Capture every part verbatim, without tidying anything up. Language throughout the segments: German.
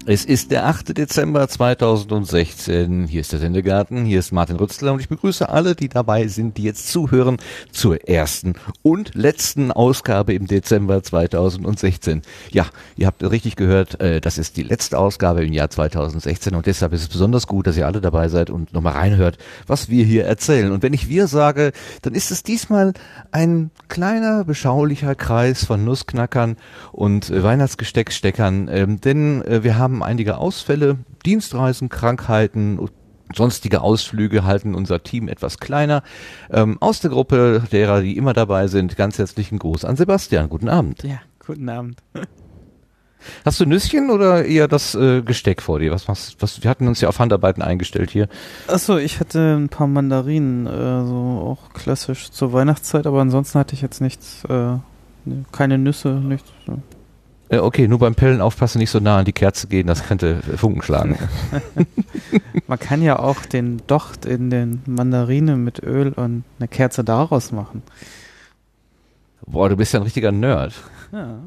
Es ist der achte Dezember zweitausendsechzehn. Hier ist der Sendegarten, hier ist Martin Rützler und ich begrüße alle, die dabei sind, die jetzt zuhören zur ersten und letzten Ausgabe im Dezember zweitausendsechzehn. Ja, ihr habt richtig gehört, äh, das ist die letzte Ausgabe im Jahr zweitausendsechzehn und deshalb ist es besonders gut, dass ihr alle dabei seid und nochmal reinhört, was wir hier erzählen. Und wenn ich wir sage, dann ist es diesmal ein kleiner, beschaulicher Kreis von Nussknackern und äh, Weihnachtsgestecksteckern, ähm, denn äh, wir haben einige Ausfälle, Dienstreisen, Krankheiten, sonstige Ausflüge halten unser Team etwas kleiner. Ähm, aus der Gruppe derer, die immer dabei sind, ganz herzlichen Gruß an Sebastian. Guten Abend. Ja, guten Abend. Hast du Nüsschen oder eher das äh, Gesteck vor dir? Was machst was? Wir hatten uns ja auf Handarbeiten eingestellt hier. Achso, ich hatte ein paar Mandarinen, äh, so auch klassisch zur Weihnachtszeit, aber ansonsten hatte ich jetzt nichts, äh, keine Nüsse, nichts. So. Okay, nur beim Pellen aufpassen, nicht so nah an die Kerze gehen, das könnte Funken schlagen. Man kann ja auch den Docht in den Mandarinen mit Öl und eine Kerze daraus machen. Boah, du bist ja ein richtiger Nerd. Ja.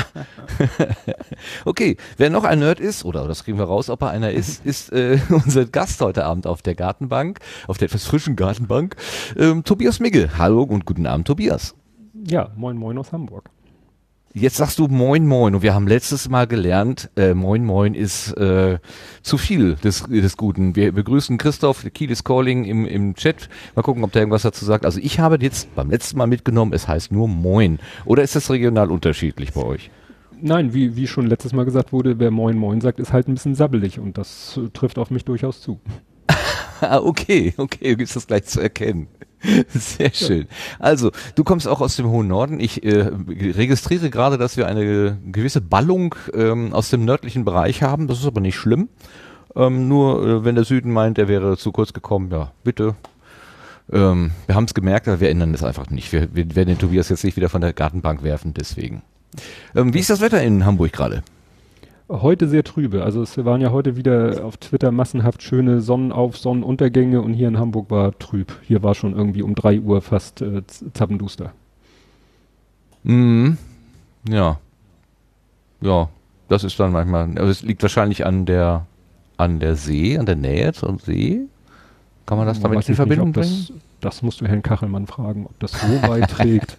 Okay, wer noch ein Nerd ist, oder das kriegen wir raus, ob er einer ist, ist äh, unser Gast heute Abend auf der Gartenbank, auf der etwas frischen Gartenbank, ähm, Tobias Migge. Hallo und guten Abend, Tobias. Ja, moin moin aus Hamburg. Jetzt sagst du Moin Moin und wir haben letztes Mal gelernt, äh, Moin Moin ist äh, zu viel des, des Guten. Wir begrüßen Christoph, Kiel is Calling im, im Chat. Mal gucken, ob der irgendwas dazu sagt. Also ich habe jetzt beim letzten Mal mitgenommen, es heißt nur Moin. Oder ist das regional unterschiedlich bei euch? Nein, wie, wie schon letztes Mal gesagt wurde, wer Moin Moin sagt, ist halt ein bisschen sabbelig und das äh, trifft auf mich durchaus zu. Ah, okay, okay, du gibst das gleich zu erkennen. Sehr schön. Also, du kommst auch aus dem hohen Norden. Ich äh, registriere gerade, dass wir eine gewisse Ballung ähm, aus dem nördlichen Bereich haben. Das ist aber nicht schlimm. Ähm, nur, äh, wenn der Süden meint, er wäre zu kurz gekommen, ja, bitte. Ähm, wir haben es gemerkt, aber wir ändern das einfach nicht. Wir, wir werden den Tobias jetzt nicht wieder von der Gartenbank werfen, deswegen. Ähm, wie ist das Wetter in Hamburg gerade? Heute sehr trübe. Also es waren ja heute wieder auf Twitter massenhaft schöne Sonnenauf-, Sonnenuntergänge und hier in Hamburg war trüb. Hier war schon irgendwie um drei Uhr fast äh, zappenduster. Mhm. Ja. Ja, das ist dann manchmal, also es liegt wahrscheinlich an der an der See, an der Nähe zum See. Kann man das Man damit weiß in nicht, Verbindung ob bringen? Das, das musst du Herrn Kachelmann fragen, ob das so weit trägt.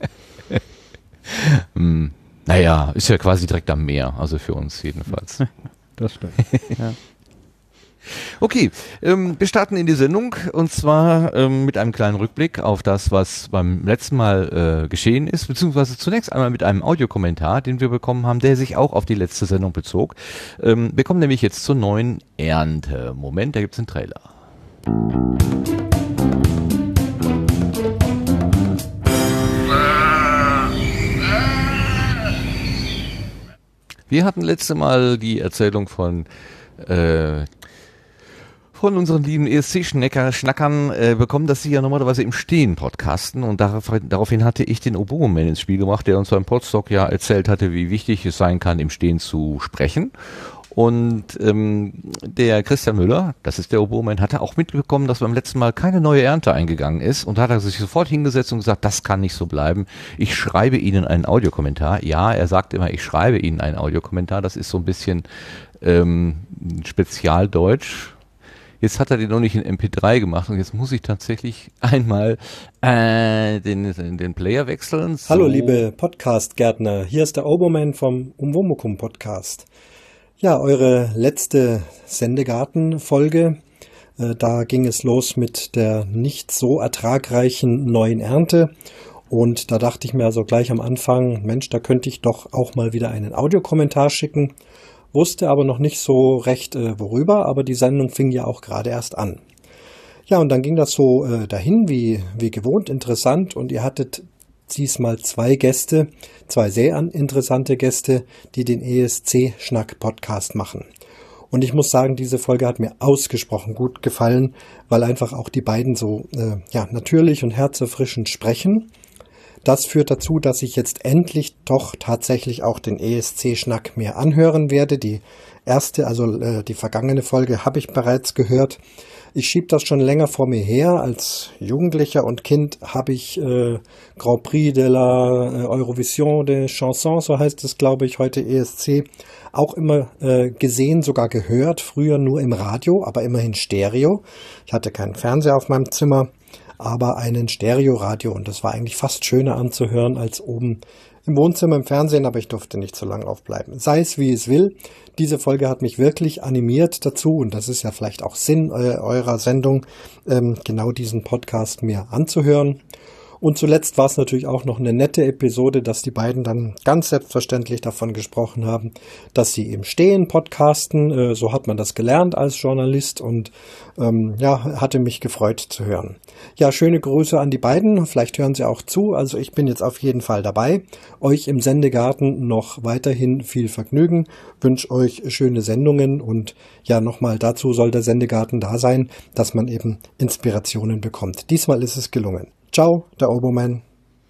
Hm. Naja, ist ja quasi direkt am Meer, also für uns jedenfalls. Das stimmt. Ja. Okay, ähm, wir starten in die Sendung und zwar ähm, mit einem kleinen Rückblick auf das, was beim letzten Mal äh, geschehen ist, beziehungsweise zunächst einmal mit einem Audiokommentar, den wir bekommen haben, der sich auch auf die letzte Sendung bezog. Ähm, wir kommen nämlich jetzt zur neuen Ernte. Moment, da gibt's einen Trailer. Wir hatten letzte Mal die Erzählung von äh, von unseren lieben E S C-Schnackern äh, bekommen, dass sie ja normalerweise im Stehen podcasten und darauf, daraufhin hatte ich den Oboe-Man ins Spiel gemacht, der uns beim Podstock ja erzählt hatte, wie wichtig es sein kann, im Stehen zu sprechen. Und ähm, der Christian Müller, das ist der Oboe-Man, hatte auch mitbekommen, dass beim letzten Mal keine neue Ernte eingegangen ist und da hat er sich sofort hingesetzt und gesagt, das kann nicht so bleiben. Ich schreibe Ihnen einen Audiokommentar. Ja, er sagt immer, ich schreibe Ihnen einen Audiokommentar. Das ist so ein bisschen ähm, Spezialdeutsch. Jetzt hat er den noch nicht in M P drei gemacht und jetzt muss ich tatsächlich einmal äh, den, den, den Player wechseln. So. Hallo liebe Podcast-Gärtner, hier ist der Oboe-Man vom Umwomukum-Podcast. Ja, eure letzte Sendegarten-Folge, äh, da ging es los mit der nicht so ertragreichen neuen Ernte und da dachte ich mir also gleich am Anfang, Mensch, da könnte ich doch auch mal wieder einen Audiokommentar schicken, wusste aber noch nicht so recht äh, worüber, aber die Sendung fing ja auch gerade erst an. Ja, und dann ging das so äh, dahin, wie, wie gewohnt, interessant und ihr hattet diesmal zwei Gäste, zwei sehr interessante Gäste, die den E S C-Schnack-Podcast machen. Und ich muss sagen, diese Folge hat mir ausgesprochen gut gefallen, weil einfach auch die beiden so äh, ja natürlich und herzerfrischend sprechen. Das führt dazu, dass ich jetzt endlich doch tatsächlich auch den E S C-Schnack mir anhören werde. Die erste, also äh, die vergangene Folge habe ich bereits gehört. Ich schiebe das schon länger vor mir her. Als Jugendlicher und Kind habe ich äh, Grand Prix de la äh, Eurovision de Chanson, so heißt es, glaube ich, heute E S C, auch immer äh, gesehen, sogar gehört. Früher nur im Radio, aber immerhin Stereo. Ich hatte keinen Fernseher auf meinem Zimmer, aber einen Stereoradio, und das war eigentlich fast schöner anzuhören als oben im Wohnzimmer im Fernsehen, aber ich durfte nicht so lange aufbleiben. Sei es wie es will, diese Folge hat mich wirklich animiert dazu, und das ist ja vielleicht auch Sinn äh, eurer Sendung, ähm, genau diesen Podcast mir anzuhören. Und zuletzt war es natürlich auch noch eine nette Episode, dass die beiden dann ganz selbstverständlich davon gesprochen haben, dass sie im Stehen podcasten. Äh, so hat man das gelernt als Journalist, und ähm, ja, hatte mich gefreut zu hören. Ja, schöne Grüße an die beiden. Vielleicht hören sie auch zu. Also ich bin jetzt auf jeden Fall dabei. Euch im Sendegarten noch weiterhin viel Vergnügen. Wünsche euch schöne Sendungen, und ja, nochmal dazu soll der Sendegarten da sein, dass man eben Inspirationen bekommt. Diesmal ist es gelungen. Ciao, der Oboman.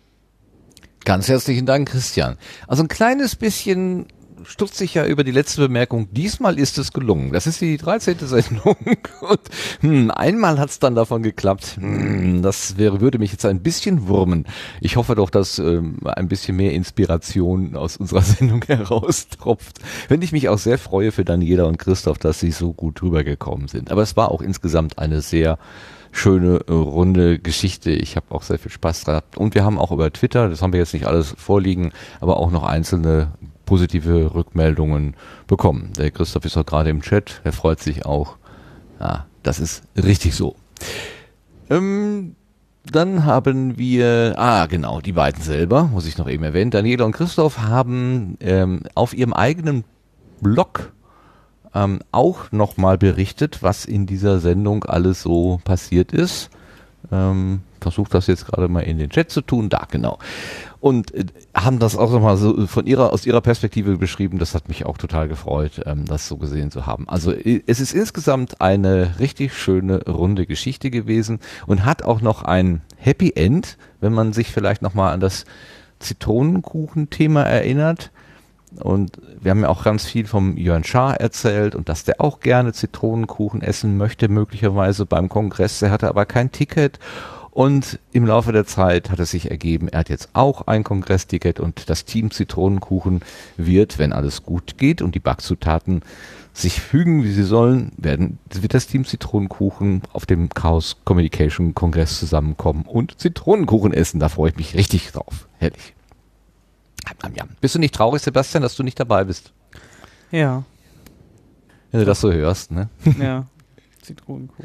Ganz herzlichen Dank, Christian. Also ein kleines bisschen stutze ich ja über die letzte Bemerkung. Diesmal ist es gelungen. Das ist die dreizehnte Sendung. Und hm, einmal hat es dann davon geklappt. Hm, das wäre, würde mich jetzt ein bisschen wurmen. Ich hoffe doch, dass ähm, ein bisschen mehr Inspiration aus unserer Sendung heraustropft. Wenn ich mich auch sehr freue für Daniela und Christoph, dass sie so gut rübergekommen sind. Aber es war auch insgesamt eine sehr schöne, runde Geschichte. Ich habe auch sehr viel Spaß gehabt. Und wir haben auch über Twitter, das haben wir jetzt nicht alles vorliegen, aber auch noch einzelne positive Rückmeldungen bekommen. Der Christoph ist auch gerade im Chat, er freut sich auch. Ja, das ist richtig so. Ähm, dann haben wir, ah genau, die beiden selber, muss ich noch eben erwähnen. Daniela und Christoph haben ähm, auf ihrem eigenen Blog Ähm, auch nochmal berichtet, was in dieser Sendung alles so passiert ist. Ähm, versucht das jetzt gerade mal in den Chat zu tun, da genau. Und äh, haben das auch nochmal so von ihrer, aus ihrer Perspektive beschrieben. Das hat mich auch total gefreut, ähm, das so gesehen zu haben. Also äh, es ist insgesamt eine richtig schöne, runde Geschichte gewesen und hat auch noch ein Happy End, wenn man sich vielleicht nochmal an das Zitronenkuchen-Thema erinnert. Und wir haben ja auch ganz viel vom Jörn Schaar erzählt und dass der auch gerne Zitronenkuchen essen möchte, möglicherweise beim Kongress. Er hatte aber kein Ticket, und im Laufe der Zeit hat es sich ergeben, er hat jetzt auch ein Kongressticket, und das Team Zitronenkuchen wird, wenn alles gut geht und die Backzutaten sich fügen, wie sie sollen, werden, wird das Team Zitronenkuchen auf dem Chaos Communication Kongress zusammenkommen und Zitronenkuchen essen. Da freue ich mich richtig drauf. Herrlich. Ja. Bist du nicht traurig, Sebastian, dass du nicht dabei bist? Ja. Wenn du das so hörst, ne? Ja, Zitronenkuchen.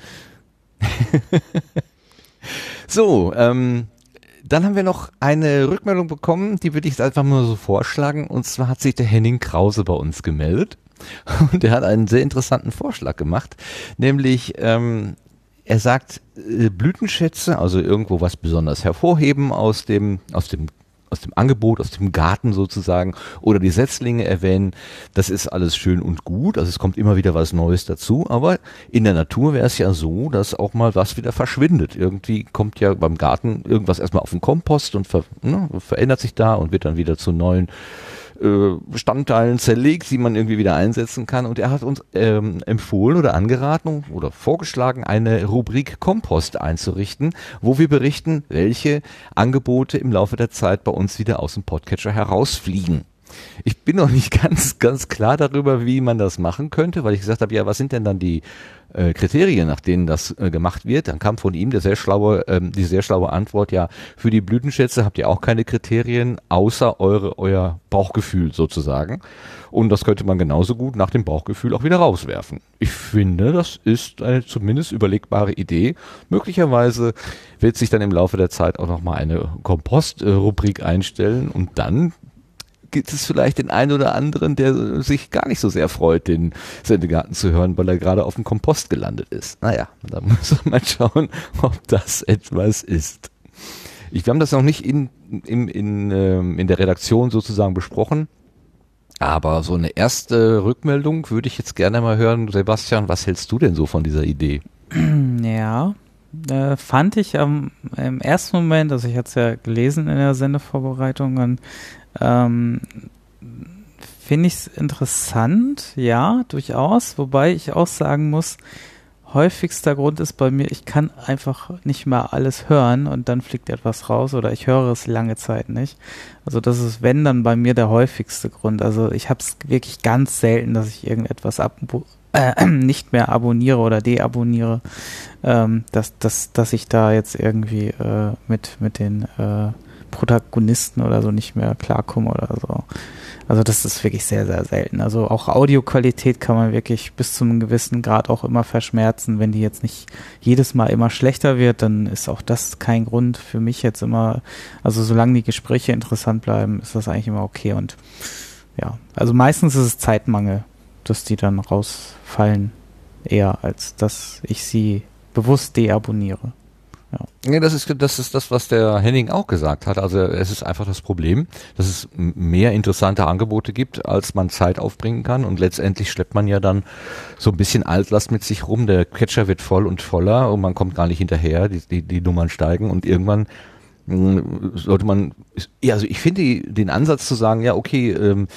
So, ähm, dann haben wir noch eine Rückmeldung bekommen, die würde ich jetzt einfach mal so vorschlagen. Und zwar hat sich der Henning Krause bei uns gemeldet. Und er hat einen sehr interessanten Vorschlag gemacht. Nämlich, ähm, er sagt, äh, Blütenschätze, also irgendwo was besonders hervorheben aus dem, aus dem aus dem Angebot, aus dem Garten sozusagen, oder die Setzlinge erwähnen, das ist alles schön und gut, also es kommt immer wieder was Neues dazu, aber in der Natur wäre es ja so, dass auch mal was wieder verschwindet. Irgendwie kommt ja beim Garten irgendwas erstmal auf den Kompost und ver, ne, verändert sich da und wird dann wieder zu neuen Bestandteilen zerlegt, die man irgendwie wieder einsetzen kann, und er hat uns ähm, empfohlen oder angeraten oder vorgeschlagen, eine Rubrik Kompost einzurichten, wo wir berichten, welche Angebote im Laufe der Zeit bei uns wieder aus dem Podcatcher herausfliegen. Ich bin noch nicht ganz, ganz klar darüber, wie man das machen könnte, weil ich gesagt habe, ja, was sind denn dann die äh, Kriterien, nach denen das äh, gemacht wird? Dann kam von ihm der sehr schlaue, ähm, die sehr schlaue Antwort, ja, für die Blütenschätze habt ihr auch keine Kriterien, außer eure, euer Bauchgefühl sozusagen. Und das könnte man genauso gut nach dem Bauchgefühl auch wieder rauswerfen. Ich finde, das ist eine zumindest überlegbare Idee. Möglicherweise wird sich dann im Laufe der Zeit auch nochmal eine Kompost-Rubrik einstellen, und dann gibt es vielleicht den einen oder anderen, der sich gar nicht so sehr freut, den Sendegarten zu hören, weil er gerade auf dem Kompost gelandet ist. Naja, da muss man mal schauen, ob das etwas ist. Ich, wir haben das noch nicht in, in, in, ähm, in der Redaktion sozusagen besprochen, aber so eine erste Rückmeldung würde ich jetzt gerne mal hören. Sebastian, was hältst du denn so von dieser Idee? Ja, Äh, fand ich am, im ersten Moment, also ich hatte es ja gelesen in der Sendevorbereitung und ähm, finde ich es interessant, ja, durchaus, wobei ich auch sagen muss, häufigster Grund ist bei mir, ich kann einfach nicht mehr alles hören und dann fliegt etwas raus oder ich höre es lange Zeit nicht. Also das ist, wenn, dann bei mir der häufigste Grund. Also ich habe es wirklich ganz selten, dass ich irgendetwas ab, äh, nicht mehr abonniere oder deabonniere, ähm, dass, dass, dass ich da jetzt irgendwie äh, mit, mit den äh, Protagonisten oder so nicht mehr klarkomme oder so. Also das ist wirklich sehr, sehr selten. Also auch Audioqualität kann man wirklich bis zu einem gewissen Grad auch immer verschmerzen. Wenn die jetzt nicht jedes Mal immer schlechter wird, dann ist auch das kein Grund für mich jetzt immer, also solange die Gespräche interessant bleiben, ist das eigentlich immer okay. Und ja, also meistens ist es Zeitmangel, dass die dann rausfallen, eher als dass ich sie bewusst deabonniere. Ja. Ja, das ist das ist das, was der Henning auch gesagt hat. Also es ist einfach das Problem, dass es mehr interessante Angebote gibt, als man Zeit aufbringen kann. Und letztendlich schleppt man ja dann so ein bisschen Altlast mit sich rum. Der Catcher wird voll und voller und man kommt gar nicht hinterher. Die, die, die Nummern steigen und irgendwann mh, sollte man, ja, also ich finde die, den Ansatz zu sagen, ja okay, ähm,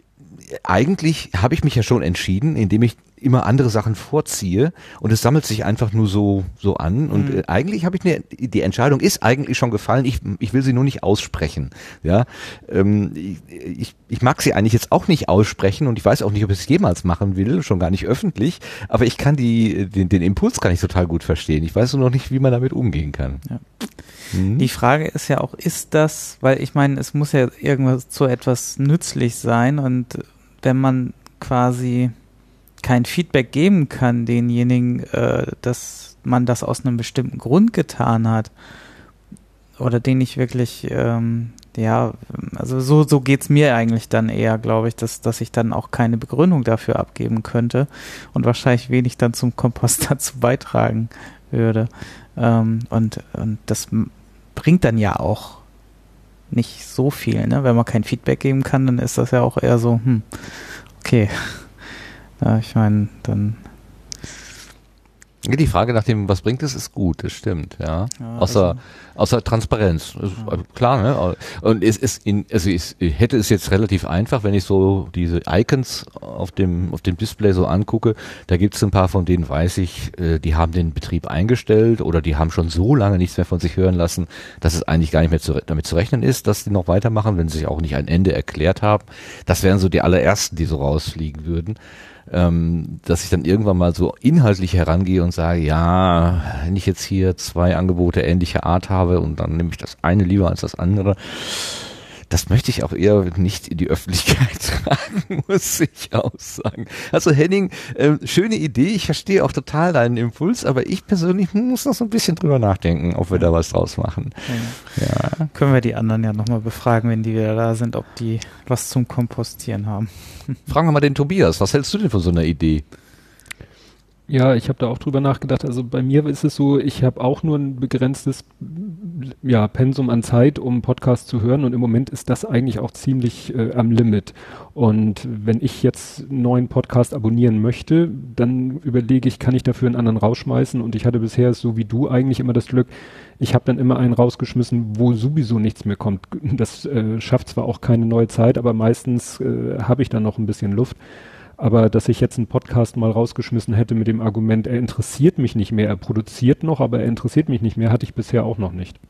eigentlich habe ich mich ja schon entschieden, indem ich immer andere Sachen vorziehe und es sammelt sich einfach nur so so an und mhm. äh, eigentlich habe ich eine, die Entscheidung ist eigentlich schon gefallen, ich ich will sie nur nicht aussprechen, ja, ähm, ich, ich mag sie eigentlich jetzt auch nicht aussprechen und ich weiß auch nicht, ob ich es jemals machen will, schon gar nicht öffentlich, aber ich kann die den, den Impuls kann ich total gut verstehen, ich weiß nur noch nicht, wie man damit umgehen kann. Ja. Mhm. Die Frage ist ja auch, ist das, weil ich meine, es muss ja irgendwas zu etwas nützlich sein und wenn man quasi kein Feedback geben kann denjenigen, äh, dass man das aus einem bestimmten Grund getan hat oder den ich wirklich, ähm, ja, also so, so geht's mir eigentlich dann eher, glaube ich, dass, dass ich dann auch keine Begründung dafür abgeben könnte und wahrscheinlich wenig dann zum Kompost dazu beitragen würde. Ähm, und, und das bringt dann ja auch nicht so viel, ne? Wenn man kein Feedback geben kann, dann ist das ja auch eher so, hm, okay. Ja, ich meine, dann... Die Frage nach dem, was bringt es, ist gut, das stimmt, ja. ja außer, also, außer Transparenz. Das ist ja. Klar, ne? Und es ist in, also ich hätte es jetzt relativ einfach, wenn ich so diese Icons auf dem, auf dem Display so angucke, da gibt es ein paar, von denen weiß ich, die haben den Betrieb eingestellt oder die haben schon so lange nichts mehr von sich hören lassen, dass es eigentlich gar nicht mehr zu, damit zu rechnen ist, dass die noch weitermachen, wenn sie sich auch nicht ein Ende erklärt haben. Das wären so die allerersten, die so rausfliegen würden. Ähm, dass ich dann irgendwann mal so inhaltlich herangehe und sage, ja, wenn ich jetzt hier zwei Angebote ähnlicher Art habe und dann nehme ich das eine lieber als das andere, das möchte ich auch eher nicht in die Öffentlichkeit tragen, muss ich auch sagen. Also Henning, äh, schöne Idee, ich verstehe auch total deinen Impuls, aber ich persönlich muss noch so ein bisschen drüber nachdenken, ob wir da was draus machen. Ja. Ja. Können wir die anderen ja nochmal befragen, wenn die wieder da sind, ob die was zum Kompostieren haben. Fragen wir mal den Tobias, was hältst du denn von so einer Idee? Ja, ich habe da auch drüber nachgedacht. Also bei mir ist es so, ich habe auch nur ein begrenztes ja, Pensum an Zeit, um Podcasts zu hören und im Moment ist das eigentlich auch ziemlich äh, am Limit. Und wenn ich jetzt einen neuen Podcast abonnieren möchte, dann überlege ich, kann ich dafür einen anderen rausschmeißen und ich hatte bisher so wie du eigentlich immer das Glück, ich habe dann immer einen rausgeschmissen, wo sowieso nichts mehr kommt. Das äh, schafft zwar auch keine neue Zeit, aber meistens äh, habe ich dann noch ein bisschen Luft. Aber dass ich jetzt einen Podcast mal rausgeschmissen hätte mit dem Argument, er interessiert mich nicht mehr, er produziert noch, aber er interessiert mich nicht mehr, hatte ich bisher auch noch nicht.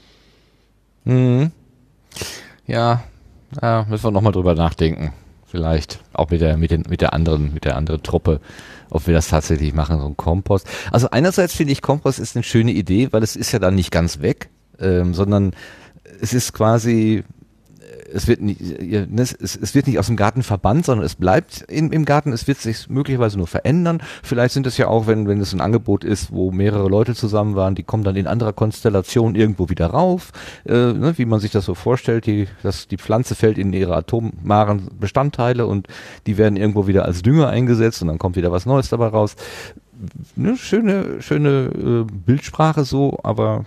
Mhm. Ja, da müssen wir nochmal drüber nachdenken. Vielleicht auch mit der, mit den, mit der anderen, mit der anderen Truppe, ob wir das tatsächlich machen, so ein Kompost. Also einerseits finde ich, Kompost ist eine schöne Idee, weil es ist ja dann nicht ganz weg, ähm, sondern es ist quasi, es wird nicht, es, es wird nicht aus dem Garten verbannt, sondern es bleibt in, im Garten, es wird sich möglicherweise nur verändern. Vielleicht sind es ja auch, wenn, wenn es ein Angebot ist, wo mehrere Leute zusammen waren, die kommen dann in anderer Konstellation irgendwo wieder rauf, äh, ne, wie man sich das so vorstellt, die, dass die Pflanze fällt in ihre atomaren Bestandteile und die werden irgendwo wieder als Dünger eingesetzt und dann kommt wieder was Neues dabei raus. Ne, schöne, schöne äh, Bildsprache so, aber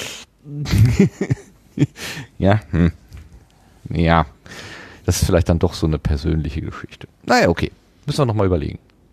ja, hm. Ja, das ist vielleicht dann doch so eine persönliche Geschichte. Naja, okay. Müssen wir nochmal überlegen.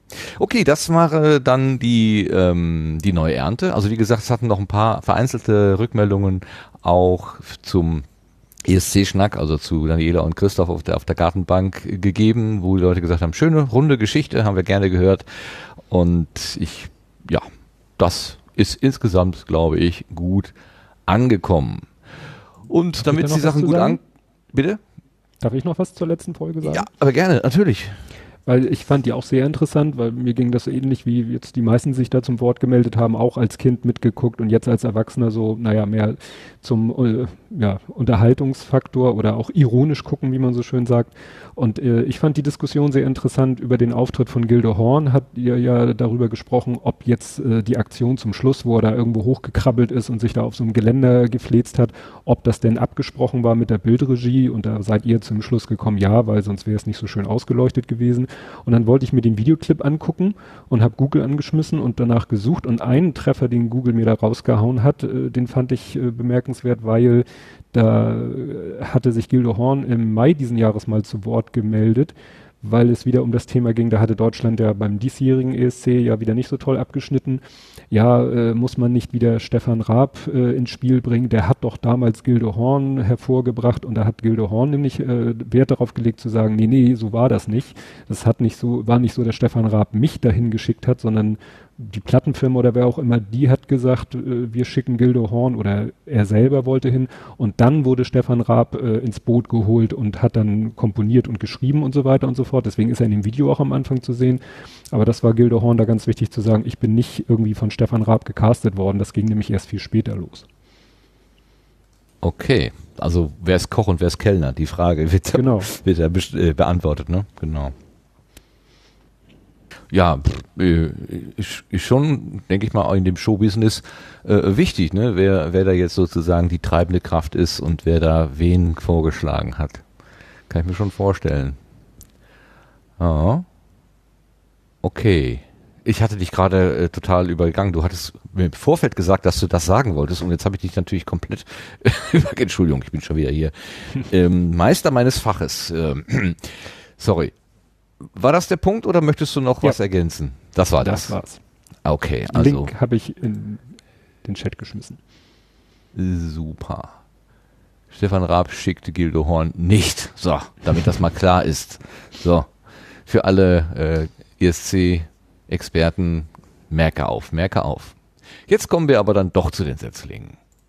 Okay, das war äh, dann die, ähm, die neue Ernte. Also wie gesagt, es hatten noch ein paar vereinzelte Rückmeldungen auch zum E S C-Schnack, also zu Daniela und Christoph auf der, auf der Gartenbank gegeben, wo die Leute gesagt haben, schöne, runde Geschichte, haben wir gerne gehört. Und ich, ja, das ist insgesamt, glaube ich, gut angekommen. Und Darf damit die Sachen gut an... Bitte? Darf ich noch was zur letzten Folge sagen? Ja, aber gerne, natürlich. Weil ich fand die auch sehr interessant, weil mir ging das so ähnlich, wie jetzt die meisten sich da zum Wort gemeldet haben, auch als Kind mitgeguckt und jetzt als Erwachsener so, naja, mehr zum äh, ja, Unterhaltungsfaktor oder auch ironisch gucken, wie man so schön sagt. Und äh, ich fand die Diskussion sehr interessant über den Auftritt von Gildo Horn, hat ihr ja darüber gesprochen, ob jetzt äh, die Aktion zum Schluss, wo er da irgendwo hochgekrabbelt ist und sich da auf so einem Geländer gefläzt hat, ob das denn abgesprochen war mit der Bildregie, und da seid ihr zum Schluss gekommen, ja, weil sonst wäre es nicht so schön ausgeleuchtet gewesen. Und dann wollte ich mir den Videoclip angucken und habe Google angeschmissen und danach gesucht, und einen Treffer, den Google mir da rausgehauen hat, äh, den fand ich äh, bemerkenswert, weil da äh, hatte sich Gildo Horn im Mai diesen Jahres mal zu Wort gemeldet, weil es wieder um das Thema ging, da hatte Deutschland ja beim diesjährigen E S C ja wieder nicht so toll abgeschnitten. Ja, äh, muss man nicht wieder Stefan Raab äh, ins Spiel bringen, der hat doch damals Gildo Horn hervorgebracht, und da hat Gildo Horn nämlich äh, Wert darauf gelegt zu sagen, nee, nee, so war das nicht. Das hat nicht so, war nicht so, dass Stefan Raab mich dahin geschickt hat, sondern die Plattenfirma oder wer auch immer, die hat gesagt, äh, wir schicken Gildo Horn, oder er selber wollte hin, und dann wurde Stefan Raab äh, ins Boot geholt und hat dann komponiert und geschrieben und so weiter und so fort. Deswegen ist er in dem Video auch am Anfang zu sehen. Aber das war Gildo Horn da ganz wichtig zu sagen, ich bin nicht irgendwie von Stefan Raab gecastet worden, das ging nämlich erst viel später los. Okay, also wer ist Koch und wer ist Kellner? Die Frage wird, genau. wird ja be- äh, beantwortet, ne? Genau. Ja, äh, ist, ist schon, denke ich mal, auch in dem Showbusiness äh, wichtig, ne? Wer, wer da jetzt sozusagen die treibende Kraft ist und wer da wen vorgeschlagen hat. Kann ich mir schon vorstellen. Ja. Okay. Ich hatte dich gerade äh, total übergangen. Du hattest mir im Vorfeld gesagt, dass du das sagen wolltest, und jetzt habe ich dich natürlich komplett Entschuldigung, ich bin schon wieder hier. ähm, Meister meines Faches. Ähm, sorry. War das der Punkt, oder möchtest du noch ja. was ergänzen? Das war das. Das war's. Okay, also. Link habe ich in den Chat geschmissen. Super. Stefan Raab schickte Gildo Horn nicht. So, damit das mal klar ist. So, für alle äh, E S C-Experten, merke auf, merke auf. Jetzt kommen wir aber dann doch zu den Setzlingen.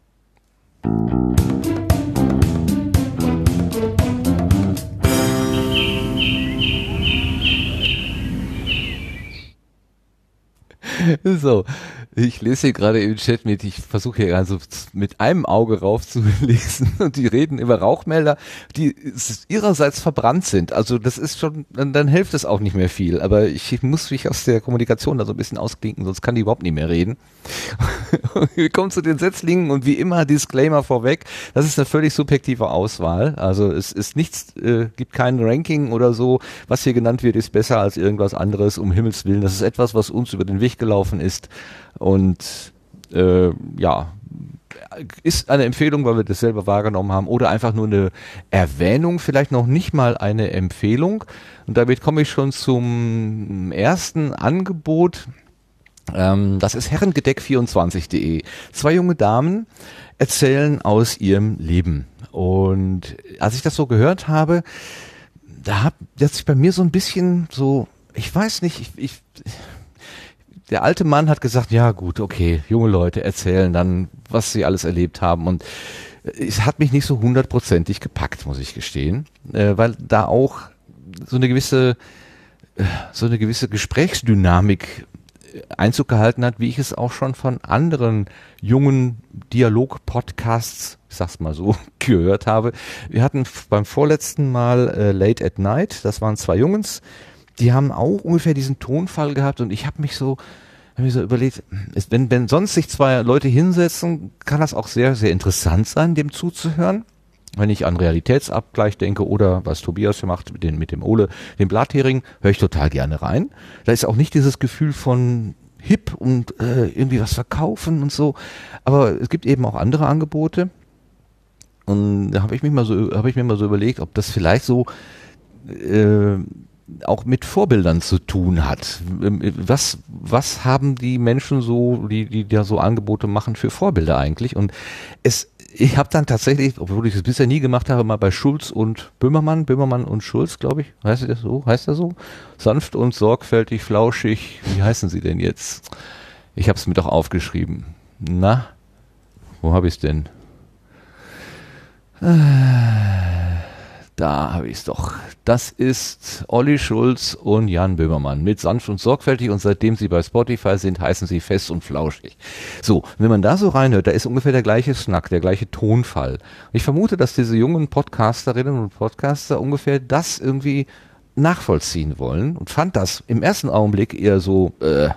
So, ich lese hier gerade im Chat mit, ich versuche hier also mit einem Auge rauf zu lesen, und die reden über Rauchmelder, die ihrerseits verbrannt sind. Also das ist schon, dann, dann hilft es auch nicht mehr viel. Aber ich muss mich aus der Kommunikation da so ein bisschen ausklinken, sonst kann die überhaupt nicht mehr reden. Wir kommen zu den Setzlingen, und wie immer Disclaimer vorweg, das ist eine völlig subjektive Auswahl. Also es ist nichts, äh, gibt kein Ranking oder so. Was hier genannt wird, ist besser als irgendwas anderes, um Himmels Willen. Das ist etwas, was uns über den Weg gelaufen ist, und äh, ja, ist eine Empfehlung, weil wir das selber wahrgenommen haben, oder einfach nur eine Erwähnung, vielleicht noch nicht mal eine Empfehlung. Und damit komme ich schon zum ersten Angebot. Ähm, das ist herrengedeck vierundzwanzig punkt de. Zwei junge Damen erzählen aus ihrem Leben. Und als ich das so gehört habe, da hat sich bei mir so ein bisschen so, ich weiß nicht, ich, ich der alte Mann hat gesagt, ja gut, okay, junge Leute erzählen dann, was sie alles erlebt haben, und es hat mich nicht so hundertprozentig gepackt, muss ich gestehen, äh, weil da auch so eine gewisse, äh, so eine gewisse Gesprächsdynamik Einzug gehalten hat, wie ich es auch schon von anderen jungen Dialog-Podcasts, ich sag's mal so, gehört habe. Wir hatten beim vorletzten Mal äh, Late at Night, das waren zwei Jungs, die haben auch ungefähr diesen Tonfall gehabt, und ich habe mich so, hab mich so überlegt, ist, wenn, wenn sonst sich zwei Leute hinsetzen, kann das auch sehr, sehr interessant sein, dem zuzuhören. Wenn ich an Realitätsabgleich denke oder was Tobias hier macht mit, den, mit dem Ole, dem Blathering, höre ich total gerne rein. Da ist auch nicht dieses Gefühl von hip und äh, irgendwie was verkaufen und so. Aber es gibt eben auch andere Angebote. Und da habe ich mich mal so, habe ich mir mal so überlegt, ob das vielleicht so äh, auch mit Vorbildern zu tun hat. Was, was haben die Menschen so, die, die da so Angebote machen für Vorbilder eigentlich? Und es, ich habe dann tatsächlich, obwohl ich es bisher nie gemacht habe, mal bei Schulz und Böhmermann, Böhmermann und Schulz, glaube ich, heißt das so? Heißt das so? Sanft und sorgfältig, flauschig, wie heißen sie denn jetzt? Ich habe es mir doch aufgeschrieben. Na, wo habe ich es denn? Da habe ich es doch. Das ist Olli Schulz und Jan Böhmermann mit Sanft und sorgfältig, und seitdem sie bei Spotify sind, heißen sie Fest und Flauschig. So, wenn man da so reinhört, da ist ungefähr der gleiche Schnack, der gleiche Tonfall. Ich vermute, dass diese jungen Podcasterinnen und Podcaster ungefähr das irgendwie nachvollziehen wollen, und fand das im ersten Augenblick eher so, äh,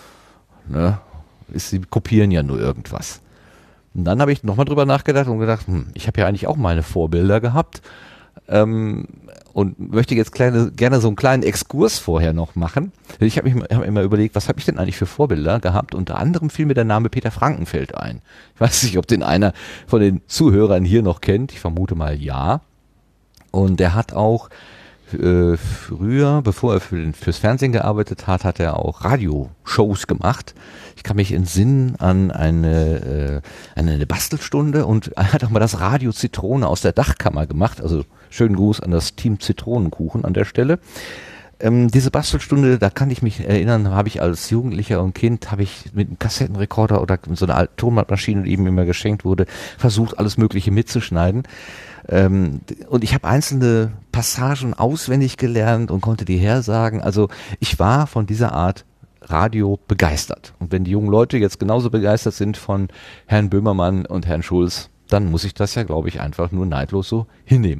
ne, ist, sie kopieren ja nur irgendwas. Und dann habe ich nochmal drüber nachgedacht und gedacht, hm, ich habe ja eigentlich auch meine Vorbilder gehabt. Ähm, und möchte jetzt kleine, gerne so einen kleinen Exkurs vorher noch machen. Ich habe mich hab immer überlegt, was habe ich denn eigentlich für Vorbilder gehabt? Unter anderem fiel mir der Name Peter Frankenfeld ein. Ich weiß nicht, ob den einer von den Zuhörern hier noch kennt. Ich vermute mal ja. Und der hat auch äh, früher, bevor er für den, fürs Fernsehen gearbeitet hat, hat er auch Radioshows gemacht. Ich kann mich entsinnen an eine, äh, eine Bastelstunde, und er hat auch mal das Radio Zitrone aus der Dachkammer gemacht. Also schönen Gruß an das Team Zitronenkuchen an der Stelle. Ähm, diese Bastelstunde, da kann ich mich erinnern, habe ich als Jugendlicher und Kind, habe ich mit einem Kassettenrekorder oder mit so einer alten Tonbandmaschine, die ihm immer geschenkt wurde, versucht, alles Mögliche mitzuschneiden. Ähm, und ich habe einzelne Passagen auswendig gelernt und konnte die hersagen. Also ich war von dieser Art Radio begeistert. Und wenn die jungen Leute jetzt genauso begeistert sind von Herrn Böhmermann und Herrn Schulz, dann muss ich das ja, glaube ich, einfach nur neidlos so hinnehmen.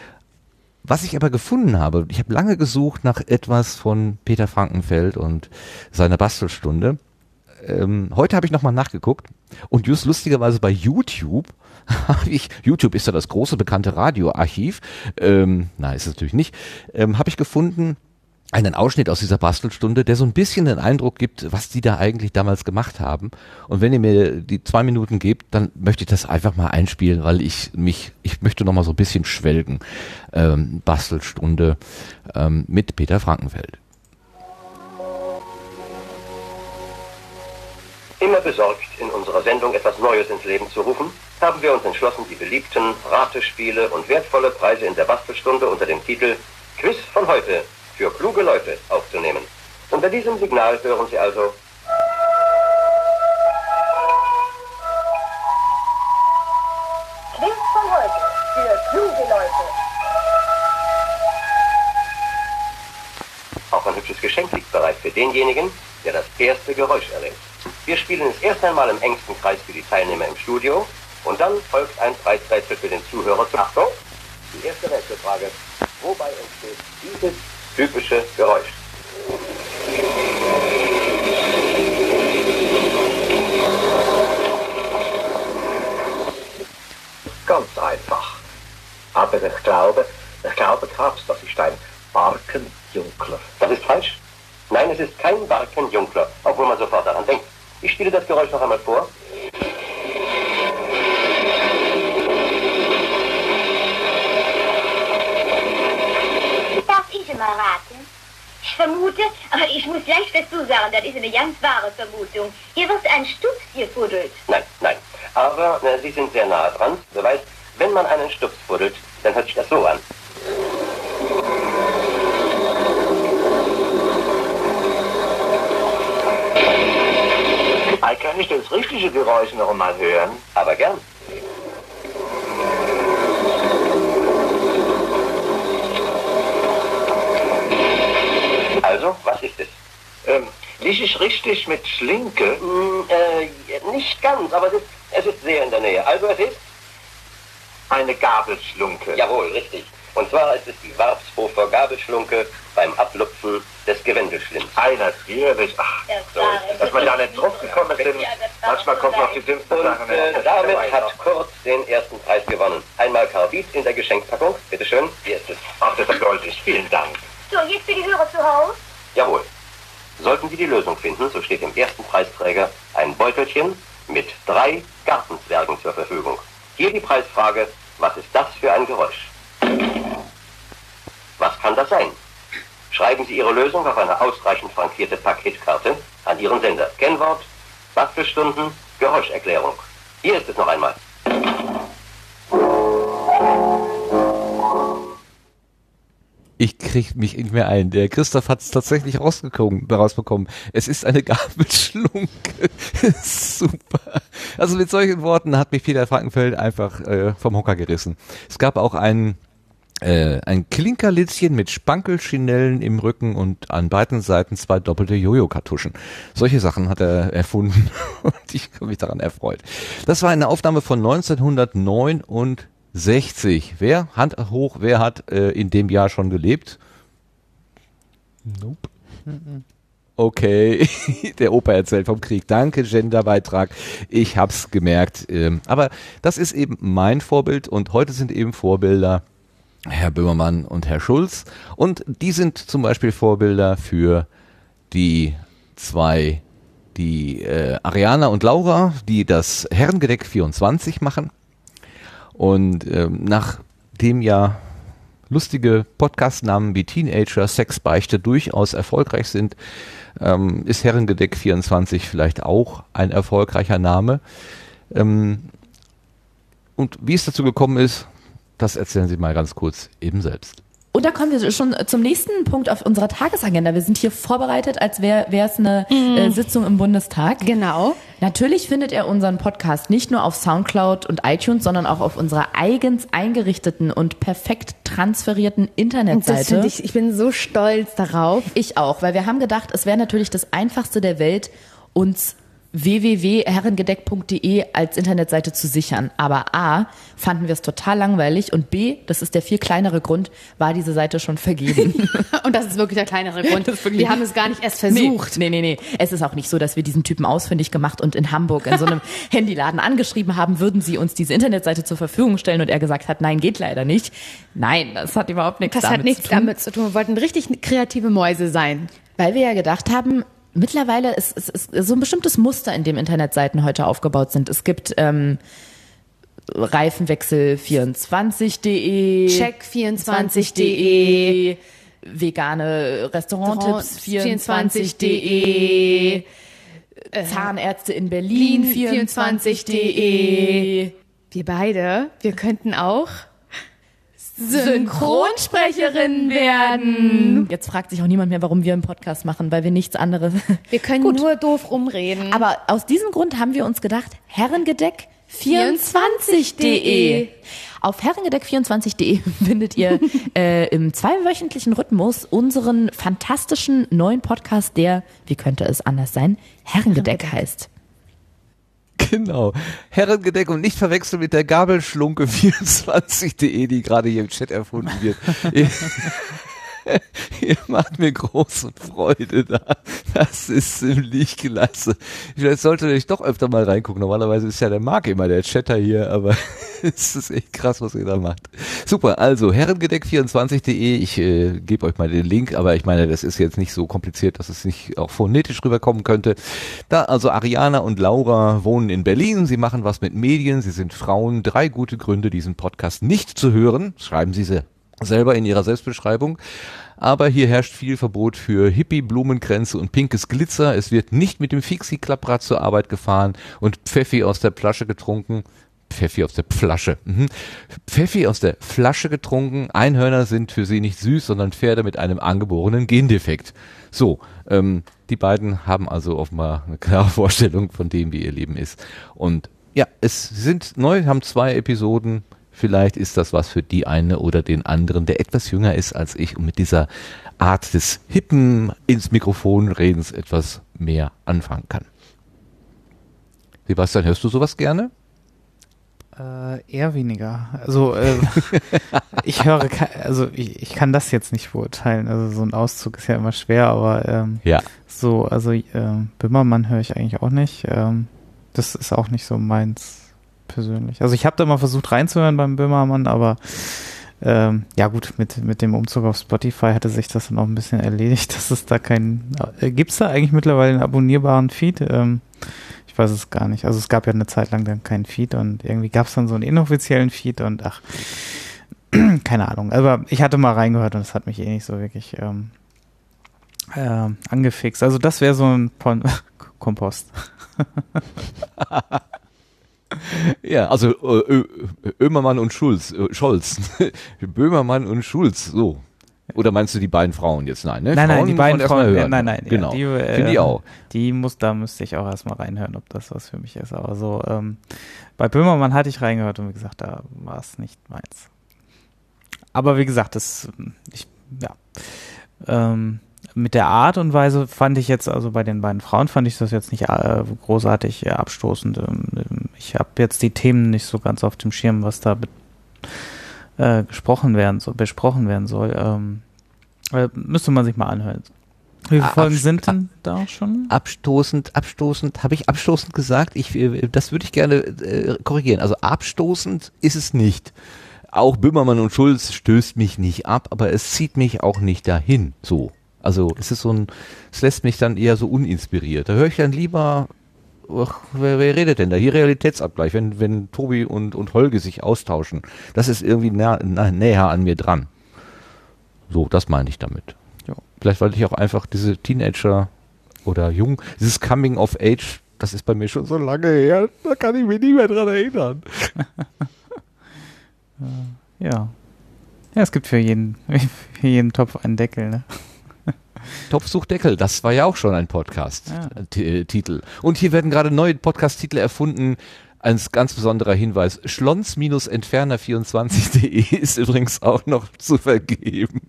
Was ich aber gefunden habe, ich habe lange gesucht nach etwas von Peter Frankenfeld und seiner Bastelstunde. Ähm, heute habe ich nochmal nachgeguckt, und just lustigerweise bei YouTube habe ich, YouTube ist ja das große bekannte Radioarchiv, ähm, nein, ist es natürlich nicht, ähm, habe ich gefunden, einen Ausschnitt aus dieser Bastelstunde, der so ein bisschen den Eindruck gibt, was die da eigentlich damals gemacht haben. Und wenn ihr mir die zwei Minuten gebt, dann möchte ich das einfach mal einspielen, weil ich mich, ich möchte noch mal so ein bisschen schwelgen. Ähm, Bastelstunde ähm, mit Peter Frankenfeld. Immer besorgt, in unserer Sendung etwas Neues ins Leben zu rufen, haben wir uns entschlossen, die beliebten Ratespiele und wertvolle Preise in der Bastelstunde unter dem Titel Quiz von heute für kluge Leute aufzunehmen. Unter diesem Signal hören Sie also Quiz von heute für kluge Leute. Auch ein hübsches Geschenk liegt bereit für denjenigen, der das erste Geräusch errät. Wir spielen es erst einmal im engsten Kreis für die Teilnehmer im Studio, und dann folgt ein Preisrätsel für den Zuhörer zur Achtung. Die erste Rätselfrage: Wobei entsteht dieses typische Geräusch? Ganz einfach. Aber ich glaube, ich glaube fast, das ist ein Barkenjunkler. Das ist falsch. Nein, es ist kein Barkenjunkler, obwohl man sofort daran denkt. Ich spiele das Geräusch noch einmal vor. Darf ich mal raten? Ich vermute, aber ich muss gleich dazu sagen, das ist eine ganz wahre Vermutung. Hier wird ein Stups gefuddelt. Nein, nein. Aber äh, Sie sind sehr nahe dran. Beweis, wenn man einen Stups fuddelt, dann hört sich das so an. Kann ich das richtige Geräusch noch einmal hören? Aber gern. Also, was ist es? Ähm, liege ich richtig mit Schlinke? Mm, äh, nicht ganz, aber es ist, es ist sehr in der Nähe. Also es ist eine Gabelschlunke. Jawohl, richtig. Und zwar ist es die Warpshofer Gabelschlunke beim Ablupfen des Gewendelschlimms. Ei, natürlich. Ach, so, dass wir da nicht drauf gekommen sind. Manchmal kommt man auf die dümmsten Und Sachen. äh, damit hat Kurt den ersten Preis gewonnen. Einmal Karbid in der Geschenkpackung. Bitteschön, hier ist es. Ach, das ist goldig. Vielen Dank. So, jetzt für die Hörer zu Hause. Jawohl. Sollten Sie die Lösung finden, so steht dem ersten Preisträger ein Beutelchen mit drei Gartenzwergen zur Verfügung. Hier die Preisfrage: Was ist das für ein Geräusch? Was kann das sein? Schreiben Sie Ihre Lösung auf eine ausreichend frankierte Paketkarte an Ihren Sender. Kennwort, Bastelstunden, Geräuscherklärung. Hier ist es noch einmal. Ich krieg mich nicht mehr ein. Der Christoph hat es tatsächlich rausgekommen, rausbekommen. Es ist eine Gabelschlunke. Super. Also mit solchen Worten hat mich Peter Frankenfeld einfach äh, vom Hocker gerissen. Es gab auch ein, äh, ein Klinkerlitzchen mit Spankelschinellen im Rücken und an beiden Seiten zwei doppelte Jojo-Kartuschen. Solche Sachen hat er erfunden und ich habe mich daran erfreut. Das war eine Aufnahme von neunzehnhundertneun und sechzig. Wer? Hand hoch, wer hat äh, in dem Jahr schon gelebt? Nope. Okay, der Opa erzählt vom Krieg. Danke, Genderbeitrag. Ich hab's gemerkt. Ähm, aber das ist eben mein Vorbild und heute sind eben Vorbilder Herr Böhmermann und Herr Schulz. Und die sind zum Beispiel Vorbilder für die zwei, die äh, Ariana und Laura, die das Herrengedeck vierundzwanzig machen. Und ähm, nachdem ja lustige Podcast-Namen wie Teenager, Sexbeichte durchaus erfolgreich sind, ähm, ist Herrengedeck vierundzwanzig vielleicht auch ein erfolgreicher Name. Ähm, und wie es dazu gekommen ist, das erzählen Sie mal ganz kurz eben selbst. Und da kommen wir schon zum nächsten Punkt auf unserer Tagesagenda. Wir sind hier vorbereitet, als wäre es eine mm. äh, Sitzung im Bundestag. Genau. Natürlich findet ihr unseren Podcast nicht nur auf Soundcloud und iTunes, sondern auch auf unserer eigens eingerichteten und perfekt transferierten Internetseite. Das finde ich, ich bin so stolz darauf. Ich auch, weil wir haben gedacht, es wäre natürlich das Einfachste der Welt, uns w w w punkt herrengedeck punkt d e als Internetseite zu sichern. Aber A, fanden wir es total langweilig und B, das ist der viel kleinere Grund, war diese Seite schon vergeben. Und das ist wirklich der kleinere Grund. Wir haben es gar nicht erst versucht. Nee, nee, nee, nee. Es ist auch nicht so, dass wir diesen Typen ausfindig gemacht und in Hamburg in so einem Handyladen angeschrieben haben, würden sie uns diese Internetseite zur Verfügung stellen und er gesagt hat, nein, geht leider nicht. Nein, das hat überhaupt nichts das damit hat nichts zu tun. damit zu tun. Wir wollten richtig kreative Mäuse sein. Weil wir ja gedacht haben, mittlerweile ist es so ein bestimmtes Muster, in dem Internetseiten heute aufgebaut sind. Es gibt ähm, Reifenwechsel vierundzwanzig punkt de, Check vierundzwanzig punkt de, vegane Restauranttipps vierundzwanzig punkt de, Zahnärzte in Berlin vierundzwanzig punkt de. Wir beide, wir könnten auch Synchronsprecherin werden. Jetzt fragt sich auch niemand mehr, warum wir einen Podcast machen, weil wir nichts anderes... Wir können Gut. nur doof rumreden. Aber aus diesem Grund haben wir uns gedacht, Herrengedeck vierundzwanzig punkt de. Auf herrengedeck vierundzwanzig punkt de findet ihr äh, im zweiwöchentlichen Rhythmus unseren fantastischen neuen Podcast, der, wie könnte es anders sein, Herrengedeck, Herrengedeck. heißt. Genau. Herrengedeck und nicht verwechseln mit der Gabelschlunke vierundzwanzig punkt de, die gerade hier im Chat erfunden wird. Ihr macht mir große Freude da. Das ist ziemlich klasse. Vielleicht sollte ich doch öfter mal reingucken. Normalerweise ist ja der Marc immer der Chatter hier, aber es ist echt krass, was ihr da macht. Super, also herrengedeck vierundzwanzig punkt de. Ich äh, gebe euch mal den Link, aber ich meine, das ist jetzt nicht so kompliziert, dass es nicht auch phonetisch rüberkommen könnte. Da also Ariana und Laura wohnen in Berlin. Sie machen was mit Medien. Sie sind Frauen. Drei gute Gründe, diesen Podcast nicht zu hören. Schreiben Sie sie selber in ihrer Selbstbeschreibung. Aber hier herrscht viel Verbot für Hippie, Blumenkränze und pinkes Glitzer. Es wird nicht mit dem Fixie-Klapprad zur Arbeit gefahren und Pfeffi aus der Flasche getrunken. Pfeffi aus der Flasche. Mhm. Pfeffi aus der Flasche getrunken. Einhörner sind für sie nicht süß, sondern Pferde mit einem angeborenen Gendefekt. So, ähm, die beiden haben also offenbar eine klare Vorstellung von dem, wie ihr Leben ist. Und ja, es sind neu, haben zwei Episoden. Vielleicht ist das was für die eine oder den anderen, der etwas jünger ist als ich und mit dieser Art des hippen ins Mikrofon Redens etwas mehr anfangen kann. Sebastian, hörst du sowas gerne? Äh, eher weniger. Also äh, ich höre, also ich, ich kann das jetzt nicht beurteilen. Also so ein Auszug ist ja immer schwer, aber ähm, ja. so, also äh, Böhmermann höre ich eigentlich auch nicht. Ähm, das ist auch nicht so meins. Persönlich. Also ich habe da mal versucht reinzuhören beim Böhmermann, aber ähm, ja gut, mit mit dem Umzug auf Spotify hatte sich das dann auch ein bisschen erledigt, dass es da kein, äh, gibt es da eigentlich mittlerweile einen abonnierbaren Feed? Ähm, ich weiß es gar nicht. Also es gab ja eine Zeit lang dann keinen Feed und irgendwie gab es dann so einen inoffiziellen Feed und ach, keine Ahnung. Aber ich hatte mal reingehört und es hat mich eh nicht so wirklich ähm, äh, angefixt. Also das wäre so ein Pon- Kompost. Ja, also äh, Ömermann und Schulz, äh, Scholz, Böhmermann und Schulz, so. Oder meinst du die beiden Frauen jetzt? Nein, ne? Nein, Frauen nein, die beiden erst mal Frauen, hören. nein, nein, genau. Ja, die, äh, Finde ich auch. Die muss, da müsste ich auch erstmal reinhören, ob das was für mich ist. Aber so, ähm, bei Böhmermann hatte ich reingehört und wie gesagt, da war es nicht meins. Aber wie gesagt, das, ich, ja, ähm, mit der Art und Weise fand ich jetzt, also bei den beiden Frauen fand ich das jetzt nicht äh, großartig äh, abstoßend. Ähm, ich habe jetzt die Themen nicht so ganz auf dem Schirm, was da be- äh, gesprochen werden soll, besprochen werden soll. Ähm, äh, müsste man sich mal anhören. Wie viele Ah, Folgen abst- sind denn da schon? Abstoßend, abstoßend, habe ich abstoßend gesagt? Ich, äh, das würde ich gerne äh, korrigieren. Also abstoßend ist es nicht. Auch Böhmermann und Schulz stößt mich nicht ab, aber es zieht mich auch nicht dahin, so. Also es ist so ein, es lässt mich dann eher so uninspiriert. Da höre ich dann lieber, ach, wer, wer redet denn da? Hier Realitätsabgleich, wenn, wenn Tobi und, und Holge sich austauschen. Das ist irgendwie nah, nah, näher an mir dran. So, das meine ich damit. Ja. Vielleicht, weil ich auch einfach diese Teenager oder Jung, dieses Coming of Age, das ist bei mir schon so lange her, da kann ich mich nicht mehr dran erinnern. Ja. Ja, es gibt für jeden, für jeden Topf einen Deckel, ne? Topfsuchdeckel, das war ja auch schon ein Podcast-Titel. Und hier werden gerade neue Podcast-Titel erfunden. Ein ganz besonderer Hinweis, schlons Entferner vierundzwanzig punkt de ist übrigens auch noch zu vergeben.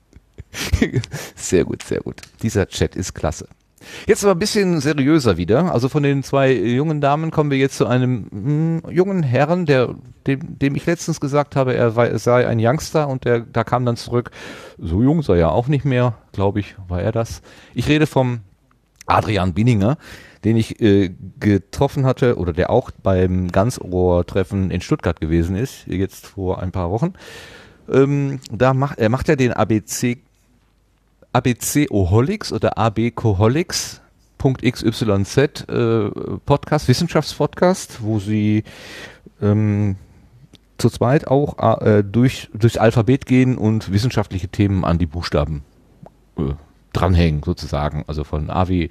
Sehr gut, sehr gut. Dieser Chat ist klasse. Jetzt aber ein bisschen seriöser wieder. Also von den zwei jungen Damen kommen wir jetzt zu einem mh, jungen Herrn, der, dem, dem ich letztens gesagt habe, er, war, er sei ein Youngster und der, da kam dann zurück, so jung sei er auch nicht mehr, glaube ich, war er das. Ich rede vom Adrian Binninger, den ich äh, getroffen hatte oder der auch beim Ganzohr-Treffen in Stuttgart gewesen ist, jetzt vor ein paar Wochen. Ähm, da macht, er macht ja den A B C A B C-Oholics oder A B Koholics Punkt X Y Z äh, Podcast, Wissenschaftspodcast, wo sie ähm, zu zweit auch äh, durch, durchs Alphabet gehen und wissenschaftliche Themen an die Buchstaben äh, dranhängen, sozusagen. Also von A wie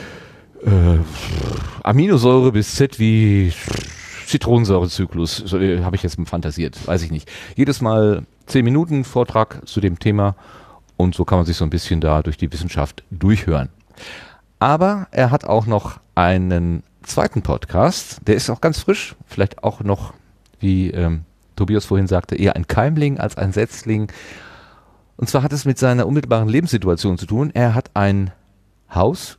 äh, Aminosäure bis Z wie Zitronensäurezyklus. So äh, habe ich jetzt mal fantasiert, weiß ich nicht. Jedes Mal zehn Minuten Vortrag zu dem Thema. Und so kann man sich so ein bisschen da durch die Wissenschaft durchhören. Aber er hat auch noch einen zweiten Podcast, der ist auch ganz frisch, vielleicht auch noch, wie ähm, Tobias vorhin sagte, eher ein Keimling als ein Setzling. Und zwar hat es mit seiner unmittelbaren Lebenssituation zu tun. Er hat ein Haus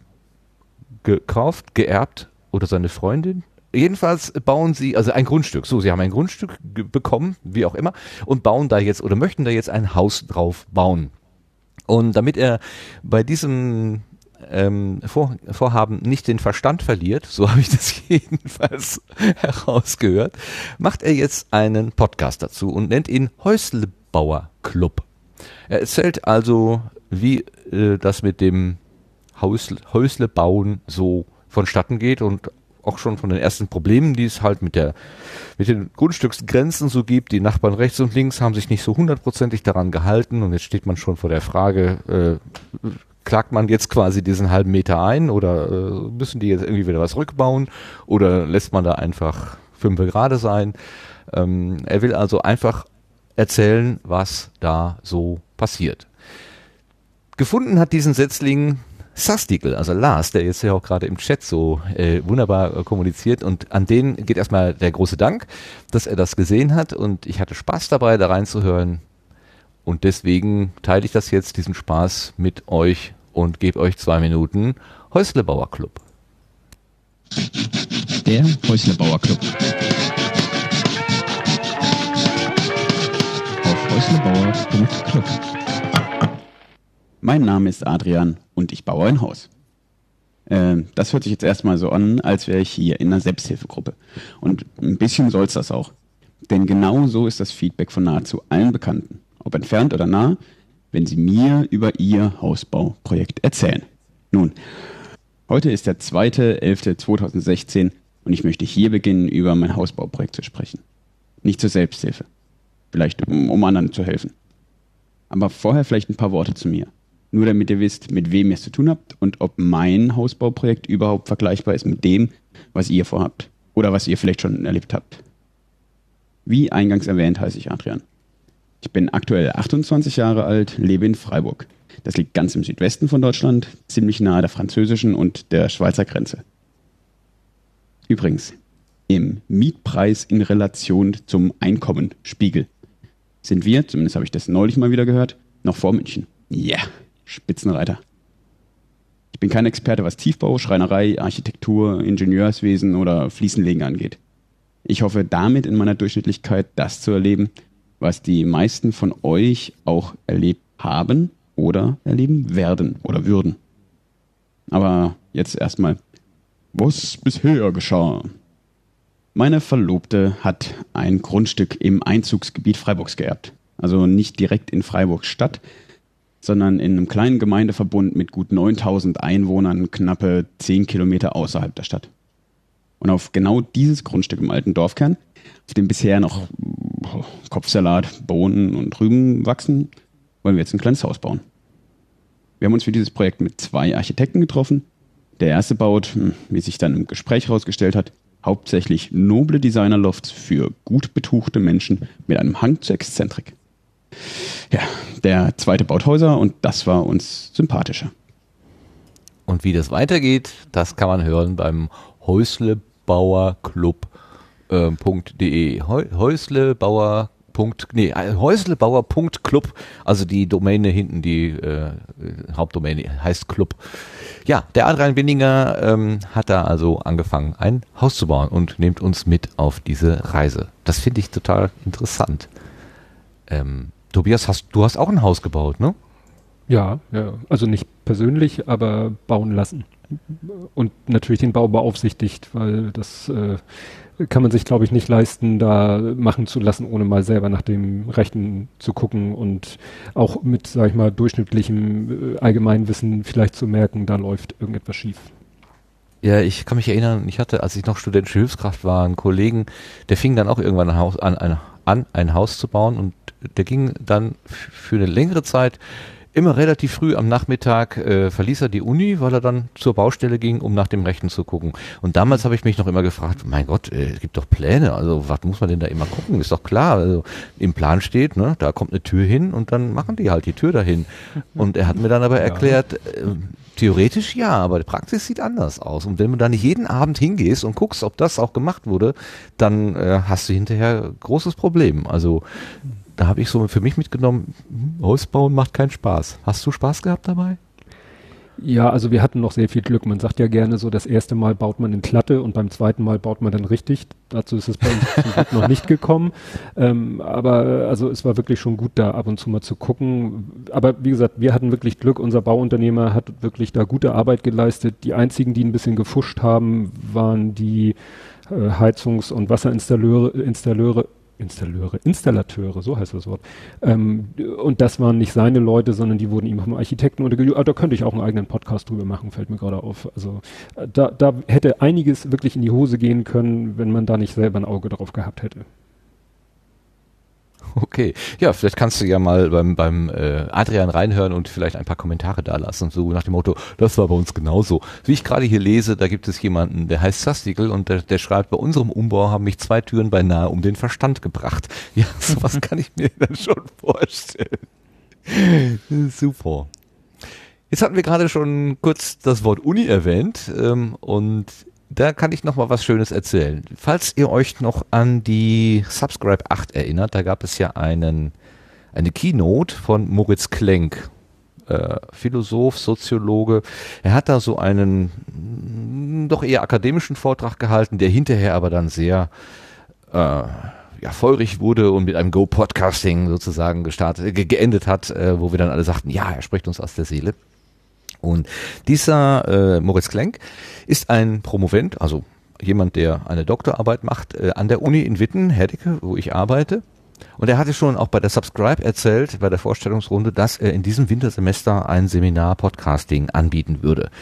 gekauft, geerbt oder seine Freundin. Jedenfalls bauen sie, also ein Grundstück, so, sie haben ein Grundstück ge- bekommen, wie auch immer, und bauen da jetzt oder möchten da jetzt ein Haus drauf bauen. Und damit er bei diesem ähm, Vor- Vorhaben nicht den Verstand verliert, so habe ich das jedenfalls herausgehört, macht er jetzt einen Podcast dazu und nennt ihn Häuslebauer Club. Er erzählt also, wie äh, das mit dem Haus- Häuslebauen so vonstatten geht und auch schon von den ersten Problemen, die es halt mit der mit den Grundstücksgrenzen so gibt. Die Nachbarn rechts und links haben sich nicht so hundertprozentig daran gehalten und jetzt steht man schon vor der Frage, äh, klagt man jetzt quasi diesen halben Meter ein oder äh, müssen die jetzt irgendwie wieder was rückbauen oder lässt man da einfach fünf gerade sein? Ähm, er will also einfach erzählen, was da so passiert. Gefunden hat diesen Setzling Sastigl, also Lars, der jetzt ja auch gerade im Chat so äh, wunderbar äh, kommuniziert und an den geht erstmal der große Dank, dass er das gesehen hat und ich hatte Spaß dabei, da reinzuhören und deswegen teile ich das jetzt, diesen Spaß mit euch und gebe euch zwei Minuten Häuslebauer Club. Der Häuslebauer Club. Auf häuslebauer Punkt club. Mein Name ist Adrian und ich baue ein Haus. Äh, das hört sich jetzt erstmal so an, als wäre ich hier in einer Selbsthilfegruppe. Und ein bisschen soll es das auch. Denn genau so ist das Feedback von nahezu allen Bekannten, ob entfernt oder nah, wenn sie mir über ihr Hausbauprojekt erzählen. Nun, heute ist der zweite elfter zweitausendsechzehn und ich möchte hier beginnen, über mein Hausbauprojekt zu sprechen. Nicht zur Selbsthilfe. Vielleicht um, um anderen zu helfen. Aber vorher vielleicht ein paar Worte zu mir. Nur damit ihr wisst, mit wem ihr es zu tun habt und ob mein Hausbauprojekt überhaupt vergleichbar ist mit dem, was ihr vorhabt oder was ihr vielleicht schon erlebt habt. Wie eingangs erwähnt, heiße ich Adrian. Ich bin aktuell achtundzwanzig Jahre alt, lebe in Freiburg. Das liegt ganz im Südwesten von Deutschland, ziemlich nahe der französischen und der Schweizer Grenze. Übrigens, im Mietpreis in Relation zum Einkommenspiegel sind wir, zumindest habe ich das neulich mal wieder gehört, noch vor München. Ja, yeah, Spitzenreiter. Ich bin kein Experte, was Tiefbau, Schreinerei, Architektur, Ingenieurswesen oder Fliesenlegen angeht. Ich hoffe damit in meiner Durchschnittlichkeit das zu erleben, was die meisten von euch auch erlebt haben oder erleben werden oder würden. Aber jetzt erstmal, was bisher geschah. Meine Verlobte hat ein Grundstück im Einzugsgebiet Freiburgs geerbt. Also nicht direkt in Freiburg Stadt, sondern in einem kleinen Gemeindeverbund mit gut neuntausend Einwohnern, knappe zehn Kilometer außerhalb der Stadt. Und auf genau dieses Grundstück im alten Dorfkern, auf dem bisher noch Kopfsalat, Bohnen und Rüben wachsen, wollen wir jetzt ein kleines Haus bauen. Wir haben uns für dieses Projekt mit zwei Architekten getroffen. Der erste baut, wie sich dann im Gespräch herausgestellt hat, hauptsächlich noble Designerlofts für gut betuchte Menschen mit einem Hang zur Exzentrik. Ja, der zweite baut Häuser und das war uns sympathischer. Und wie das weitergeht, das kann man hören beim Häuslebauerclub punkt de. Häuslebauer. Nee, Häuslebauer punkt club, also die Domäne hinten, die äh, Hauptdomäne heißt Club. Ja, der Adrian Binninger ähm, hat da also angefangen, ein Haus zu bauen und nimmt uns mit auf diese Reise. Das finde ich total interessant. Ähm, Tobias, hast, du hast auch ein Haus gebaut, ne? Ja, ja, also nicht persönlich, aber bauen lassen. Und natürlich den Bau beaufsichtigt, weil das äh, kann man sich, glaube ich, nicht leisten, da machen zu lassen, ohne mal selber nach dem Rechten zu gucken und auch mit, sag ich mal, durchschnittlichem äh, Allgemeinwissen vielleicht zu merken, da läuft irgendetwas schief. Ja, ich kann mich erinnern, ich hatte, als ich noch studentische Hilfskraft war, einen Kollegen, der fing dann auch irgendwann ein Haus an, ein, an, ein Haus zu bauen und der ging dann f- für eine längere Zeit immer relativ früh am Nachmittag äh, verließ er die Uni, weil er dann zur Baustelle ging, um nach dem Rechten zu gucken. Und damals habe ich mich noch immer gefragt, mein Gott, äh, es gibt doch Pläne, also was muss man denn da immer gucken? Ist doch klar, also im Plan steht, ne, da kommt eine Tür hin und dann machen die halt die Tür dahin. Und er hat mir dann aber erklärt, äh, theoretisch ja, aber die Praxis sieht anders aus. Und wenn du dann jeden Abend hingehst und guckst, ob das auch gemacht wurde, dann äh, hast du hinterher großes Problem. Also da habe ich so für mich mitgenommen, Haus bauen macht keinen Spaß. Hast du Spaß gehabt dabei? Ja, also wir hatten noch sehr viel Glück. Man sagt ja gerne so, das erste Mal baut man in Klatte und beim zweiten Mal baut man dann richtig. Dazu ist es bei uns zum Glück noch nicht gekommen. Ähm, aber also es war wirklich schon gut, da ab und zu mal zu gucken. Aber wie gesagt, wir hatten wirklich Glück. Unser Bauunternehmer hat wirklich da gute Arbeit geleistet. Die einzigen, die ein bisschen gefuscht haben, waren die äh, Heizungs- und Wasserinstallateure, Installateure, Installateure, Installateure, so heißt das Wort. Ähm, und das waren nicht seine Leute, sondern die wurden ihm vom Architekten untergegangen. Ah, da könnte ich auch einen eigenen Podcast drüber machen, fällt mir gerade auf. Also da, da hätte einiges wirklich in die Hose gehen können, wenn man da nicht selber ein Auge drauf gehabt hätte. Okay, ja, vielleicht kannst du ja mal beim, beim äh, Adrian reinhören und vielleicht ein paar Kommentare da lassen, so nach dem Motto, das war bei uns genauso. Wie ich gerade hier lese, da gibt es jemanden, der heißt Sastigl und der, der schreibt, bei unserem Umbau haben mich zwei Türen beinahe um den Verstand gebracht. Ja, sowas kann ich mir dann schon vorstellen. Super. Jetzt hatten wir gerade schon kurz das Wort Uni erwähnt ähm, und da kann ich noch mal was Schönes erzählen. Falls ihr euch noch an die Subscribe acht erinnert, da gab es ja einen, eine Keynote von Moritz Klenk, äh, Philosoph, Soziologe. Er hat da so einen mh, doch eher akademischen Vortrag gehalten, der hinterher aber dann sehr äh, ja, feurig wurde und mit einem Go-Podcasting sozusagen gestartet, ge- geendet hat, äh, wo wir dann alle sagten, ja, er spricht uns aus der Seele. Und dieser äh, Moritz Klenk ist ein Promovent, also jemand, der eine Doktorarbeit macht, äh, an der Uni in Witten, Herdecke, wo ich arbeite. Und er hatte schon auch bei der Subscribe erzählt, bei der Vorstellungsrunde, dass er in diesem Wintersemester ein Seminar Podcasting anbieten würde.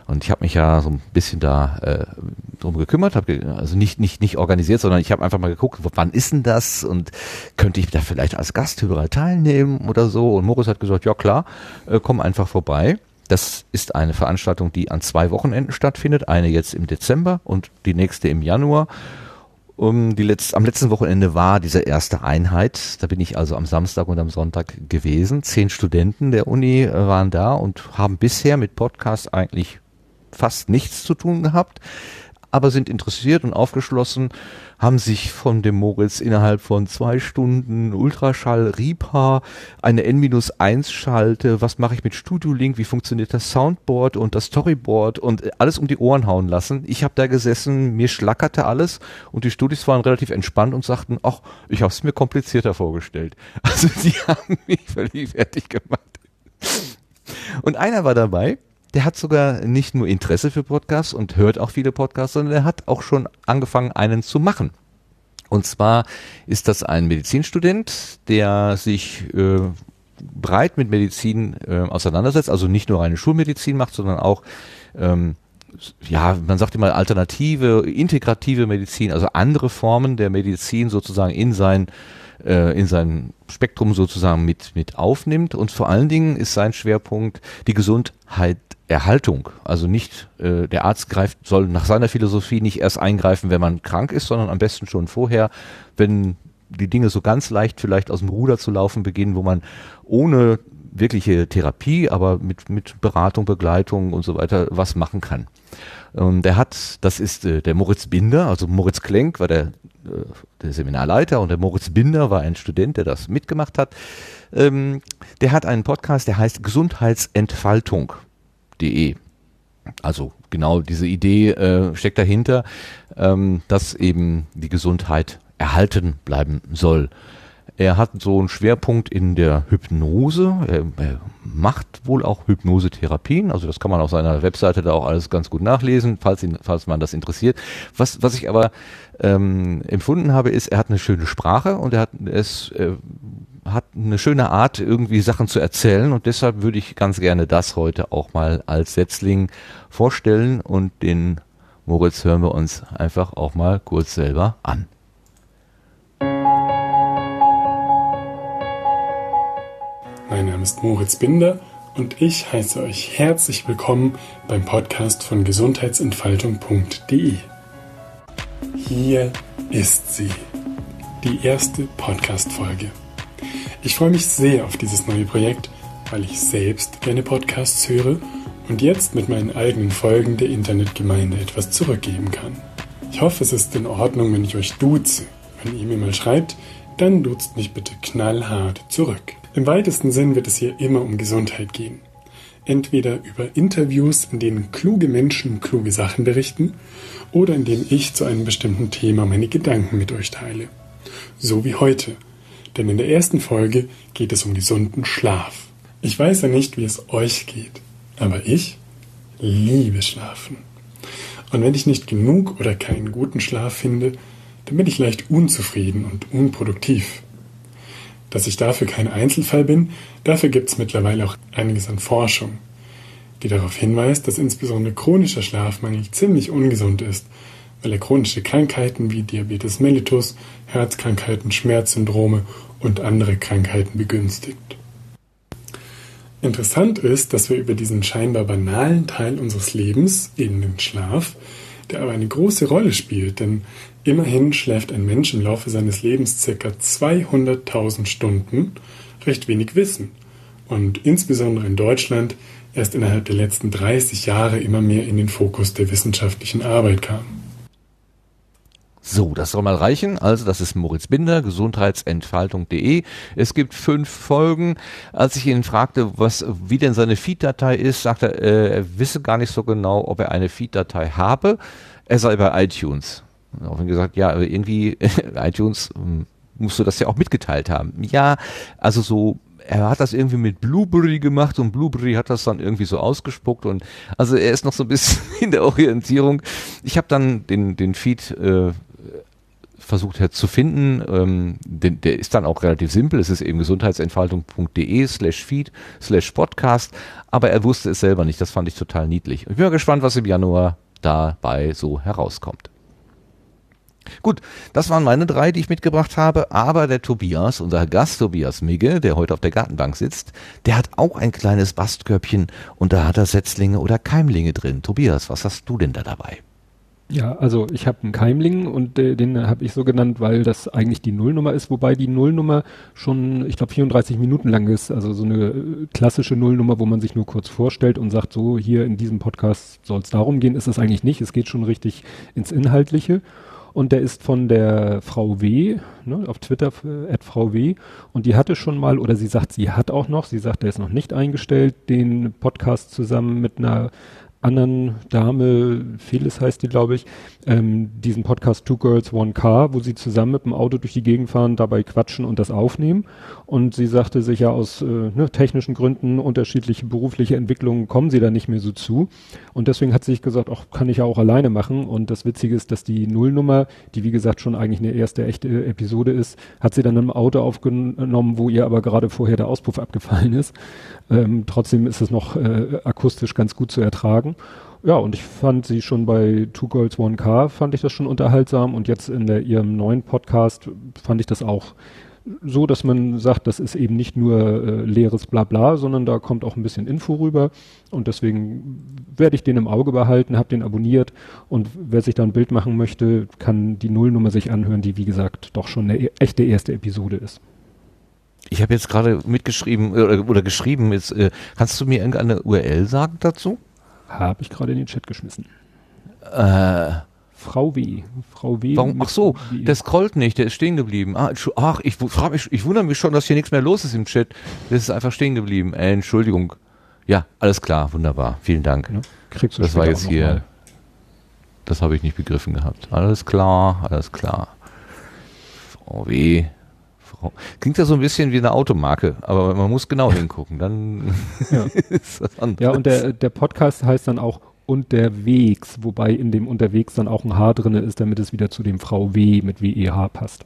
Und ich habe mich ja so ein bisschen da äh, drum gekümmert, habe ge- also nicht nicht nicht organisiert, sondern ich habe einfach mal geguckt, wann ist denn das und könnte ich da vielleicht als Gasthörer teilnehmen oder so. Und Moritz hat gesagt, ja klar, äh, komm einfach vorbei. Das ist eine Veranstaltung, die an zwei Wochenenden stattfindet, eine jetzt im Dezember und die nächste im Januar. Um die letzt, am letzten Wochenende war diese erste Einheit, da bin ich also am Samstag und am Sonntag gewesen. Zehn Studenten der Uni äh, waren da und haben bisher mit Podcasts eigentlich fast nichts zu tun gehabt, aber sind interessiert und aufgeschlossen, haben sich von dem Moritz innerhalb von zwei Stunden Ultraschall, Reaper, eine N eins Schalte, was mache ich mit Studio Link, wie funktioniert das Soundboard und das Storyboard und alles um die Ohren hauen lassen. Ich habe da gesessen, mir schlackerte alles und die Studis waren relativ entspannt und sagten, ach, ich habe es mir komplizierter vorgestellt. Also die haben mich völlig fertig gemacht. Und einer war dabei, der hat sogar nicht nur Interesse für Podcasts und hört auch viele Podcasts, sondern er hat auch schon angefangen, einen zu machen. Und zwar ist das ein Medizinstudent, der sich äh, breit mit Medizin äh, auseinandersetzt, also nicht nur reine Schulmedizin macht, sondern auch, ähm, ja, man sagt immer alternative, integrative Medizin, also andere Formen der Medizin sozusagen in sein in sein Spektrum sozusagen mit mit aufnimmt und vor allen Dingen ist sein Schwerpunkt die Gesundheitserhaltung. Also nicht äh, der Arzt greift soll nach seiner Philosophie nicht erst eingreifen, wenn man krank ist, sondern am besten schon vorher, wenn die Dinge so ganz leicht vielleicht aus dem Ruder zu laufen beginnen, wo man ohne wirkliche Therapie, aber mit mit Beratung, Begleitung und so weiter was machen kann. Und der hat, das ist äh, der Moritz Binder, also Moritz Klenk war der, äh, der Seminarleiter und der Moritz Binder war ein Student, der das mitgemacht hat. Ähm, der hat einen Podcast, der heißt gesundheitsentfaltung punkt de. Also genau diese Idee äh, steckt dahinter, ähm, dass eben die Gesundheit erhalten bleiben soll. Er hat so einen Schwerpunkt in der Hypnose. Er, er macht wohl auch Hypnosetherapien. Also das kann man auf seiner Webseite da auch alles ganz gut nachlesen, falls ihn, falls man das interessiert. Was, was ich aber ähm, empfunden habe, ist, er hat eine schöne Sprache und er hat es äh, hat eine schöne Art, irgendwie Sachen zu erzählen. Und deshalb würde ich ganz gerne das heute auch mal als Setzling vorstellen. Und den Moritz hören wir uns einfach auch mal kurz selber an. Mein Name ist Moritz Binder und ich heiße euch herzlich willkommen beim Podcast von gesundheitsentfaltung punkt de. Hier ist sie, die erste Podcast-Folge. Ich freue mich sehr auf dieses neue Projekt, weil ich selbst gerne Podcasts höre und jetzt mit meinen eigenen Folgen der Internetgemeinde etwas zurückgeben kann. Ich hoffe, es ist in Ordnung, wenn ich euch duze. Wenn ihr mir mal schreibt, dann duzt mich bitte knallhart zurück. Im weitesten Sinn wird es hier immer um Gesundheit gehen. Entweder über Interviews, in denen kluge Menschen kluge Sachen berichten, oder in denen ich zu einem bestimmten Thema meine Gedanken mit euch teile. So wie heute. Denn in der ersten Folge geht es um gesunden Schlaf. Ich weiß ja nicht, wie es euch geht, aber ich liebe Schlafen. Und wenn ich nicht genug oder keinen guten Schlaf finde, dann bin ich leicht unzufrieden und unproduktiv. Dass ich dafür kein Einzelfall bin, dafür gibt es mittlerweile auch einiges an Forschung, die darauf hinweist, dass insbesondere chronischer Schlafmangel ziemlich ungesund ist, weil er chronische Krankheiten wie Diabetes mellitus, Herzkrankheiten, Schmerzsyndrome und andere Krankheiten begünstigt. Interessant ist, dass wir über diesen scheinbar banalen Teil unseres Lebens, eben den Schlaf, der aber eine große Rolle spielt, denn immerhin schläft ein Mensch im Laufe seines Lebens ca. zweihunderttausend Stunden, recht wenig wissen und insbesondere in Deutschland erst innerhalb der letzten dreißig Jahre immer mehr in den Fokus der wissenschaftlichen Arbeit kam. So, das soll mal reichen. Also das ist Moritz Binder, gesundheitsentfaltung punkt de. Es gibt fünf Folgen. Als ich ihn fragte, was, wie denn seine Feed-Datei ist, sagte er, äh, er wisse gar nicht so genau, ob er eine Feed-Datei habe. Er sei bei iTunes. Ich habe ihm gesagt, ja, aber irgendwie iTunes ähm, musst du das ja auch mitgeteilt haben. Ja, also so, er hat das irgendwie mit Blueberry gemacht und Blueberry hat das dann irgendwie so ausgespuckt und also er ist noch so ein bisschen in der Orientierung. Ich habe dann den den Feed äh, versucht hat zu finden. Ähm, den, der ist dann auch relativ simpel. Es ist eben gesundheitsentfaltung.de slash feed slash podcast. Aber er wusste es selber nicht. Das fand ich total niedlich. Ich bin mal gespannt, was im Januar dabei so herauskommt. Gut, das waren meine drei, die ich mitgebracht habe, aber der Tobias, unser Gast Tobias Migge, der heute auf der Gartenbank sitzt, der hat auch ein kleines Bastkörbchen und da hat er Setzlinge oder Keimlinge drin. Tobias, was hast du denn da dabei? Ja, also ich habe einen Keimling und äh, den habe ich so genannt, weil das eigentlich die Nullnummer ist, wobei die Nullnummer schon, ich glaube, vierunddreißig Minuten lang ist, also so eine äh, klassische Nullnummer, wo man sich nur kurz vorstellt und sagt, so hier in diesem Podcast soll es darum gehen, ist es eigentlich nicht, es geht schon richtig ins Inhaltliche. Und der ist von der Frau W., ne, auf Twitter, äh, at Frau W. Und die hatte schon mal, oder sie sagt, sie hat auch noch, sie sagt, der ist noch nicht eingestellt, den Podcast zusammen mit einer anderen Dame, Felis heißt die, glaube ich, ähm, diesen Podcast Two Girls, One Car, wo sie zusammen mit dem Auto durch die Gegend fahren, dabei quatschen und das aufnehmen. Und sie sagte sich ja aus äh, ne, technischen Gründen, unterschiedliche berufliche Entwicklungen kommen sie da nicht mehr so zu. Und deswegen hat sie sich gesagt, ach, kann ich ja auch alleine machen. Und das Witzige ist, dass die Nullnummer, die wie gesagt schon eigentlich eine erste echte Episode ist, hat sie dann im Auto aufgenommen, wo ihr aber gerade vorher der Auspuff abgefallen ist. Ähm, trotzdem ist es noch äh, akustisch ganz gut zu ertragen. Ja, und ich fand sie schon bei Two Girls, One Car, fand ich das schon unterhaltsam. Und jetzt in der, ihrem neuen Podcast fand ich das auch so, dass man sagt, das ist eben nicht nur äh, leeres Blabla, sondern da kommt auch ein bisschen Info rüber. Und deswegen werde ich den im Auge behalten, habe den abonniert. Und wer sich da ein Bild machen möchte, kann die Nullnummer sich anhören, die wie gesagt doch schon eine echte erste Episode ist. Ich habe jetzt gerade mitgeschrieben oder, oder geschrieben, jetzt, äh, kannst du mir irgendeine U R L sagen dazu? Habe ich gerade in den Chat geschmissen. Äh, Frau W. Frau W. Warum? Ach so, der scrollt nicht, der ist stehen geblieben. Ah, ach, ich frage mich, ich wundere mich schon, dass hier nichts mehr los ist im Chat. Das ist einfach stehen geblieben. Äh, Entschuldigung. Ja, alles klar, wunderbar. Vielen Dank. Ja, kriegst du das war jetzt hier. Mal. Das habe ich nicht begriffen gehabt. Alles klar, alles klar. Frau W. Klingt ja so ein bisschen wie eine Automarke, aber man muss genau hingucken, dann ja. ist das anders. Ja, und der, der Podcast heißt dann auch Unterwegs, wobei in dem Unterwegs dann auch ein H drin ist, damit es wieder zu dem Frau W mit W E H passt.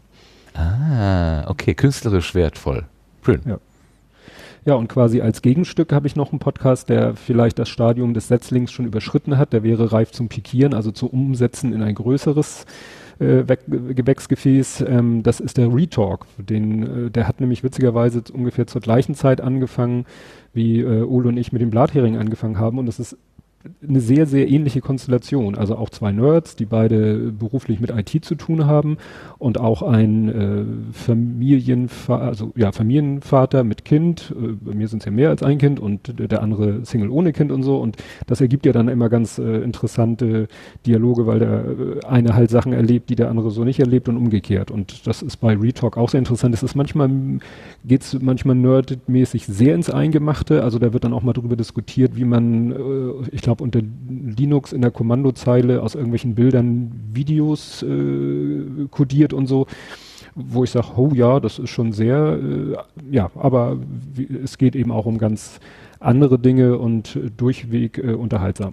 Ah, okay, künstlerisch wertvoll. Schön. Ja. Ja, und quasi als Gegenstück habe ich noch einen Podcast, der vielleicht das Stadium des Setzlings schon überschritten hat. Der wäre reif zum Pikieren, also zu Umsetzen in ein größeres äh, Gewächsgefäß. Ähm, das ist der Retalk. Den, äh, der hat nämlich witzigerweise ungefähr zur gleichen Zeit angefangen, wie äh, Ole und ich mit dem Blathering angefangen haben. Und das ist eine sehr, sehr ähnliche Konstellation. Also auch zwei Nerds, die beide beruflich mit I T zu tun haben und auch ein äh, Familienvater, also ja, Familienvater mit Kind. Äh, bei mir sind es ja mehr als ein Kind und der andere Single ohne Kind und so. Und das ergibt ja dann immer ganz äh, interessante Dialoge, weil der äh, eine halt Sachen erlebt, die der andere so nicht erlebt und umgekehrt. Und das ist bei Retalk auch sehr interessant. Es ist manchmal, geht es manchmal nerdmäßig sehr ins Eingemachte. Also da wird dann auch mal drüber diskutiert, wie man, äh, ich glaube, unter Linux in der Kommandozeile aus irgendwelchen Bildern Videos äh, kodiert und so, wo ich sage, oh ja, das ist schon sehr, äh, ja, aber wie, es geht eben auch um ganz andere Dinge und äh, durchweg äh, unterhaltsam.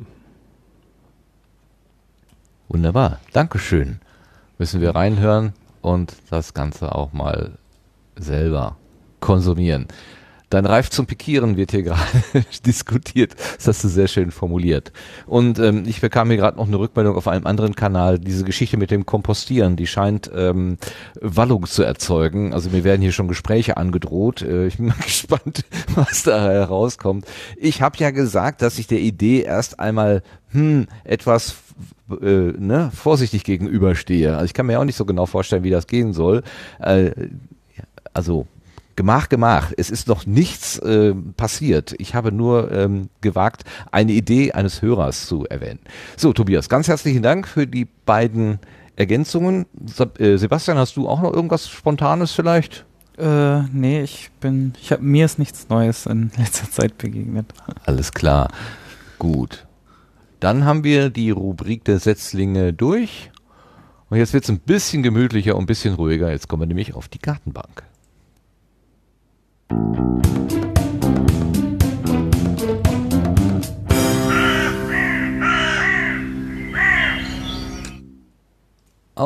Wunderbar, Dankeschön. Müssen wir reinhören und das Ganze auch mal selber konsumieren. Dein Reif zum Pikieren wird hier gerade diskutiert. Das hast du sehr schön formuliert. Und ähm, ich bekam hier gerade noch eine Rückmeldung auf einem anderen Kanal. Diese Geschichte mit dem Kompostieren, die scheint ähm, Wallung zu erzeugen. Also mir werden hier schon Gespräche angedroht. Äh, ich bin mal gespannt, was da herauskommt. Ich habe ja gesagt, dass ich der Idee erst einmal hm, etwas äh, ne, vorsichtig gegenüberstehe. Also ich kann mir auch nicht so genau vorstellen, wie das gehen soll. Äh, also Gemach, Gemach. Es ist noch nichts äh, passiert. Ich habe nur ähm, gewagt, eine Idee eines Hörers zu erwähnen. So, Tobias, ganz herzlichen Dank für die beiden Ergänzungen. Äh, Sebastian, hast du auch noch irgendwas Spontanes vielleicht? Äh, nee, ich bin, ich habe mir ist nichts Neues in letzter Zeit begegnet. Alles klar. Gut. Dann haben wir die Rubrik der Setzlinge durch. Und jetzt wird es ein bisschen gemütlicher und ein bisschen ruhiger. Jetzt kommen wir nämlich auf die Gartenbank.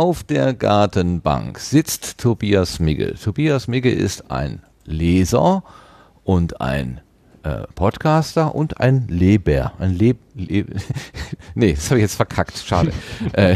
auf der Gartenbank sitzt Tobias Migge. Tobias Migge ist ein Leser und ein äh, Podcaster und ein Leber. Ein Leb... Le nee, das habe ich jetzt verkackt. Schade. äh,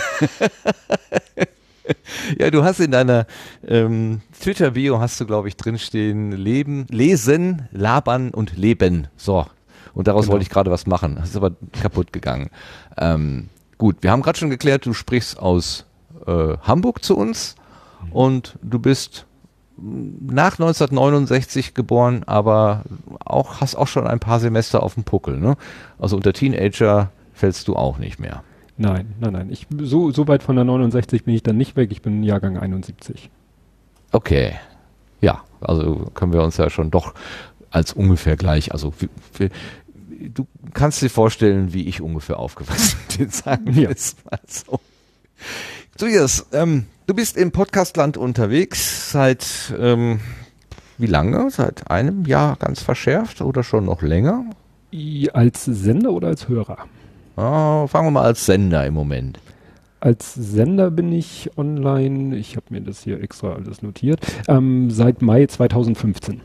ja, du hast in deiner ähm, Twitter-Bio hast du, glaube ich, drinstehen, Leben, Lesen, Labern und Leben. So. Und daraus genau. wollte ich gerade was machen. Das ist aber kaputt gegangen. Ähm, gut, wir haben gerade schon geklärt, du sprichst aus äh, Hamburg zu uns mhm. und du bist nach neunzehnhundertneunundsechzig geboren, aber auch hast auch schon ein paar Semester auf dem Puckel, ne? Also unter Teenager fällst du auch nicht mehr. Nein, nein, nein. Ich, so, so weit von der neunundsechzig bin ich dann nicht weg. Ich bin Jahrgang einundsiebzig. Okay. Ja, also können wir uns ja schon doch als ungefähr gleich, also wir, wir, du kannst dir vorstellen, wie ich ungefähr aufgewachsen bin, sagen wir es mal so. Tobias, ähm, du bist im Podcastland unterwegs seit, ähm, wie lange? Seit einem Jahr ganz verschärft oder schon noch länger? Als Sender oder als Hörer? Oh, fangen wir mal als Sender im Moment. Als Sender bin ich online, ich habe mir das hier extra alles notiert, ähm, seit Mai zweitausendfünfzehn.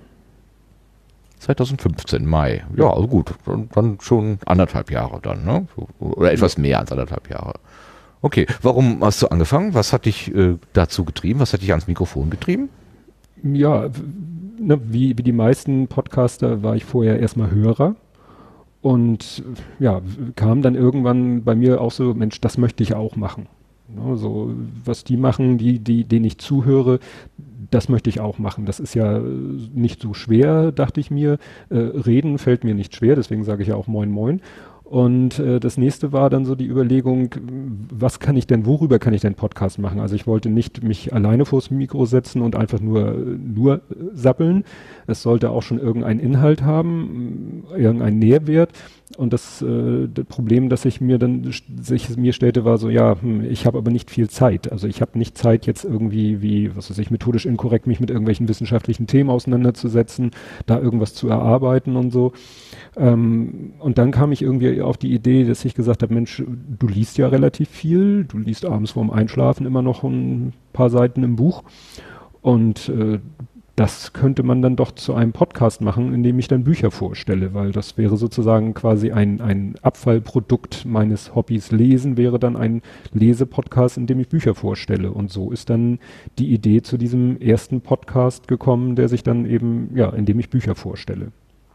zweitausendfünfzehn, Mai. Ja, also gut, dann, dann schon anderthalb Jahre dann, ne? Oder etwas mehr als anderthalb Jahre. Okay, warum hast du angefangen? Was hat dich äh, dazu getrieben? Was hat dich ans Mikrofon getrieben? Ja, ne, wie, wie die meisten Podcaster war ich vorher erstmal Hörer. Und ja, kam dann irgendwann bei mir auch so, Mensch, das möchte ich auch machen. Ja, so, was die machen, die, die, denen ich zuhöre, das möchte ich auch machen. Das ist ja nicht so schwer, dachte ich mir. Äh, reden fällt mir nicht schwer, deswegen sage ich ja auch Moin Moin. Und äh, das nächste war dann so die Überlegung, was kann ich denn, worüber kann ich denn Podcast machen? Also ich wollte nicht mich alleine vors Mikro setzen und einfach nur, nur sappeln. Es sollte auch schon irgendeinen Inhalt haben, irgendeinen Nährwert. Und das, äh, das Problem, das ich mir dann sich mir stellte, war so, ja, hm, ich habe aber nicht viel Zeit. Also ich habe nicht Zeit, jetzt irgendwie, wie, was weiß ich, methodisch inkorrekt mich mit irgendwelchen wissenschaftlichen Themen auseinanderzusetzen, da irgendwas zu erarbeiten und so. Ähm, und dann kam ich irgendwie auf die Idee, dass ich gesagt habe, Mensch, du liest ja relativ viel, du liest abends vorm Einschlafen immer noch ein paar Seiten im Buch und äh, das könnte man dann doch zu einem Podcast machen, in dem ich dann Bücher vorstelle, weil das wäre sozusagen quasi ein, ein Abfallprodukt meines Hobbys. Lesen wäre dann ein Lesepodcast, in dem ich Bücher vorstelle. Und so ist dann die Idee zu diesem ersten Podcast gekommen, der sich dann eben, ja, in dem ich Bücher vorstelle.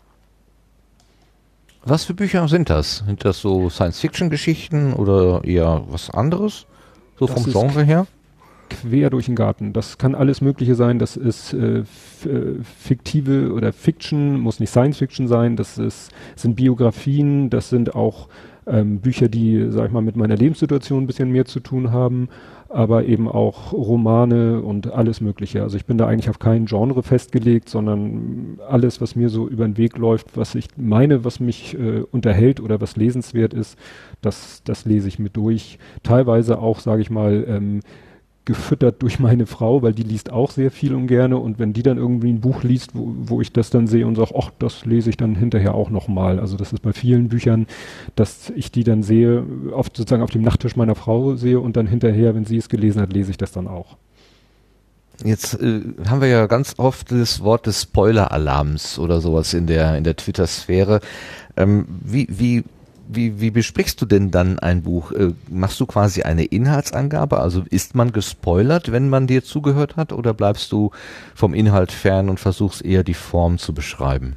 Was für Bücher sind das? Sind das so Science-Fiction-Geschichten oder eher was anderes? So das vom Genre her? Quer durch den Garten. Das kann alles Mögliche sein. Das ist äh, f- äh, fiktive oder Fiction, muss nicht Science-Fiction sein. Das ist, sind Biografien, das sind auch ähm, Bücher, die, sag ich mal, mit meiner Lebenssituation ein bisschen mehr zu tun haben, aber eben auch Romane und alles Mögliche. Also ich bin da eigentlich auf kein Genre festgelegt, sondern alles, was mir so über den Weg läuft, was ich meine, was mich äh, unterhält oder was lesenswert ist, das, das lese ich mit durch. Teilweise auch, sage ich mal, ähm, gefüttert durch meine Frau, weil die liest auch sehr viel und gerne und wenn die dann irgendwie ein Buch liest, wo, wo ich das dann sehe und sage, ach, das lese ich dann hinterher auch nochmal. Also das ist bei vielen Büchern, dass ich die dann sehe, oft sozusagen auf dem Nachttisch meiner Frau sehe und dann hinterher, wenn sie es gelesen hat, lese ich das dann auch. Jetzt äh, haben wir ja ganz oft das Wort des Spoiler-Alarms oder sowas in der in der Twitter-Sphäre. Ähm, wie wie Wie, wie besprichst du denn dann ein Buch? Äh, machst du quasi eine Inhaltsangabe? Also ist man gespoilert, wenn man dir zugehört hat, oder bleibst du vom Inhalt fern und versuchst eher die Form zu beschreiben?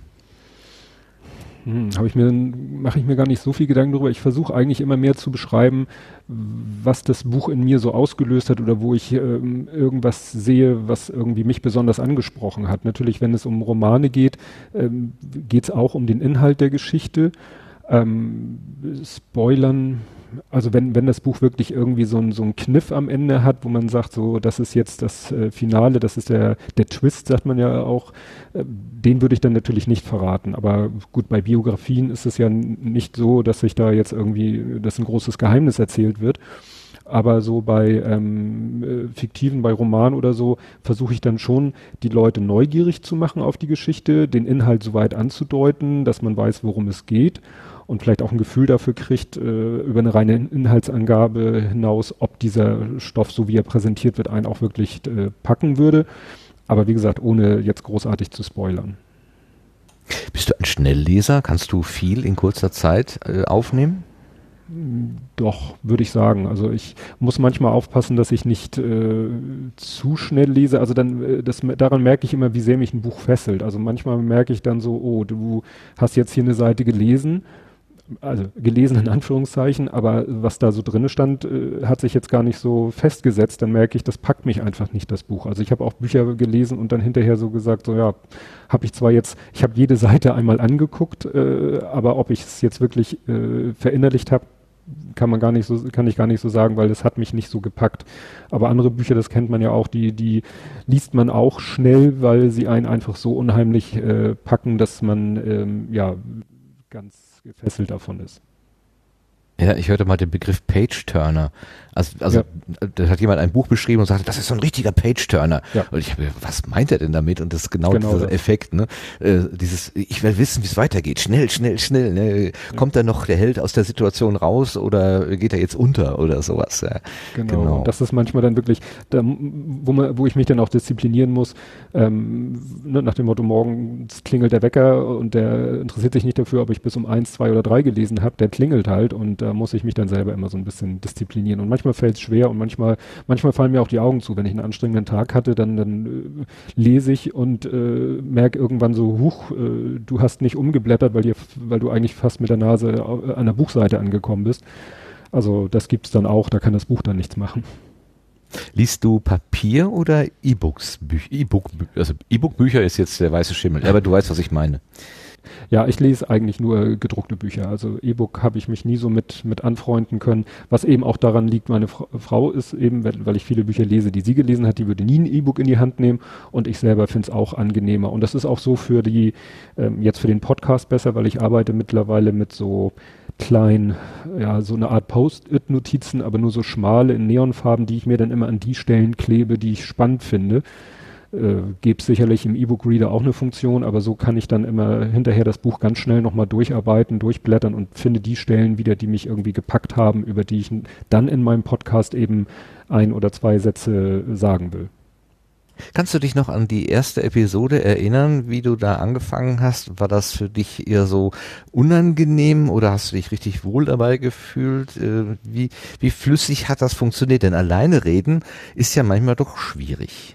Hm, habe ich mir, mache ich mir gar nicht so viel Gedanken darüber. Ich versuche eigentlich immer mehr zu beschreiben, was das Buch in mir so ausgelöst hat oder wo ich ähm, irgendwas sehe, was irgendwie mich besonders angesprochen hat. Natürlich, wenn es um Romane geht, ähm, geht es auch um den Inhalt der Geschichte. Ähm, Spoilern, also wenn, wenn das Buch wirklich irgendwie so ein, so ein Kniff am Ende hat, wo man sagt, so, das ist jetzt das äh, Finale, das ist der, der Twist, sagt man ja auch, äh, den würde ich dann natürlich nicht verraten. Aber gut, bei Biografien ist es ja n- nicht so, dass sich da jetzt irgendwie, dass ein großes Geheimnis erzählt wird. Aber so bei ähm, äh, fiktiven, bei Romanen oder so, versuche ich dann schon, die Leute neugierig zu machen auf die Geschichte, den Inhalt so weit anzudeuten, dass man weiß, worum es geht. und vielleicht auch ein Gefühl dafür kriegt, äh, über eine reine Inhaltsangabe hinaus, ob dieser Stoff, so wie er präsentiert wird, einen auch wirklich äh, packen würde. Aber wie gesagt, ohne jetzt großartig zu spoilern. Bist du ein Schnellleser? Kannst du viel in kurzer Zeit äh, aufnehmen? Doch, würde ich sagen. Also ich muss manchmal aufpassen, dass ich nicht äh, zu schnell lese. Also dann, äh, das, daran merke ich immer, wie sehr mich ein Buch fesselt. Also manchmal merke ich dann so, oh, du hast jetzt hier eine Seite gelesen, also gelesen in Anführungszeichen, aber was da so drin stand, äh, hat sich jetzt gar nicht so festgesetzt. Dann merke ich, das packt mich einfach nicht, das Buch. Also ich habe auch Bücher gelesen und dann hinterher so gesagt, so ja, habe ich zwar jetzt, ich habe jede Seite einmal angeguckt, äh, aber ob ich es jetzt wirklich äh, verinnerlicht habe, kann man gar nicht so, kann ich gar nicht so sagen, weil es hat mich nicht so gepackt. Aber andere Bücher, das kennt man ja auch, die, die liest man auch schnell, weil sie einen einfach so unheimlich äh, packen, dass man ähm, ja ganz gefesselt davon ist. Ja, ich hörte mal den Begriff Page-Turner. Also, also ja. Da hat jemand ein Buch beschrieben und sagte, das ist so ein richtiger Page-Turner. Ja. Und ich habe gedacht, was meint er denn damit? Und das ist genau, genau dieser das. Effekt, ne? Äh, dieses, ich will wissen, wie es weitergeht. Schnell, schnell, schnell. Ne? Ja. Kommt da noch der Held aus der Situation raus oder geht er jetzt unter oder sowas? Ja. Genau. genau. Und das ist manchmal dann wirklich, da, wo man, wo ich mich dann auch disziplinieren muss, ähm, ne, nach dem Motto, morgens klingelt der Wecker und der interessiert sich nicht dafür, ob ich bis um eins, zwei oder drei gelesen habe. Der klingelt halt und da muss ich mich dann selber immer so ein bisschen disziplinieren. Und manchmal fällt es schwer und manchmal, manchmal fallen mir auch die Augen zu. Wenn ich einen anstrengenden Tag hatte, dann, dann äh, lese ich und äh, merke irgendwann so, huch, äh, du hast nicht umgeblättert, weil, dir, weil du eigentlich fast mit der Nase an der Buchseite angekommen bist. Also das gibt es dann auch, da kann das Buch dann nichts machen. Liest du Papier oder E-Books? E-Book, also E-Book-Bücher ist jetzt der weiße Schimmel, aber du weißt, was ich meine. Ja, ich lese eigentlich nur gedruckte Bücher. Also E-Book habe ich mich nie so mit, mit anfreunden können, was eben auch daran liegt, meine Fra- Frau ist eben, weil ich viele Bücher lese, die sie gelesen hat, die würde nie ein E-Book in die Hand nehmen und ich selber finde es auch angenehmer. Und das ist auch so für die, ähm, jetzt für den Podcast besser, weil ich arbeite mittlerweile mit so kleinen, ja, so eine Art Post-it-Notizen, aber nur so schmale in Neonfarben, die ich mir dann immer an die Stellen klebe, die ich spannend finde. Äh, gebe sicherlich im E-Book-Reader auch eine Funktion, aber so kann ich dann immer hinterher das Buch ganz schnell nochmal durcharbeiten, durchblättern und finde die Stellen wieder, die mich irgendwie gepackt haben, über die ich dann in meinem Podcast eben ein oder zwei Sätze sagen will. Kannst du dich noch an die erste Episode erinnern, wie du da angefangen hast? War das für dich eher so unangenehm oder hast du dich richtig wohl dabei gefühlt? Äh, wie, wie flüssig hat das funktioniert? Denn alleine reden ist ja manchmal doch schwierig.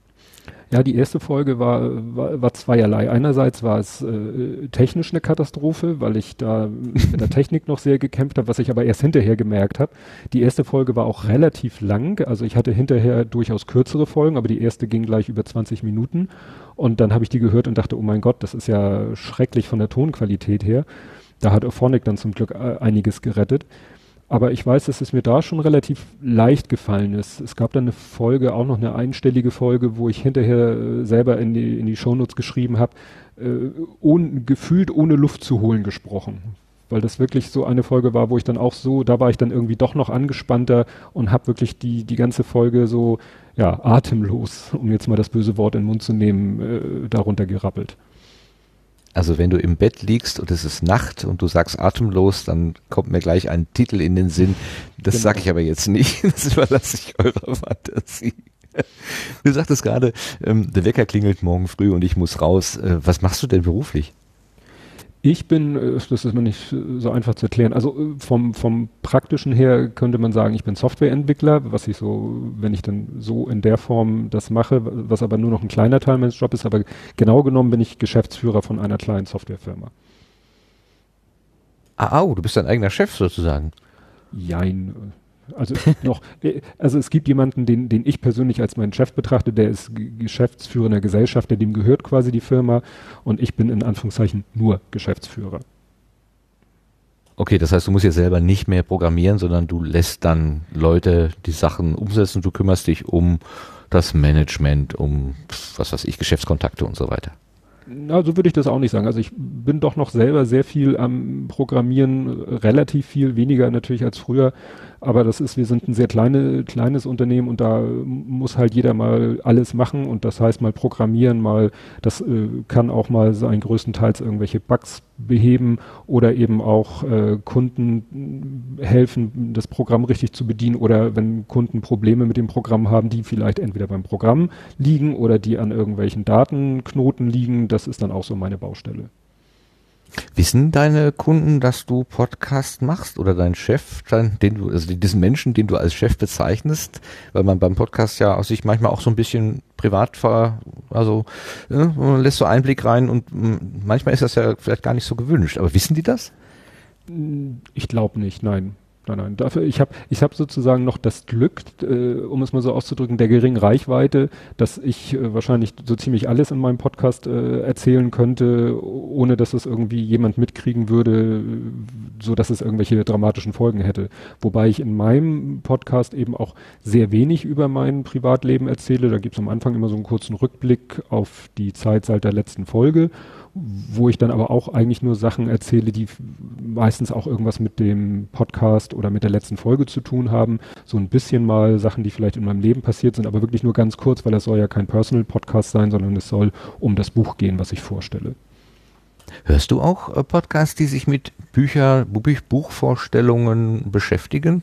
Ja, die erste Folge war, war, war zweierlei. Einerseits war es äh, technisch eine Katastrophe, weil ich da mit der Technik noch sehr gekämpft habe, was ich aber erst hinterher gemerkt habe. Die erste Folge war auch relativ lang, also ich hatte hinterher durchaus kürzere Folgen, aber die erste ging gleich über zwanzig Minuten und dann habe ich die gehört und dachte, oh mein Gott, das ist ja schrecklich von der Tonqualität her. Da hat Auphonic dann zum Glück äh, einiges gerettet. Aber ich weiß, dass es mir da schon relativ leicht gefallen ist. Es gab dann eine Folge, auch noch eine einstellige Folge, wo ich hinterher äh, selber in die, in die Shownotes geschrieben habe, äh, ohne, gefühlt ohne Luft zu holen gesprochen. Weil das wirklich so eine Folge war, wo ich dann auch so, da war ich dann irgendwie doch noch angespannter und habe wirklich die, die ganze Folge so, ja, atemlos, um jetzt mal das böse Wort in den Mund zu nehmen, äh, darunter gerappelt. Also wenn du im Bett liegst und es ist Nacht und du sagst atemlos, dann kommt mir gleich ein Titel in den Sinn. Das genau. sage ich aber jetzt nicht, das überlasse ich eurer Fantasie. Du sagtest gerade, ähm, der Wecker klingelt morgen früh und ich muss raus. Äh, was machst du denn beruflich? Ich bin, das ist mir nicht so einfach zu erklären, also vom, vom Praktischen her könnte man sagen, ich bin Softwareentwickler, was ich so, wenn ich dann so in der Form das mache, was aber nur noch ein kleiner Teil meines Jobs ist, aber genau genommen bin ich Geschäftsführer von einer kleinen Softwarefirma. Ah, oh, du bist dein eigener Chef sozusagen. Jein. Also noch, also es gibt jemanden, den, den ich persönlich als meinen Chef betrachte, der ist G- Geschäftsführer einer Gesellschaft, der dem gehört quasi die Firma und ich bin in Anführungszeichen nur Geschäftsführer. Okay, das heißt, du musst jetzt selber nicht mehr programmieren, sondern du lässt dann Leute die Sachen umsetzen und du kümmerst dich um das Management, um, was weiß ich, Geschäftskontakte und so weiter. Na, so würde ich das auch nicht sagen. Also ich bin doch noch selber sehr viel am Programmieren, relativ viel, weniger natürlich als früher. Aber das ist, wir sind ein sehr kleine, kleines Unternehmen und da muss halt jeder mal alles machen und das heißt mal programmieren, mal, das äh, kann auch mal sein größtenteils irgendwelche Bugs beheben oder eben auch äh, Kunden helfen, das Programm richtig zu bedienen oder wenn Kunden Probleme mit dem Programm haben, die vielleicht entweder beim Programm liegen oder die an irgendwelchen Datenknoten liegen, das ist dann auch so meine Baustelle. Wissen deine Kunden, dass du Podcast machst oder dein Chef, dein, den du, also diesen Menschen, den du als Chef bezeichnest, weil man beim Podcast ja aus sich manchmal auch so ein bisschen privat ver, also ja, man lässt so Einblick rein und m, manchmal ist das ja vielleicht gar nicht so gewünscht, aber wissen die das? Ich glaube nicht, nein. Nein, nein. Dafür, ich habe ich hab sozusagen noch das Glück, äh, um es mal so auszudrücken, der geringen Reichweite, dass ich äh, wahrscheinlich so ziemlich alles in meinem Podcast äh, erzählen könnte, ohne dass es irgendwie jemand mitkriegen würde, so dass es irgendwelche dramatischen Folgen hätte. Wobei ich in meinem Podcast eben auch sehr wenig über mein Privatleben erzähle. Da gibt es am Anfang immer so einen kurzen Rückblick auf die Zeit seit der letzten Folge, wo ich dann aber auch eigentlich nur Sachen erzähle, die meistens auch irgendwas mit dem Podcast oder mit der letzten Folge zu tun haben. So ein bisschen mal Sachen, die vielleicht in meinem Leben passiert sind, aber wirklich nur ganz kurz, weil das soll ja kein Personal-Podcast sein, sondern es soll um das Buch gehen, was ich vorstelle. Hörst du auch äh, Podcasts, die sich mit Bücher, Buch, Buchvorstellungen beschäftigen?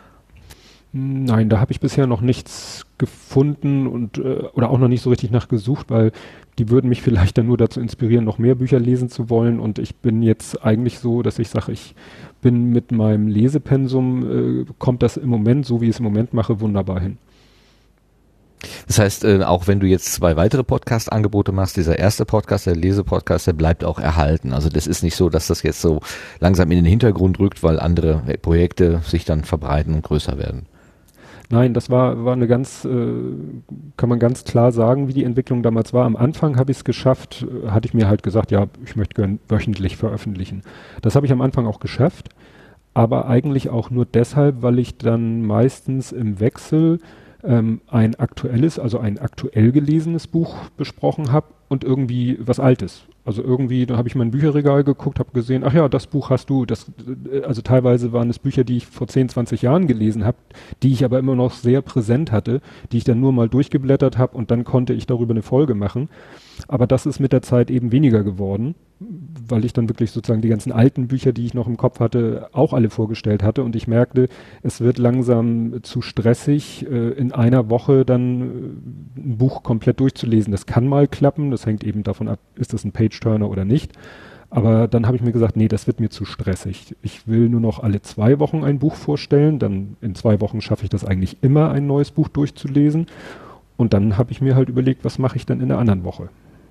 Nein, da habe ich bisher noch nichts gefunden und äh, oder auch noch nicht so richtig nachgesucht, weil die würden mich vielleicht dann nur dazu inspirieren, noch mehr Bücher lesen zu wollen. Und ich bin jetzt eigentlich so, dass ich sage, ich bin mit meinem Lesepensum, äh, kommt das im Moment, so wie ich es im Moment mache, wunderbar hin. Das heißt, äh, auch wenn du jetzt zwei weitere Podcast-Angebote machst, dieser erste Podcast, der Lese-Podcast, der bleibt auch erhalten. Also das ist nicht so, dass das jetzt so langsam in den Hintergrund rückt, weil andere Projekte sich dann verbreiten und größer werden. Nein, das war, war eine ganz, äh, kann man ganz klar sagen, wie die Entwicklung damals war. Am Anfang habe ich es geschafft, äh, hatte ich mir halt gesagt, ja, ich möchte gern wöchentlich veröffentlichen. Das habe ich am Anfang auch geschafft, aber eigentlich auch nur deshalb, weil ich dann meistens im Wechsel ähm, ein aktuelles, also ein aktuell gelesenes Buch besprochen habe und irgendwie was Altes. Also irgendwie, da habe ich mein Bücherregal geguckt, habe gesehen, ach ja, das Buch hast du, das, also teilweise waren es Bücher, die ich vor zehn, zwanzig Jahren gelesen habe, die ich aber immer noch sehr präsent hatte, die ich dann nur mal durchgeblättert habe und dann konnte ich darüber eine Folge machen. Aber das ist mit der Zeit eben weniger geworden, weil ich dann wirklich sozusagen die ganzen alten Bücher, die ich noch im Kopf hatte, auch alle vorgestellt hatte und ich merkte, es wird langsam zu stressig, äh, in einer Woche dann äh, ein Buch komplett durchzulesen. Das kann mal klappen, das hängt eben davon ab, ist das ein Page-Turner oder nicht. Aber dann habe ich mir gesagt, nee, das wird mir zu stressig. Ich will nur noch alle zwei Wochen ein Buch vorstellen, dann in zwei Wochen schaffe ich das eigentlich immer, ein neues Buch durchzulesen. Und dann habe ich mir halt überlegt, was mache ich dann in der anderen Woche.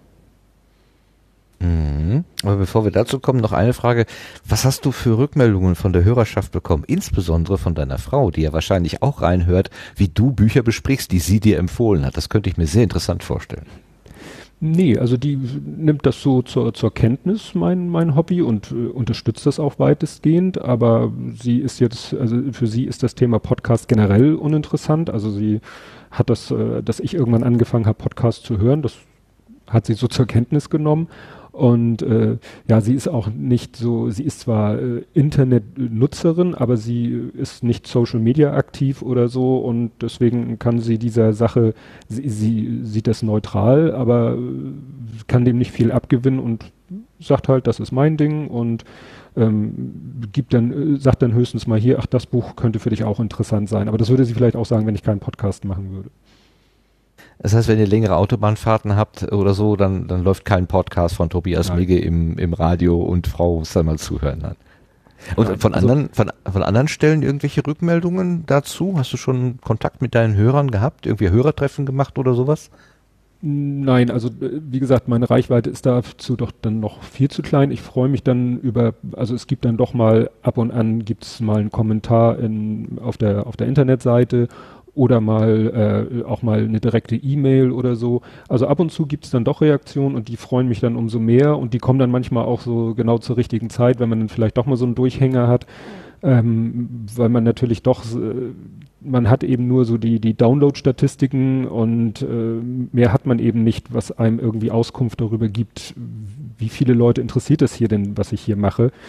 Mhm. Aber bevor wir dazu kommen, noch eine Frage. Was hast du für Rückmeldungen von der Hörerschaft bekommen? Insbesondere von deiner Frau, die ja wahrscheinlich auch reinhört, wie du Bücher besprichst, die sie dir empfohlen hat. Das könnte ich mir sehr interessant vorstellen. Nee, also die nimmt das so zur, zur Kenntnis, mein, mein Hobby, und äh, unterstützt das auch weitestgehend, aber sie ist jetzt, also für sie ist das Thema Podcast generell uninteressant. Also sie hat das, äh, dass ich irgendwann angefangen habe, Podcast zu hören, das hat sie so zur Kenntnis genommen. Und äh, ja, sie ist auch nicht so, sie ist zwar äh, Internetnutzerin, aber sie ist nicht Social Media aktiv oder so und deswegen kann sie dieser Sache, sie, sie sieht das neutral, aber äh, kann dem nicht viel abgewinnen und sagt halt, das ist mein Ding und ähm, gibt dann, äh, sagt dann höchstens mal hier, ach, das Buch könnte für dich auch interessant sein. Aber das würde sie vielleicht auch sagen, wenn ich keinen Podcast machen würde. Das heißt, wenn ihr längere Autobahnfahrten habt oder so, dann, dann läuft kein Podcast von Tobias Nein. Migge im, im Radio und Frau muss dann mal zuhören. Nein. Und Nein, von also anderen, von, von anderen Stellen irgendwelche Rückmeldungen dazu? Hast du schon Kontakt mit deinen Hörern gehabt? Irgendwie Hörertreffen gemacht oder sowas? Nein, also wie gesagt, meine Reichweite ist dazu doch dann noch viel zu klein. Ich freue mich dann über, also es gibt dann doch mal, ab und an gibt es mal einen Kommentar in, auf der, auf der Internetseite oder mal äh, auch mal eine direkte E-Mail oder so. Also ab und zu gibt es dann doch Reaktionen und die freuen mich dann umso mehr und die kommen dann manchmal auch so genau zur richtigen Zeit, wenn man dann vielleicht doch mal so einen Durchhänger hat, ähm, weil man natürlich doch, äh, man hat eben nur so die, die Download-Statistiken und äh, mehr hat man eben nicht, was einem irgendwie Auskunft darüber gibt, wie viele Leute interessiert es hier denn, was ich hier mache.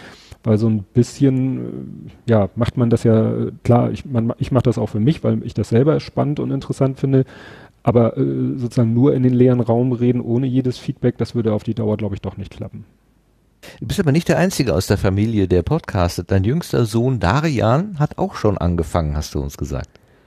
weil so ein bisschen, ja, macht man das ja, klar, ich, man, ich mache das auch für mich, weil ich das selber spannend und interessant finde, aber äh, sozusagen nur in den leeren Raum reden, ohne jedes Feedback, das würde auf die Dauer, glaube ich, doch nicht klappen. Du bist aber nicht der Einzige aus der Familie, der podcastet. Dein jüngster Sohn Darian hat auch schon angefangen, hast du uns gesagt.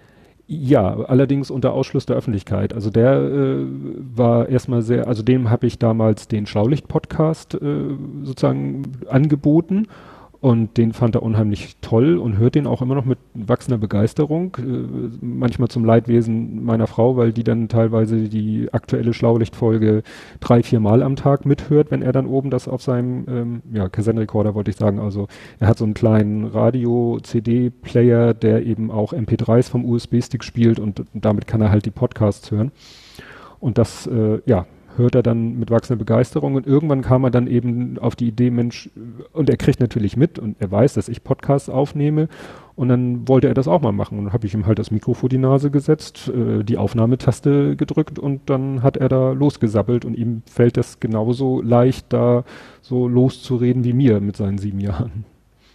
Ja, allerdings unter Ausschluss der Öffentlichkeit. Also der äh, war erstmal sehr, also dem habe ich damals den Schlaulicht-Podcast äh, sozusagen angeboten und den fand er unheimlich toll und hört den auch immer noch mit wachsender Begeisterung. Äh, manchmal zum Leidwesen meiner Frau, weil die dann teilweise die aktuelle Schlaulicht-Folge drei, vier Mal am Tag mithört, wenn er dann oben das auf seinem ähm, ja, Kassettenrekorder, wollte ich sagen. Also er hat so einen kleinen Radio-C D-Player, der eben auch M P dreis vom U S B-Stick spielt und, und damit kann er halt die Podcasts hören. Und das, äh, ja, hört er dann mit wachsender Begeisterung und irgendwann kam er dann eben auf die Idee, Mensch, und er kriegt natürlich mit und er weiß, dass ich Podcasts aufnehme und dann wollte er das auch mal machen und dann habe ich ihm halt das Mikro vor die Nase gesetzt, äh, die Aufnahmetaste gedrückt und dann hat er da losgesabbelt und ihm fällt das genauso leicht, da so loszureden wie mir mit seinen sieben Jahren.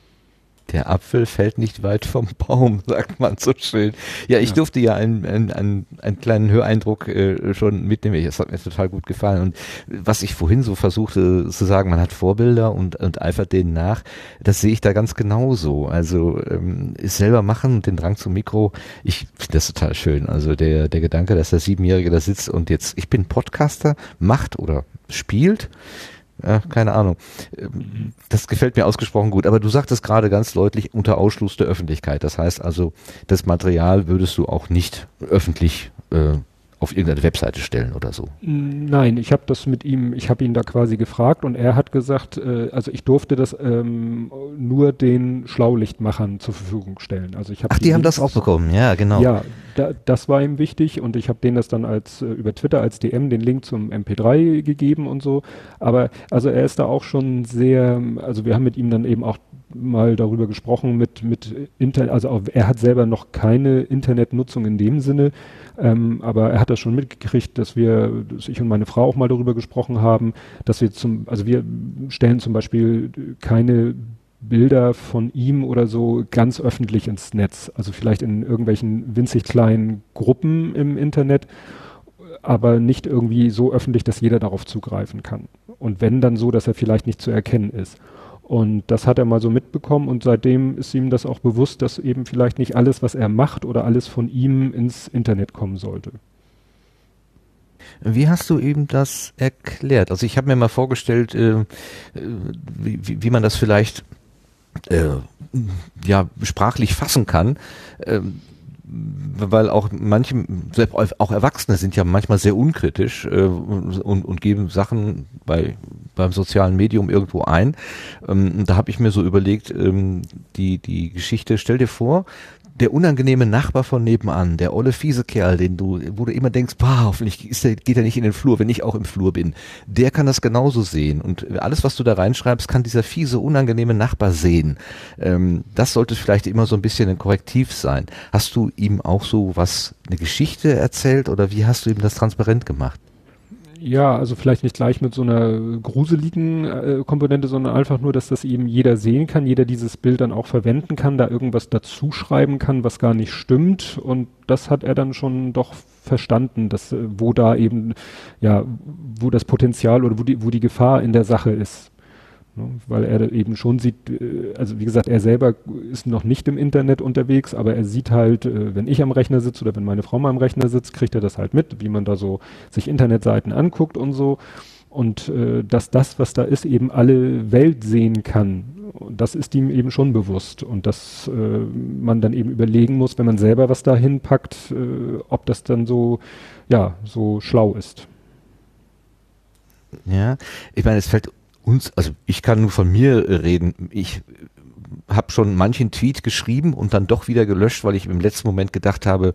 Der Apfel fällt nicht weit vom Baum, sagt man so schön. Ja, ich ja. durfte ja einen, einen, einen, einen kleinen Höreindruck äh, schon mitnehmen. Das hat mir total gut gefallen. Und was ich vorhin so versuchte zu sagen, man hat Vorbilder und, und eifert denen nach, das sehe ich da ganz genauso. Also ähm, selber machen, den Drang zum Mikro, ich finde das total schön. Also der, der Gedanke, dass der Siebenjährige da sitzt und jetzt, ich bin Podcaster, macht oder spielt, ja, keine Ahnung. Das gefällt mir ausgesprochen gut. Aber du sagtest gerade ganz deutlich unter Ausschluss der Öffentlichkeit. Das heißt also, das Material würdest du auch nicht öffentlich äh, auf irgendeine Webseite stellen oder so. Nein, ich habe das mit ihm, ich habe ihn da quasi gefragt und er hat gesagt, äh, also ich durfte das ähm, nur den Schlaulichtmachern zur Verfügung stellen. Also ich hab Ach, die, die haben das auch bekommen, ja, genau. Ja, da, das war ihm wichtig und ich habe denen das dann als äh, über Twitter als D M den Link zum M P drei gegeben und so. Aber also er ist da auch schon sehr, also wir haben mit ihm dann eben auch mal darüber gesprochen mit mit Internet, also auch, er hat selber noch keine Internetnutzung in dem Sinne, ähm, aber er hat das schon mitgekriegt, dass wir, dass ich und meine Frau auch mal darüber gesprochen haben, dass wir zum, also wir stellen zum Beispiel keine Bilder von ihm oder so ganz öffentlich ins Netz, also vielleicht in irgendwelchen winzig kleinen Gruppen im Internet, aber nicht irgendwie so öffentlich, dass jeder darauf zugreifen kann. Und wenn dann so, dass er vielleicht nicht zu erkennen ist. Und das hat er mal so mitbekommen und seitdem ist ihm das auch bewusst, dass eben vielleicht nicht alles, was er macht oder alles von ihm ins Internet kommen sollte. Wie hast du eben das erklärt? Also ich habe mir mal vorgestellt, äh, wie, wie, wie man das vielleicht äh, ja sprachlich fassen kann. Äh, weil auch manche, auch Erwachsene sind ja manchmal sehr unkritisch äh, und, und geben Sachen bei beim sozialen Medium irgendwo ein. Ähm, da habe ich mir so überlegt, ähm, die die Geschichte, stell dir vor, der unangenehme Nachbar von nebenan, der olle fiese Kerl, den du, wo du immer denkst, bah, hoffentlich ist der, geht er nicht in den Flur, wenn ich auch im Flur bin, der kann das genauso sehen und alles, was du da reinschreibst, kann dieser fiese, unangenehme Nachbar sehen. Ähm, das sollte vielleicht immer so ein bisschen ein Korrektiv sein. Hast du ihm auch so was, eine Geschichte erzählt oder wie hast du ihm das transparent gemacht? Ja, also vielleicht nicht gleich mit so einer gruseligen äh, Komponente, sondern einfach nur, dass das eben jeder sehen kann, jeder dieses Bild dann auch verwenden kann, da irgendwas dazu schreiben kann, was gar nicht stimmt und das hat er dann schon doch verstanden, dass äh, wo da eben, ja, wo das Potenzial oder wo die, wo die Gefahr in der Sache ist. Ne? Weil er eben schon sieht, äh, also wie gesagt, er selber ist noch nicht im Internet unterwegs, aber er sieht halt, äh, wenn ich am Rechner sitze oder wenn meine Frau mal am Rechner sitzt, kriegt er das halt mit, wie man da so sich Internetseiten anguckt und so. Und äh, dass das, was da ist, eben alle Welt sehen kann. Und das ist ihm eben schon bewusst. Und dass äh, man dann eben überlegen muss, wenn man selber was da hinpackt, äh, ob das dann so, ja, so schlau ist. Ja, ich meine, es fällt uns, also ich kann nur von mir reden. Ich habe schon manchen Tweet geschrieben und dann doch wieder gelöscht, weil ich im letzten Moment gedacht habe,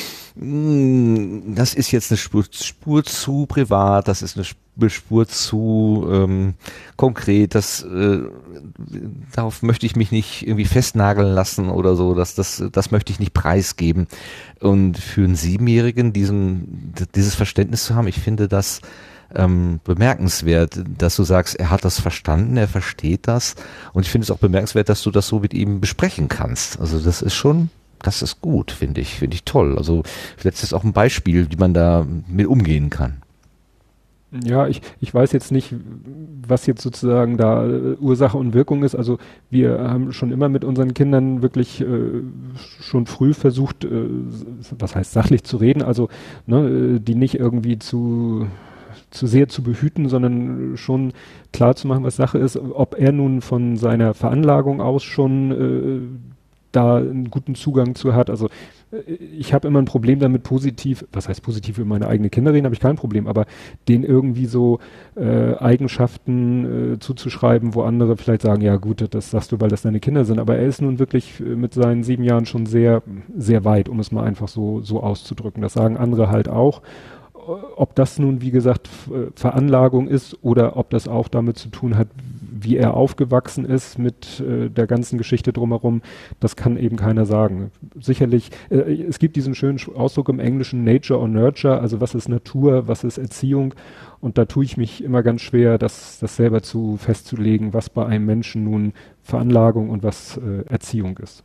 das ist jetzt eine Spur, Spur zu privat, das ist eine Spur zu ähm, konkret, das äh, darauf möchte ich mich nicht irgendwie festnageln lassen oder so, das, das, das möchte ich nicht preisgeben. Und für einen Siebenjährigen diesen, dieses Verständnis zu haben, ich finde das ähm, bemerkenswert, dass du sagst, er hat das verstanden, er versteht das. Und ich finde es auch bemerkenswert, dass du das so mit ihm besprechen kannst. Also das ist schon, das ist gut, finde ich, finde ich toll. Also vielleicht ist das auch ein Beispiel, wie man da mit umgehen kann. Ja, ich, ich weiß jetzt nicht, was jetzt sozusagen da äh, Ursache und Wirkung ist. Also wir haben schon immer mit unseren Kindern wirklich äh, schon früh versucht, äh, was heißt sachlich zu reden, also ne, die nicht irgendwie zu zu sehr zu behüten, sondern schon klar zu machen, was Sache ist, ob er nun von seiner Veranlagung aus schon äh, da einen guten Zugang zu hat. Also ich habe immer ein Problem damit, positiv, was heißt positiv für meine eigenen Kinder reden, habe ich kein Problem, aber denen irgendwie so äh, Eigenschaften äh, zuzuschreiben, wo andere vielleicht sagen, ja gut, das sagst du, weil das deine Kinder sind, aber er ist nun wirklich äh, mit seinen sieben Jahren schon sehr, sehr weit, um es mal einfach so, so auszudrücken. Das sagen andere halt auch. Ob das nun, wie gesagt, Veranlagung ist oder ob das auch damit zu tun hat, wie er aufgewachsen ist mit äh, der ganzen Geschichte drumherum, das kann eben keiner sagen. Sicherlich, äh, es gibt diesen schönen Ausdruck im Englischen, Nature or Nurture, also was ist Natur, was ist Erziehung, und da tue ich mich immer ganz schwer, das, das selber zu festzulegen, was bei einem Menschen nun Veranlagung und was äh, Erziehung ist.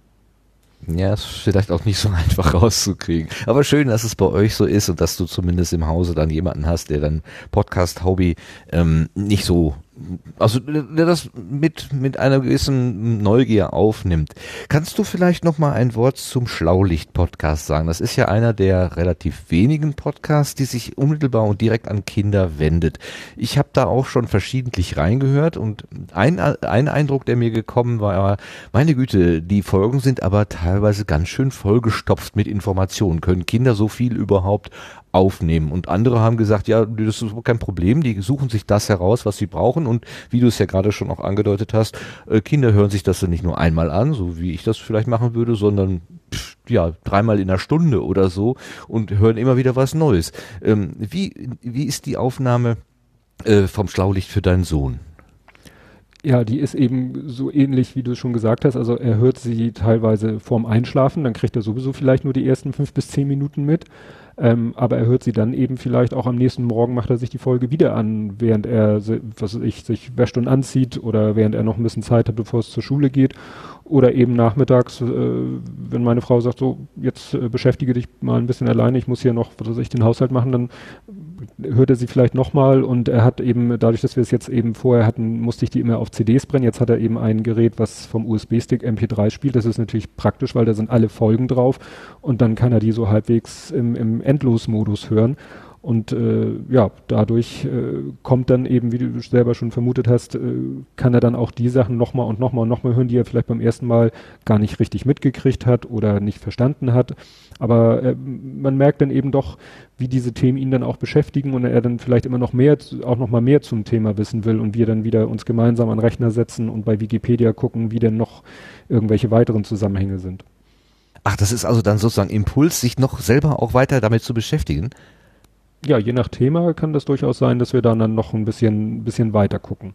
Ja, ist vielleicht auch nicht so einfach rauszukriegen. Aber schön, dass es bei euch so ist und dass du zumindest im Hause dann jemanden hast, der dein Podcast-Hobby ähm, nicht so, also der das mit mit einer gewissen Neugier aufnimmt. Kannst du vielleicht noch mal ein Wort zum Schlaulicht-Podcast sagen? Das ist ja einer der relativ wenigen Podcasts, die sich unmittelbar und direkt an Kinder wendet. Ich habe da auch schon verschiedentlich reingehört und ein, ein Eindruck, der mir gekommen war, meine Güte, die Folgen sind aber teilweise ganz schön vollgestopft mit Informationen. Können Kinder so viel überhaupt aufnehmen? Und andere haben gesagt, ja, das ist kein Problem, die suchen sich das heraus, was sie brauchen, und wie du es ja gerade schon auch angedeutet hast, äh, Kinder hören sich das dann nicht nur einmal an, so wie ich das vielleicht machen würde, sondern pff, ja, dreimal in einer Stunde oder so und hören immer wieder was Neues. Ähm, wie, wie ist die Aufnahme äh, vom Schlaulicht für deinen Sohn? Ja, die ist eben so ähnlich, wie du schon gesagt hast. Also er hört sie teilweise vorm Einschlafen, dann kriegt er sowieso vielleicht nur die ersten fünf bis zehn Minuten mit. Ähm, aber er hört sie dann eben vielleicht auch am nächsten Morgen, macht er sich die Folge wieder an, während er, was weiß ich, sich wäscht und anzieht oder während er noch ein bisschen Zeit hat, bevor es zur Schule geht. Oder eben nachmittags, äh, wenn meine Frau sagt, so, jetzt äh, beschäftige dich mal ein bisschen alleine, ich muss hier noch, was weiß ich, den Haushalt machen, dann hört er sie vielleicht nochmal, und er hat eben, dadurch, dass wir es jetzt eben vorher hatten, musste ich die immer auf C Ds brennen, jetzt hat er eben ein Gerät, was vom U S B-Stick M P drei spielt. Das ist natürlich praktisch, weil da sind alle Folgen drauf, und dann kann er die so halbwegs im, im Endlosmodus hören. Und äh, ja, dadurch äh, kommt dann eben, wie du selber schon vermutet hast, äh, kann er dann auch die Sachen nochmal und nochmal und nochmal hören, die er vielleicht beim ersten Mal gar nicht richtig mitgekriegt hat oder nicht verstanden hat. Aber äh, man merkt dann eben doch, wie diese Themen ihn dann auch beschäftigen, und er dann vielleicht immer noch mehr, auch nochmal mehr zum Thema wissen will, und wir dann wieder uns gemeinsam an den Rechner setzen und bei Wikipedia gucken, wie denn noch irgendwelche weiteren Zusammenhänge sind. Ach, das ist also dann sozusagen Impuls, sich noch selber auch weiter damit zu beschäftigen? Ja, je nach Thema kann das durchaus sein, dass wir dann, dann noch ein bisschen, bisschen weiter gucken.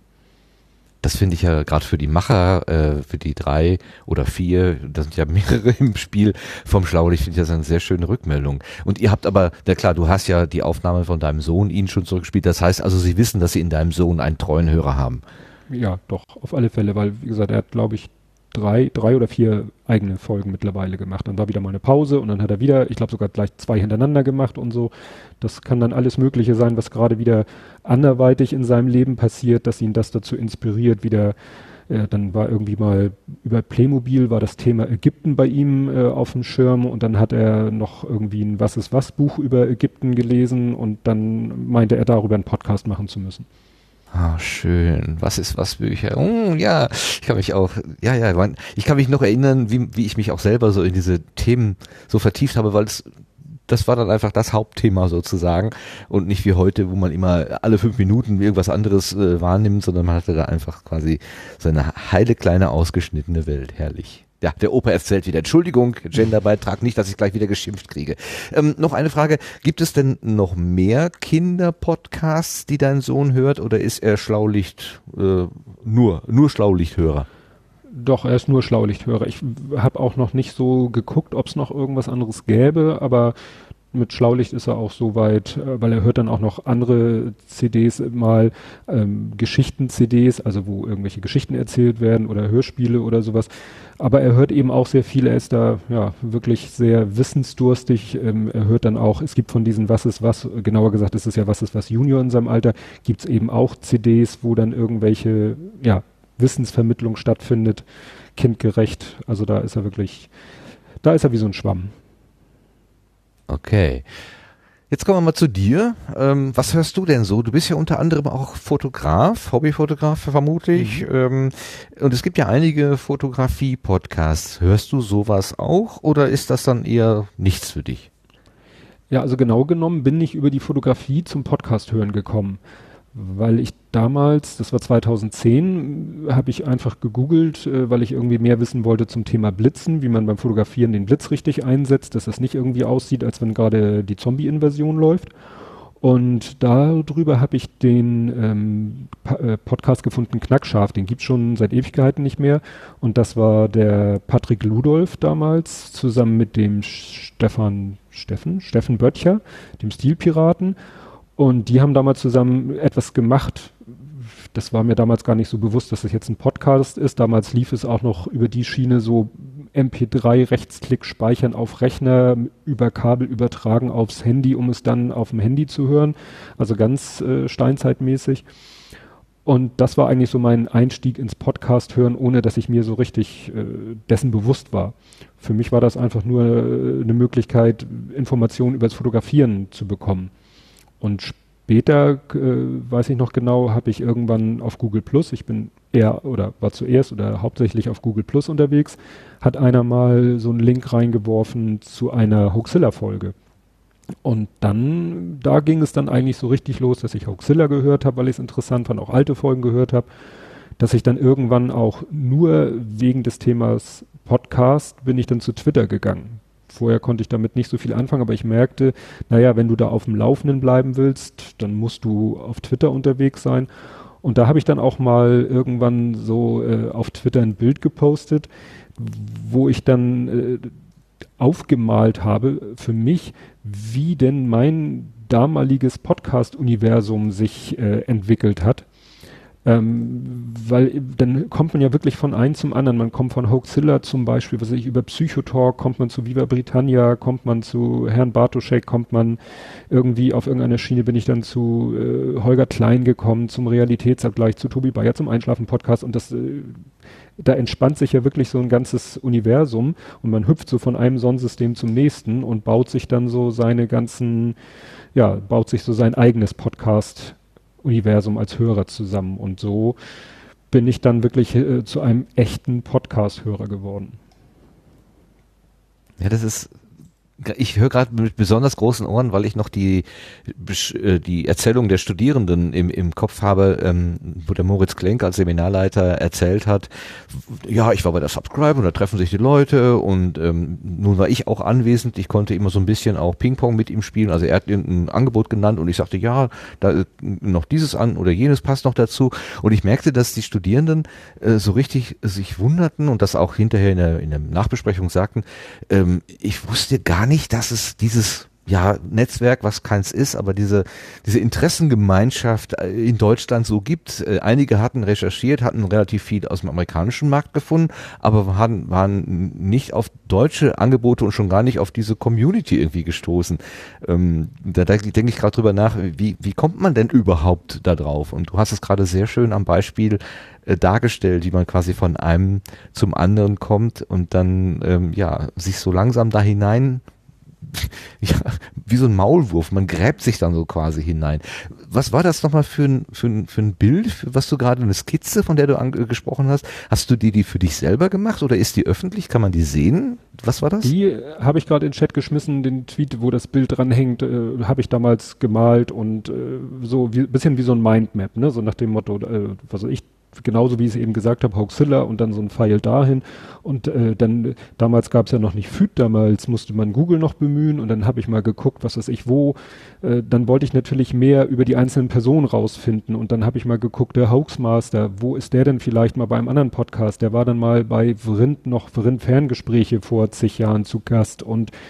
Das finde ich ja gerade für die Macher, äh, für die drei oder vier, das sind ja mehrere im Spiel vom Schlaulicht, finde ich das eine sehr schöne Rückmeldung. Und ihr habt aber, na klar, du hast ja die Aufnahme von deinem Sohn Ihnen schon zurückgespielt, das heißt also, Sie wissen, dass Sie in deinem Sohn einen treuen Hörer haben. Ja, doch, auf alle Fälle, weil, wie gesagt, er hat, glaube ich, drei, drei oder vier eigene Folgen mittlerweile gemacht. Dann war wieder mal eine Pause, und dann hat er wieder, ich glaube sogar gleich zwei hintereinander gemacht und so. Das kann dann alles Mögliche sein, was gerade wieder anderweitig in seinem Leben passiert, dass ihn das dazu inspiriert, wieder, äh, dann war irgendwie mal über Playmobil war das Thema Ägypten bei ihm äh, auf dem Schirm, und dann hat er noch irgendwie ein Was ist was Buch über Ägypten gelesen, und dann meinte er, darüber einen Podcast machen zu müssen. Ah, schön. Was ist was Bücher? Oh, ja, ich kann mich auch, ja, ja, ich kann mich noch erinnern, wie, wie ich mich auch selber so in diese Themen so vertieft habe, weil es, das war dann einfach das Hauptthema sozusagen, und nicht wie heute, wo man immer alle fünf Minuten irgendwas anderes äh, wahrnimmt, sondern man hatte da einfach quasi so eine heile kleine ausgeschnittene Welt. Herrlich. Ja, der Opa erzählt wieder. Entschuldigung, Genderbeitrag, nicht, dass ich gleich wieder geschimpft kriege. Ähm, noch eine Frage. Gibt es denn noch mehr Kinderpodcasts, die dein Sohn hört, oder ist er Schlaulicht, äh, nur, nur Schlaulichthörer? Doch, er ist nur Schlaulichthörer. Ich habe auch noch nicht so geguckt, ob es noch irgendwas anderes gäbe, aber mit Schlaulicht ist er auch so weit, äh, weil er hört dann auch noch andere C Ds mal, ähm, Geschichten-C Ds, also wo irgendwelche Geschichten erzählt werden oder Hörspiele oder sowas. Aber er hört eben auch sehr viel, er ist da ja wirklich sehr wissensdurstig. Ähm, er hört dann auch, es gibt von diesen Was ist was, genauer gesagt, es ist ja Was ist was Junior in seinem Alter, gibt es eben auch C Ds, wo dann irgendwelche ja, Wissensvermittlung stattfindet, kindgerecht. Also da ist er wirklich, da ist er wie so ein Schwamm. Okay. Jetzt kommen wir mal zu dir. Ähm, was hörst du denn so? Du bist ja unter anderem auch Fotograf, Hobbyfotograf vermutlich. Mhm. Ähm, und es gibt ja einige Fotografie-Podcasts. Hörst du sowas auch oder ist das dann eher nichts für dich? Ja, also genau genommen bin ich über die Fotografie zum Podcast hören gekommen. Weil ich damals, das war zweitausendzehn, habe ich einfach gegoogelt, äh, weil ich irgendwie mehr wissen wollte zum Thema Blitzen, wie man beim Fotografieren den Blitz richtig einsetzt, dass das nicht irgendwie aussieht, als wenn gerade die Zombie-Invasion läuft. Und darüber habe ich den ähm, pa- äh, Podcast gefunden, Knackscharf, den gibt's schon seit Ewigkeiten nicht mehr. Und das war der Patrick Ludolf damals, zusammen mit dem Stefan, Steffen, Steffen Böttcher, dem Stilpiraten. Und die haben damals zusammen etwas gemacht. Das war mir damals gar nicht so bewusst, dass das jetzt ein Podcast ist. Damals lief es auch noch über die Schiene so M P drei, Rechtsklick, speichern auf Rechner, über Kabel übertragen aufs Handy, um es dann auf dem Handy zu hören. Also ganz äh, steinzeitmäßig. Und das war eigentlich so mein Einstieg ins Podcast hören, ohne dass ich mir so richtig äh, dessen bewusst war. Für mich war das einfach nur äh, eine Möglichkeit, Informationen über das Fotografieren zu bekommen. Und später, äh, weiß ich noch genau, habe ich irgendwann auf Google Plus, ich bin eher oder war zuerst oder hauptsächlich auf Google Plus unterwegs, hat einer mal so einen Link reingeworfen zu einer Hoaxilla-Folge. Und dann, da ging es dann eigentlich so richtig los, dass ich Hoaxilla gehört habe, weil ich es interessant fand, auch alte Folgen gehört habe, dass ich dann irgendwann auch nur wegen des Themas Podcast bin ich dann zu Twitter gegangen. Vorher konnte ich damit nicht so viel anfangen, aber ich merkte, naja, wenn du da auf dem Laufenden bleiben willst, dann musst du auf Twitter unterwegs sein. Und da habe ich dann auch mal irgendwann so äh, auf Twitter ein Bild gepostet, wo ich dann äh, aufgemalt habe für mich, wie denn mein damaliges Podcast-Universum sich äh, entwickelt hat. Ähm, weil dann kommt man ja wirklich von einem zum anderen. Man kommt von Hoaxilla zum Beispiel, was weiß ich, über Psychotalk, kommt man zu Viva Britannia, kommt man zu Herrn Bartoschek, kommt man irgendwie auf irgendeiner Schiene, bin ich dann zu äh, Holger Klein gekommen, zum Realitätsabgleich, zu Tobi Bayer, zum Einschlafen-Podcast und das, äh, da entspannt sich ja wirklich so ein ganzes Universum und man hüpft so von einem Sonnensystem zum nächsten und baut sich dann so seine ganzen, ja, baut sich so sein eigenes Podcast Universum als Hörer zusammen und so bin ich dann wirklich äh, zu einem echten Podcast-Hörer geworden. Ja, das ist, ich höre gerade mit besonders großen Ohren, weil ich noch die die Erzählung der Studierenden im im Kopf habe, ähm, wo der Moritz Klenk als Seminarleiter erzählt hat, ja, ich war bei der Subscribe und da treffen sich die Leute und ähm, nun war ich auch anwesend, ich konnte immer so ein bisschen auch Ping-Pong mit ihm spielen, also er hat ein Angebot genannt und ich sagte, ja, da ist noch dieses an oder jenes passt noch dazu und ich merkte, dass die Studierenden äh, so richtig sich wunderten und das auch hinterher in der, in der Nachbesprechung sagten, ähm, ich wusste gar nicht, dass es dieses ja Netzwerk, was keins ist, aber diese diese Interessengemeinschaft in Deutschland so gibt. Einige hatten recherchiert, hatten relativ viel aus dem amerikanischen Markt gefunden, aber waren, waren nicht auf deutsche Angebote und schon gar nicht auf diese Community irgendwie gestoßen. Ähm, da da denke ich gerade drüber nach, wie wie kommt man denn überhaupt da drauf? Und du hast es gerade sehr schön am Beispiel äh, dargestellt, wie man quasi von einem zum anderen kommt und dann ähm, ja sich so langsam da hinein ja, wie so ein Maulwurf, man gräbt sich dann so quasi hinein. Was war das nochmal für ein, für ein, für ein Bild, für was du gerade, eine Skizze, von der du angesprochen hast? Hast du die, die für dich selber gemacht oder ist die öffentlich? Kann man die sehen? Was war das? Die habe ich gerade in den Chat geschmissen, den Tweet, wo das Bild dran hängt, äh, habe ich damals gemalt und äh, so ein bisschen wie so ein Mindmap, ne? So nach dem Motto, äh, was weiß ich, genauso wie ich es eben gesagt habe, Hoaxilla und dann so ein Pfeil dahin und äh, dann, damals gab es ja noch nicht F Ü D, damals musste man Google noch bemühen und dann habe ich mal geguckt, was weiß ich wo, äh, dann wollte ich natürlich mehr über die einzelnen Personen rausfinden und dann habe ich mal geguckt, der Hoaxmaster, wo ist der denn vielleicht mal bei einem anderen Podcast, der war dann mal bei Vrind noch, Vrind Ferngespräche vor zig Jahren zu Gast und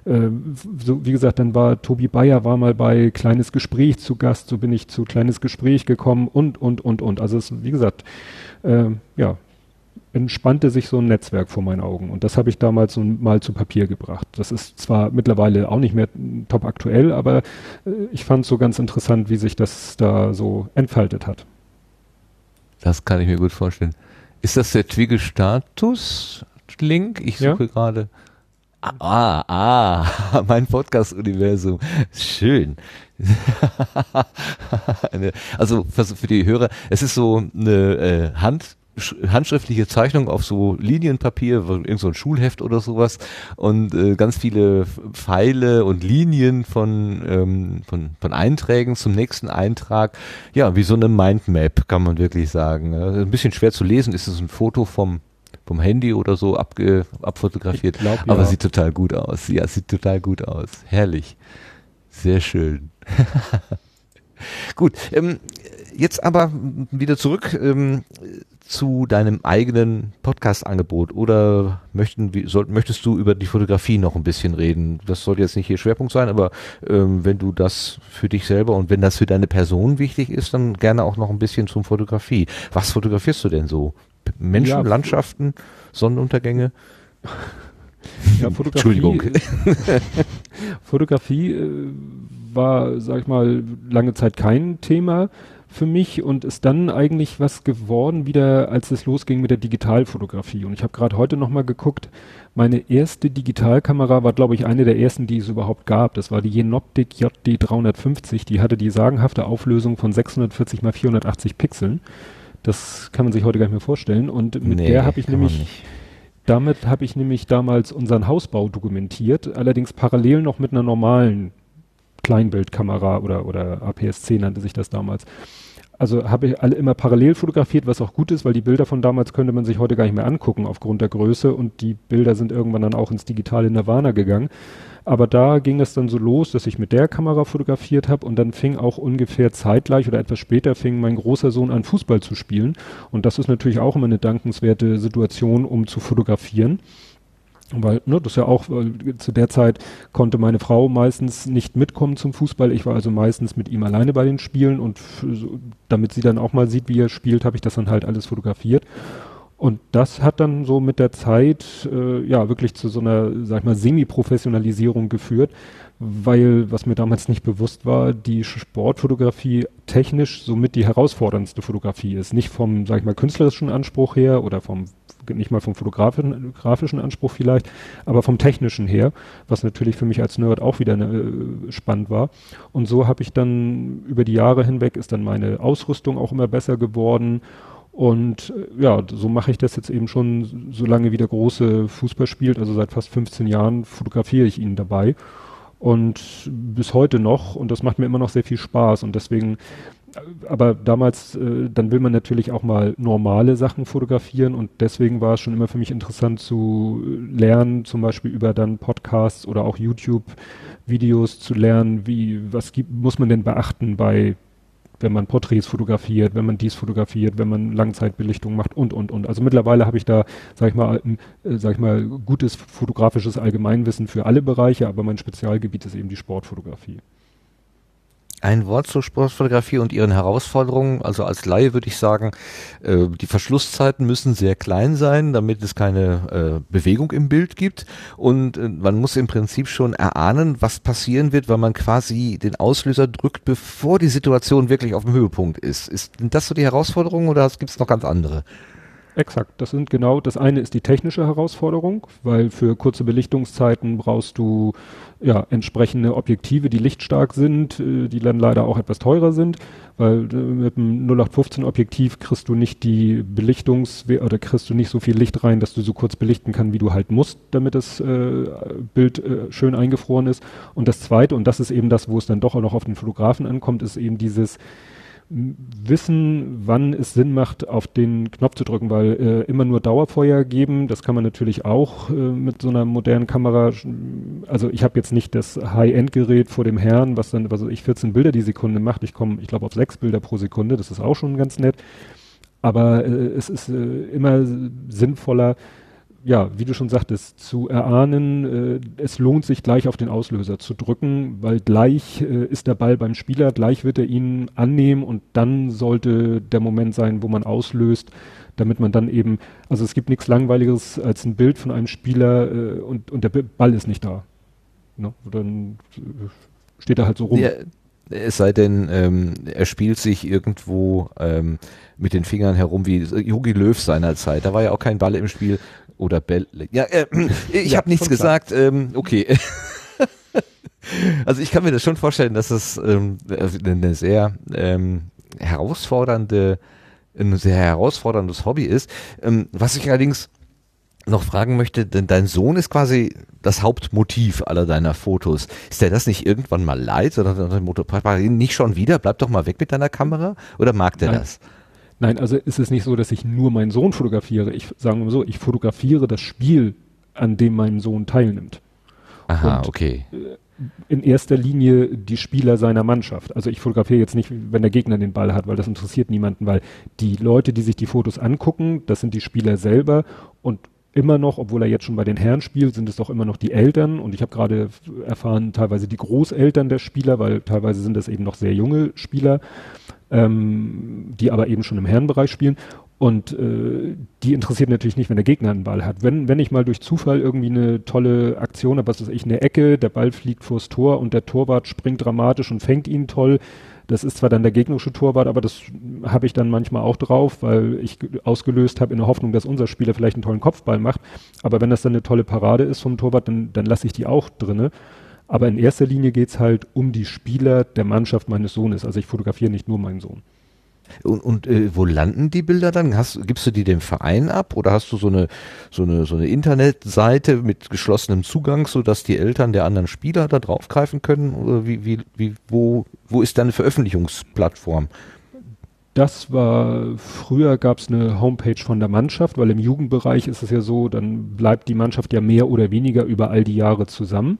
äh, so, wie gesagt, dann war Tobi Bayer war mal bei Kleines Gespräch zu Gast, so bin ich zu Kleines Gespräch gekommen und, und, und, und. Also es, wie gesagt, äh, ja, entspannte sich so ein Netzwerk vor meinen Augen. Und das habe ich damals so mal zu Papier gebracht. Das ist zwar mittlerweile auch nicht mehr top aktuell, aber äh, ich fand es so ganz interessant, wie sich das da so entfaltet hat. Das kann ich mir gut vorstellen. Ist das der Twiggle-Status-Link? Ich suche ja. gerade. Ah, ah, mein Podcast-Universum. Schön. Also für die Hörer, es ist so eine äh, Hand, handschriftliche Zeichnung auf so Linienpapier, irgend so ein Schulheft oder sowas und äh, ganz viele Pfeile und Linien von, ähm, von, von Einträgen zum nächsten Eintrag. Ja, wie so eine Mindmap, kann man wirklich sagen. Also ein bisschen schwer zu lesen, ist es ein Foto vom vom Handy oder so abge, abfotografiert, glaub, aber ja. Sieht total gut aus. Ja, sieht total gut aus. Herrlich. Sehr schön. Gut, ähm, jetzt aber wieder zurück ähm, zu deinem eigenen Podcast-Angebot oder möchten, wie, soll, möchtest du über die Fotografie noch ein bisschen reden? Das soll jetzt nicht hier Schwerpunkt sein, aber ähm, wenn du das für dich selber und wenn das für deine Person wichtig ist, dann gerne auch noch ein bisschen zum Fotografie. Was fotografierst du denn so? Menschen, ja, Landschaften, Sonnenuntergänge? Ja, Fotografie, Entschuldigung. Fotografie äh, war, sag ich mal, lange Zeit kein Thema für mich und ist dann eigentlich was geworden wieder, als es losging mit der Digitalfotografie. Und ich habe gerade heute nochmal geguckt, meine erste Digitalkamera war, glaube ich, eine der ersten, die es überhaupt gab. Das war die Jenoptik J D dreihundertfünfzig. Die hatte die sagenhafte Auflösung von sechshundertvierzig mal vierhundertachtzig Pixeln. Das kann man sich heute gar nicht mehr vorstellen. Und mit nee, der habe ich nämlich, damit habe ich nämlich damals unseren Hausbau dokumentiert, allerdings parallel noch mit einer normalen Kleinbildkamera oder, oder A P S C nannte sich das damals. Also habe ich alle immer parallel fotografiert, was auch gut ist, weil die Bilder von damals könnte man sich heute gar nicht mehr angucken aufgrund der Größe und die Bilder sind irgendwann dann auch ins digitale Nirvana gegangen. Aber da ging es dann so los, dass ich mit der Kamera fotografiert habe und dann fing auch ungefähr zeitgleich oder etwas später fing mein großer Sohn an, Fußball zu spielen. Und das ist natürlich auch immer eine dankenswerte Situation, um zu fotografieren. Weil, ne, das ist ja auch, weil zu der Zeit konnte meine Frau meistens nicht mitkommen zum Fußball. Ich war also meistens mit ihm alleine bei den Spielen und so, damit sie dann auch mal sieht, wie er spielt, habe ich das dann halt alles fotografiert. Und das hat dann so mit der Zeit äh, ja wirklich zu so einer, sag ich mal, Semi-Professionalisierung geführt, weil, was mir damals nicht bewusst war, die Sportfotografie technisch somit die herausforderndste Fotografie ist. Nicht vom, sag ich mal, künstlerischen Anspruch her oder vom, nicht mal vom fotografischen grafischen Anspruch vielleicht, aber vom technischen her, was natürlich für mich als Nerd auch wieder äh, spannend war. Und so habe ich dann über die Jahre hinweg ist dann meine Ausrüstung auch immer besser geworden. Und ja, so mache ich das jetzt eben schon, solange wie der Große Fußball spielt, also seit fast fünfzehn Jahren fotografiere ich ihn dabei und bis heute noch und das macht mir immer noch sehr viel Spaß und deswegen, aber damals, äh, dann will man natürlich auch mal normale Sachen fotografieren und deswegen war es schon immer für mich interessant zu lernen, zum Beispiel über dann Podcasts oder auch YouTube-Videos zu lernen, wie, was gibt, muss man denn beachten bei wenn man Porträts fotografiert, wenn man dies fotografiert, wenn man Langzeitbelichtung macht und, und, und. Also mittlerweile habe ich da, sag ich mal, äh, sag ich mal, gutes fotografisches Allgemeinwissen für alle Bereiche, aber mein Spezialgebiet ist eben die Sportfotografie. Ein Wort zur Sportfotografie und ihren Herausforderungen. Also als Laie würde ich sagen, äh, die Verschlusszeiten müssen sehr klein sein, damit es keine äh, Bewegung im Bild gibt. Und äh, man muss im Prinzip schon erahnen, was passieren wird, weil man quasi den Auslöser drückt, bevor die Situation wirklich auf dem Höhepunkt ist. Ist das so die Herausforderung oder gibt es noch ganz andere? Exakt, das sind genau, das eine ist die technische Herausforderung, weil für kurze Belichtungszeiten brauchst du ja entsprechende Objektive, die lichtstark sind, die dann leider auch etwas teurer sind, weil mit einem null acht fünfzehn Objektiv kriegst du nicht die Belichtungs- oder kriegst du nicht so viel Licht rein, dass du so kurz belichten kannst, wie du halt musst, damit das äh, Bild äh, schön eingefroren ist. Und das zweite, und das ist eben das, wo es dann doch auch noch auf den Fotografen ankommt, ist eben dieses Wissen, wann es Sinn macht, auf den Knopf zu drücken, weil äh, immer nur Dauerfeuer geben, das kann man natürlich auch äh, mit so einer modernen Kamera, also ich habe jetzt nicht das High-End-Gerät vor dem Herrn, was dann, was weiß ich, vierzehn Bilder die Sekunde macht, ich komme, ich glaube, auf sechs Bilder pro Sekunde, das ist auch schon ganz nett, aber äh, es ist äh, immer sinnvoller, ja, wie du schon sagtest, zu erahnen, äh, es lohnt sich gleich auf den Auslöser zu drücken, weil gleich äh, ist der Ball beim Spieler, gleich wird er ihn annehmen und dann sollte der Moment sein, wo man auslöst, damit man dann eben, also es gibt nichts Langweiligeres als ein Bild von einem Spieler äh, und, und der Ball ist nicht da. Ne? Dann äh, steht er halt so rum. Ja. Es sei denn, ähm, er spielt sich irgendwo ähm, mit den Fingern herum wie Jogi Löw seinerzeit. Da war ja auch kein Ball im Spiel oder Bälle. Ja, äh, ich ja, habe nichts gesagt. Ähm, okay. Also ich kann mir das schon vorstellen, dass es ähm, eine sehr ähm, herausfordernde, ein sehr herausforderndes Hobby ist. Ähm, was ich allerdings noch fragen möchte, denn dein Sohn ist quasi das Hauptmotiv aller deiner Fotos. Ist der das nicht irgendwann mal leid? Oder nach dem Motto, Papa, nicht schon wieder? Bleib doch mal weg mit deiner Kamera? Oder mag der Nein. das? Nein, also ist es nicht so, dass ich nur meinen Sohn fotografiere. Ich sage mal so, ich fotografiere das Spiel, an dem mein Sohn teilnimmt. Aha, Und, okay. In erster Linie die Spieler seiner Mannschaft. Also ich fotografiere jetzt nicht, wenn der Gegner den Ball hat, weil das interessiert niemanden, weil die Leute, die sich die Fotos angucken, das sind die Spieler selber und immer noch, obwohl er jetzt schon bei den Herren spielt, sind es doch immer noch die Eltern und ich habe gerade erfahren, teilweise die Großeltern der Spieler, weil teilweise sind das eben noch sehr junge Spieler, ähm, die aber eben schon im Herrenbereich spielen und äh, die interessiert natürlich nicht, wenn der Gegner einen Ball hat. Wenn, wenn ich mal durch Zufall irgendwie eine tolle Aktion habe, was weiß ich, eine Ecke, der Ball fliegt vors Tor und der Torwart springt dramatisch und fängt ihn toll. Das ist zwar dann der gegnerische Torwart, aber das habe ich dann manchmal auch drauf, weil ich ausgelöst habe in der Hoffnung, dass unser Spieler vielleicht einen tollen Kopfball macht. Aber wenn das dann eine tolle Parade ist vom Torwart, dann, dann lasse ich die auch drinne. Aber in erster Linie geht's halt um die Spieler der Mannschaft meines Sohnes. Also ich fotografiere nicht nur meinen Sohn. Und, und äh, wo landen die Bilder dann? Hast, gibst du die dem Verein ab oder hast du so eine so eine so eine Internetseite mit geschlossenem Zugang, so dass die Eltern der anderen Spieler da draufgreifen können? Oder wie wie wie wo wo ist deine Veröffentlichungsplattform? Das war, früher gab es eine Homepage von der Mannschaft, weil im Jugendbereich ist es ja so, dann bleibt die Mannschaft ja mehr oder weniger über all die Jahre zusammen.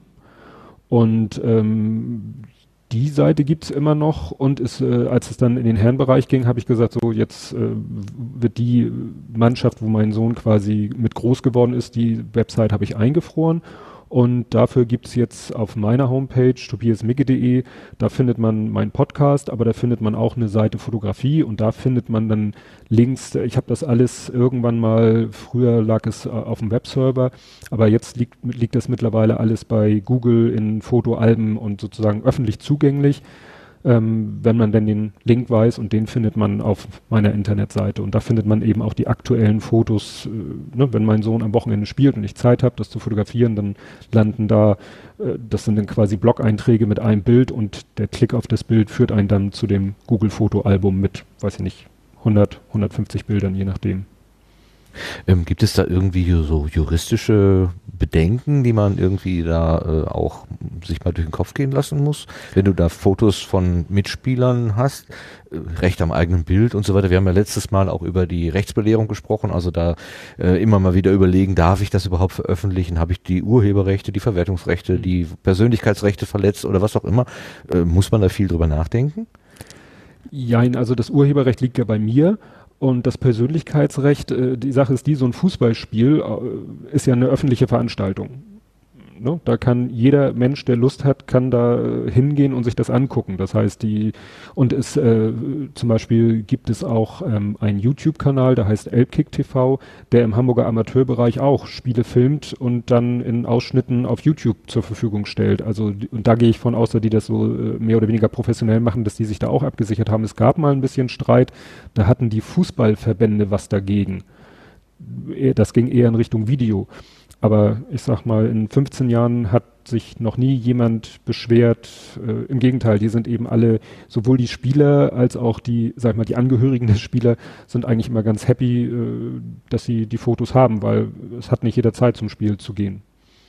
Und ähm, die Seite gibt's immer noch und ist, äh, als es dann in den Herrenbereich ging, habe ich gesagt, so jetzt äh, wird die Mannschaft, wo mein Sohn quasi mit groß geworden ist, die Website habe ich eingefroren und dafür gibt's jetzt auf meiner Homepage tobias micke punkt de, da findet man meinen Podcast, aber da findet man auch eine Seite Fotografie und da findet man dann Links. Ich habe das alles irgendwann mal, früher lag es äh, auf dem Webserver, aber jetzt liegt, liegt das mittlerweile alles bei Google in Fotoalben und sozusagen öffentlich zugänglich, ähm, wenn man denn den Link weiß und den findet man auf meiner Internetseite und da findet man eben auch die aktuellen Fotos, äh, ne, wenn mein Sohn am Wochenende spielt und ich Zeit habe, das zu fotografieren, dann landen da, äh, das sind dann quasi Blog-Einträge mit einem Bild und der Klick auf das Bild führt einen dann zu dem Google-Fotoalbum mit, weiß ich nicht, hundert, hundertfünfzig Bildern, je nachdem. Ähm, gibt es da irgendwie so juristische Bedenken, die man irgendwie da äh, auch sich mal durch den Kopf gehen lassen muss? Wenn du da Fotos von Mitspielern hast, äh, Recht am eigenen Bild und so weiter. Wir haben ja letztes Mal auch über die Rechtsbelehrung gesprochen, also da äh, immer mal wieder überlegen, darf ich das überhaupt veröffentlichen? Habe ich die Urheberrechte, die Verwertungsrechte, die Persönlichkeitsrechte verletzt oder was auch immer? Äh, muss man da viel drüber nachdenken? Jein, also das Urheberrecht liegt ja bei mir und das Persönlichkeitsrecht, äh, die Sache ist die, so ein Fußballspiel äh, ist ja eine öffentliche Veranstaltung. Ne? Da kann jeder Mensch, der Lust hat, kann da äh, hingehen und sich das angucken. Das heißt, die, und es äh, zum Beispiel gibt es auch ähm, einen YouTube-Kanal, der heißt Elbkick T V, der im Hamburger Amateurbereich auch Spiele filmt und dann in Ausschnitten auf YouTube zur Verfügung stellt. Also, und da gehe ich von aus, dass die das so äh, mehr oder weniger professionell machen, dass die sich da auch abgesichert haben. Es gab mal ein bisschen Streit, da hatten die Fußballverbände was dagegen. Das ging eher in Richtung Video. Aber ich sag mal, in fünfzehn Jahren hat sich noch nie jemand beschwert. Äh, Im Gegenteil, die sind eben alle, sowohl die Spieler als auch die, sag ich mal, die Angehörigen der Spieler sind eigentlich immer ganz happy, äh, dass sie die Fotos haben, weil es hat nicht jeder Zeit zum Spiel zu gehen.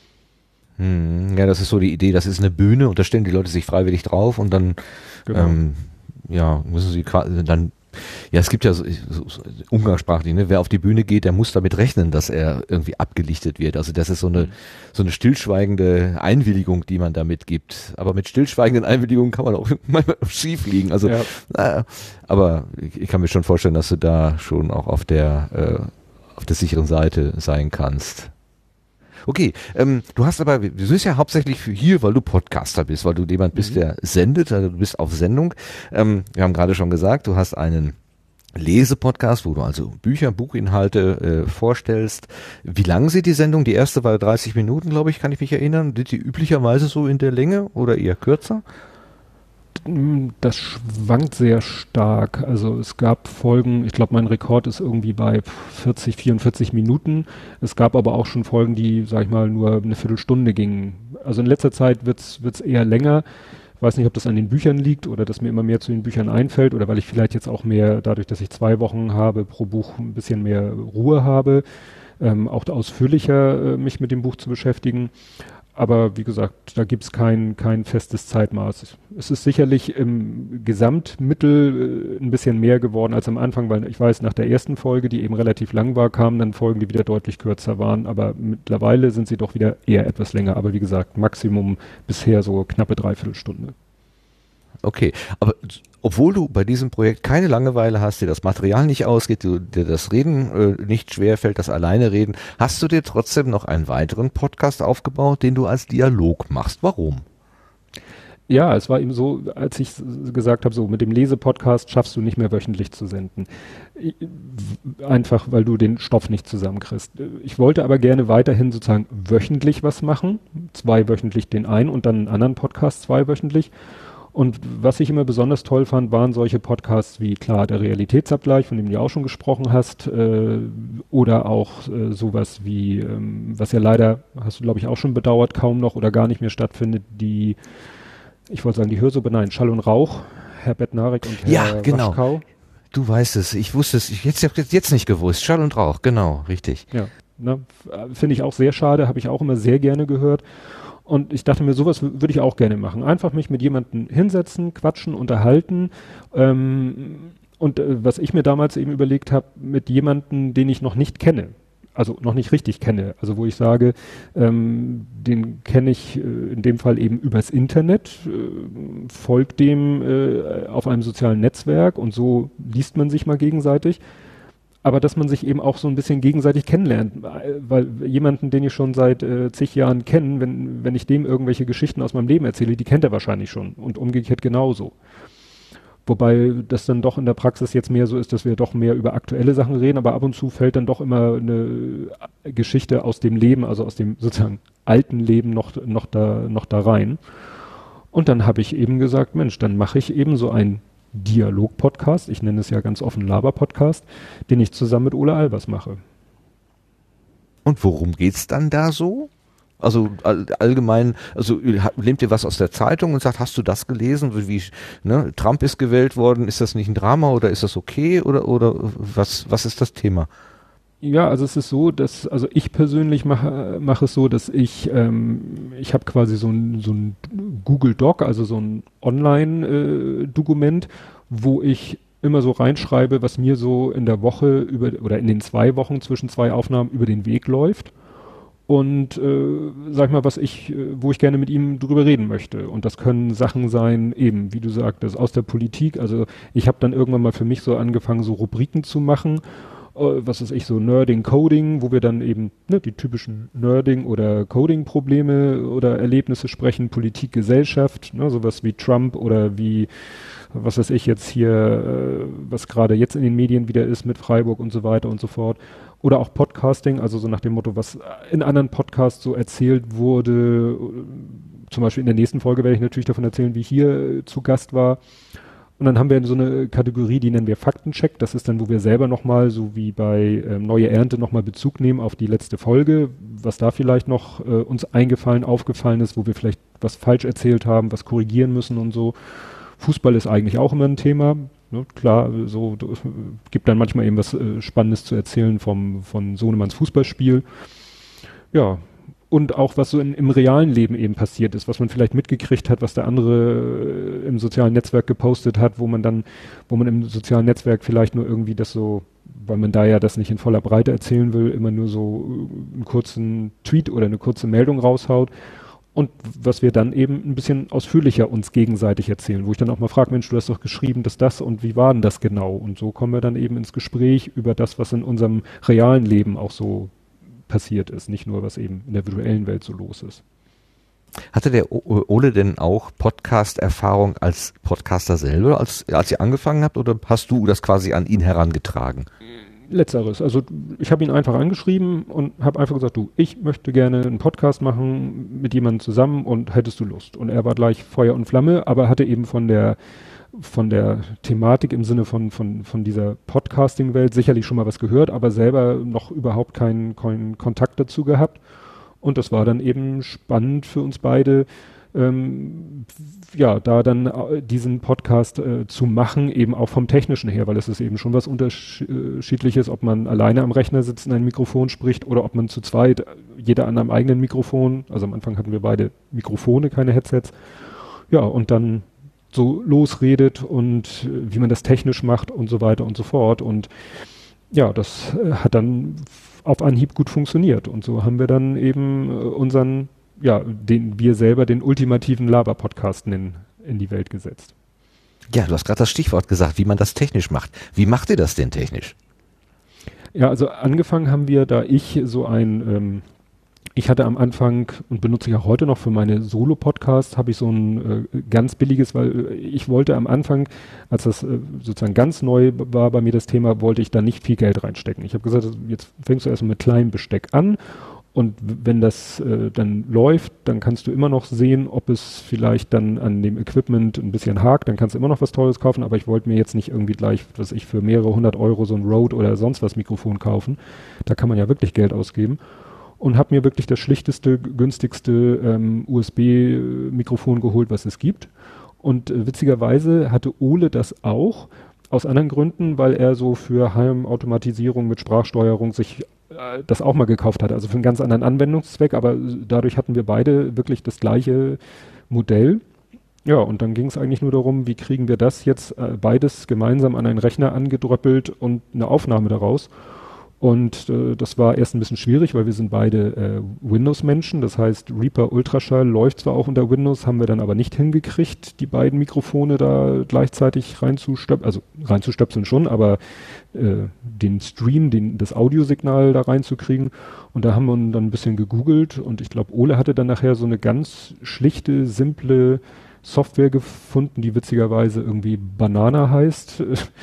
Hm, ja, das ist so die Idee, das ist eine Bühne und da stellen die Leute sich freiwillig drauf und dann genau. ähm, ja, müssen sie quasi dann ja, es gibt ja so, so, so umgangssprachlich, ne? Wer auf die Bühne geht, der muss damit rechnen, dass er irgendwie abgelichtet wird. Also das ist so eine mhm. so eine stillschweigende Einwilligung, die man da mitgibt. Aber mit stillschweigenden Einwilligungen kann man auch manchmal schief liegen. Also, ja. naja, aber ich, ich kann mir schon vorstellen, dass du da schon auch auf der äh, auf der sicheren Seite sein kannst. Okay, ähm, du hast aber, du bist ja hauptsächlich für hier, weil du Podcaster bist, weil du jemand bist, mhm. der sendet, also du bist auf Sendung. Ähm, wir haben gerade schon gesagt, du hast einen Lesepodcast, wo du also Bücher, Buchinhalte äh, vorstellst. Wie lang sind die Sendung? Die erste war dreißig Minuten, glaube ich, kann ich mich erinnern. Sind die üblicherweise so in der Länge oder eher kürzer? Das schwankt sehr stark. Also es gab Folgen, ich glaube mein Rekord ist irgendwie bei vierzig, vierundvierzig Minuten. Es gab aber auch schon Folgen, die, sag ich mal, nur eine Viertelstunde gingen. Also in letzter Zeit wird's wird's eher länger. Ich weiß nicht, ob das an den Büchern liegt oder dass mir immer mehr zu den Büchern einfällt oder weil ich vielleicht jetzt auch mehr, dadurch, dass ich zwei Wochen habe, pro Buch ein bisschen mehr Ruhe habe, ähm, auch ausführlicher äh, mich mit dem Buch zu beschäftigen. Aber wie gesagt, da gibt's kein, kein festes Zeitmaß. Es ist sicherlich im Gesamtmittel äh, ein bisschen mehr geworden als am Anfang, weil ich weiß, nach der ersten Folge, die eben relativ lang war, kamen dann Folgen, die wieder deutlich kürzer waren. Aber mittlerweile sind sie doch wieder eher etwas länger. Aber wie gesagt, Maximum bisher so knappe Dreiviertelstunde. Okay, aber obwohl du bei diesem Projekt keine Langeweile hast, dir das Material nicht ausgeht, du, dir das Reden äh, nicht schwerfällt, das alleine Reden, hast du dir trotzdem noch einen weiteren Podcast aufgebaut, den du als Dialog machst. Warum? Ja, es war eben so, als ich gesagt habe, so mit dem Lesepodcast schaffst du nicht mehr wöchentlich zu senden. Einfach, weil du den Stoff nicht zusammenkriegst. Ich wollte aber gerne weiterhin sozusagen wöchentlich was machen, zweiwöchentlich den einen und dann einen anderen Podcast zweiwöchentlich. Und was ich immer besonders toll fand, waren solche Podcasts wie, klar, der Realitätsabgleich, von dem du auch schon gesprochen hast, äh, oder auch äh, sowas wie, ähm, was ja leider, hast du glaube ich auch schon bedauert, kaum noch oder gar nicht mehr stattfindet, die, ich wollte sagen, die Hörsuppe, nein, Schall und Rauch, Herr Bednarek und Herr ja, genau. Waschkau. Du weißt es, ich wusste es, ich jetzt, jetzt, jetzt nicht gewusst, Schall und Rauch, genau, richtig. Ja, ne, finde ich auch sehr schade, habe ich auch immer sehr gerne gehört. Und ich dachte mir, sowas würde ich auch gerne machen. Einfach mich mit jemandem hinsetzen, quatschen, unterhalten. Ähm, und äh, was ich mir damals eben überlegt habe, mit jemandem, den ich noch nicht kenne. Also noch nicht richtig kenne. Also wo ich sage, ähm, den kenne ich äh, in dem Fall eben übers Internet, äh, folgt dem äh, auf einem sozialen Netzwerk und so liest man sich mal gegenseitig. Aber dass man sich eben auch so ein bisschen gegenseitig kennenlernt, weil jemanden, den ich schon seit äh, zig Jahren kenne, wenn, wenn ich dem irgendwelche Geschichten aus meinem Leben erzähle, die kennt er wahrscheinlich schon und umgekehrt genauso. Wobei das dann doch in der Praxis jetzt mehr so ist, dass wir doch mehr über aktuelle Sachen reden, aber ab und zu fällt dann doch immer eine Geschichte aus dem Leben, also aus dem sozusagen alten Leben noch, noch da, noch da rein. Und dann habe ich eben gesagt, Mensch, dann mache ich eben so ein Dialog-Podcast, ich nenne es ja ganz offen Laber-Podcast, den ich zusammen mit Ole Albers mache. Und worum geht's dann da so? Also all, allgemein, also nehmt ihr was aus der Zeitung und sagt, hast du das gelesen? Wie, ne, Trump ist gewählt worden, ist das nicht ein Drama oder ist das okay oder oder was was ist das Thema? Ja, also es ist so, dass, also ich persönlich mache mache es so, dass ich, ähm, ich habe quasi so ein, so ein Google Doc, also so ein Online-Dokument, äh, wo ich immer so reinschreibe, was mir so in der Woche über oder in den zwei Wochen zwischen zwei Aufnahmen über den Weg läuft. Und äh, sag ich mal, was ich, wo ich gerne mit ihm drüber reden möchte. Und das können Sachen sein, eben, wie du sagtest, aus der Politik. Also ich habe dann irgendwann mal für mich so angefangen, so Rubriken zu machen. Was weiß ich, so Nerding, Coding, wo wir dann eben ne, die typischen Nerding- oder Coding-Probleme oder Erlebnisse sprechen, Politik, Gesellschaft, ne, sowas wie Trump oder wie, was weiß ich jetzt hier, äh, was gerade jetzt in den Medien wieder ist mit Freiburg und so weiter und so fort. Oder auch Podcasting, also so nach dem Motto, was in anderen Podcasts so erzählt wurde. Zum Beispiel in der nächsten Folge werde ich natürlich davon erzählen, wie ich hier zu Gast war. Und dann haben wir so eine Kategorie, die nennen wir Faktencheck. Das ist dann, wo wir selber nochmal, so wie bei ähm, Neue Ernte, nochmal Bezug nehmen auf die letzte Folge, was da vielleicht noch äh, uns eingefallen, aufgefallen ist, wo wir vielleicht was falsch erzählt haben, was korrigieren müssen und so. Fußball ist eigentlich auch immer ein Thema. Ne? Klar, so äh, gibt dann manchmal eben was äh, Spannendes zu erzählen vom von Sohnemanns Fußballspiel. Ja, und auch was so in, im realen Leben eben passiert ist, was man vielleicht mitgekriegt hat, was der andere äh, im sozialen Netzwerk gepostet hat, wo man dann, wo man im sozialen Netzwerk vielleicht nur irgendwie das so, weil man da ja das nicht in voller Breite erzählen will, immer nur so äh, einen kurzen Tweet oder eine kurze Meldung raushaut. und was wir dann eben ein bisschen ausführlicher uns gegenseitig erzählen, wo ich dann auch mal frage, Mensch, du hast doch geschrieben, dass das und wie war denn das genau? Und so kommen wir dann eben ins Gespräch über das, was in unserem realen Leben auch so passiert ist, nicht nur, was eben in der virtuellen Welt so los ist. Hatte der o- Ole denn auch Podcast-Erfahrung als Podcaster selber, als, als ihr angefangen habt, oder hast du das quasi an ihn herangetragen? Letzteres. Also ich habe ihn einfach angeschrieben und habe einfach gesagt, du, ich möchte gerne einen Podcast machen mit jemandem zusammen und hättest du Lust? Und er war gleich Feuer und Flamme, aber hatte eben von der von der Thematik im Sinne von von von dieser Podcasting-Welt sicherlich schon mal was gehört, aber selber noch überhaupt keinen, keinen Kontakt dazu gehabt. Und das war dann eben spannend für uns beide, ähm, ja, da dann äh, diesen Podcast äh, zu machen, eben auch vom Technischen her, weil es ist eben schon was Unterschiedliches, ob man alleine am Rechner sitzt und ein Mikrofon spricht oder ob man zu zweit, jeder an einem eigenen Mikrofon, also am Anfang hatten wir beide Mikrofone, keine Headsets, ja, und dann so losredet und äh, wie man das technisch macht und so weiter und so fort. Und ja, das äh, hat dann auf Anhieb gut funktioniert. Und so haben wir dann eben äh, unseren, ja, den wir selber den ultimativen Laber-Podcast nennen, in die Welt gesetzt. Ja, du hast gerade das Stichwort gesagt, wie man das technisch macht. Wie macht ihr das denn technisch? Ja, also angefangen haben wir, da ich so ein, ähm, ich hatte am Anfang und benutze ich auch heute noch für meine Solo-Podcasts, habe ich so ein äh, ganz billiges, weil äh, ich wollte am Anfang, als das äh, sozusagen ganz neu war bei mir das Thema, wollte ich da nicht viel Geld reinstecken. Ich habe gesagt, jetzt fängst du erstmal mit kleinem Besteck an und wenn das äh, dann läuft, dann kannst du immer noch sehen, ob es vielleicht dann an dem Equipment ein bisschen hakt, dann kannst du immer noch was Teures kaufen, aber ich wollte mir jetzt nicht irgendwie gleich, was ich für mehrere hundert Euro so ein Rode oder sonst was Mikrofon kaufen. Da kann man ja wirklich Geld ausgeben. Und habe mir wirklich das schlichteste, günstigste ähm, U S B-Mikrofon geholt, was es gibt. Und äh, witzigerweise hatte Ole das auch, aus anderen Gründen, weil er so für Heimautomatisierung mit Sprachsteuerung sich äh, das auch mal gekauft hatte. Also für einen ganz anderen Anwendungszweck, aber dadurch hatten wir beide wirklich das gleiche Modell. Ja, und dann ging es eigentlich nur darum, wie kriegen wir das jetzt äh, beides gemeinsam an einen Rechner angedröppelt und eine Aufnahme daraus. Und äh, das war erst ein bisschen schwierig, weil wir sind beide äh, Windows-Menschen. Das heißt, Reaper Ultraschall läuft zwar auch unter Windows, haben wir dann aber nicht hingekriegt, die beiden Mikrofone da gleichzeitig reinzustöpseln, also reinzustöpseln schon, aber äh, den Stream, den, das Audiosignal da reinzukriegen. Und da haben wir dann ein bisschen gegoogelt und ich glaube, Ole hatte dann nachher so eine ganz schlichte, simple Software gefunden, die witzigerweise irgendwie Banana heißt.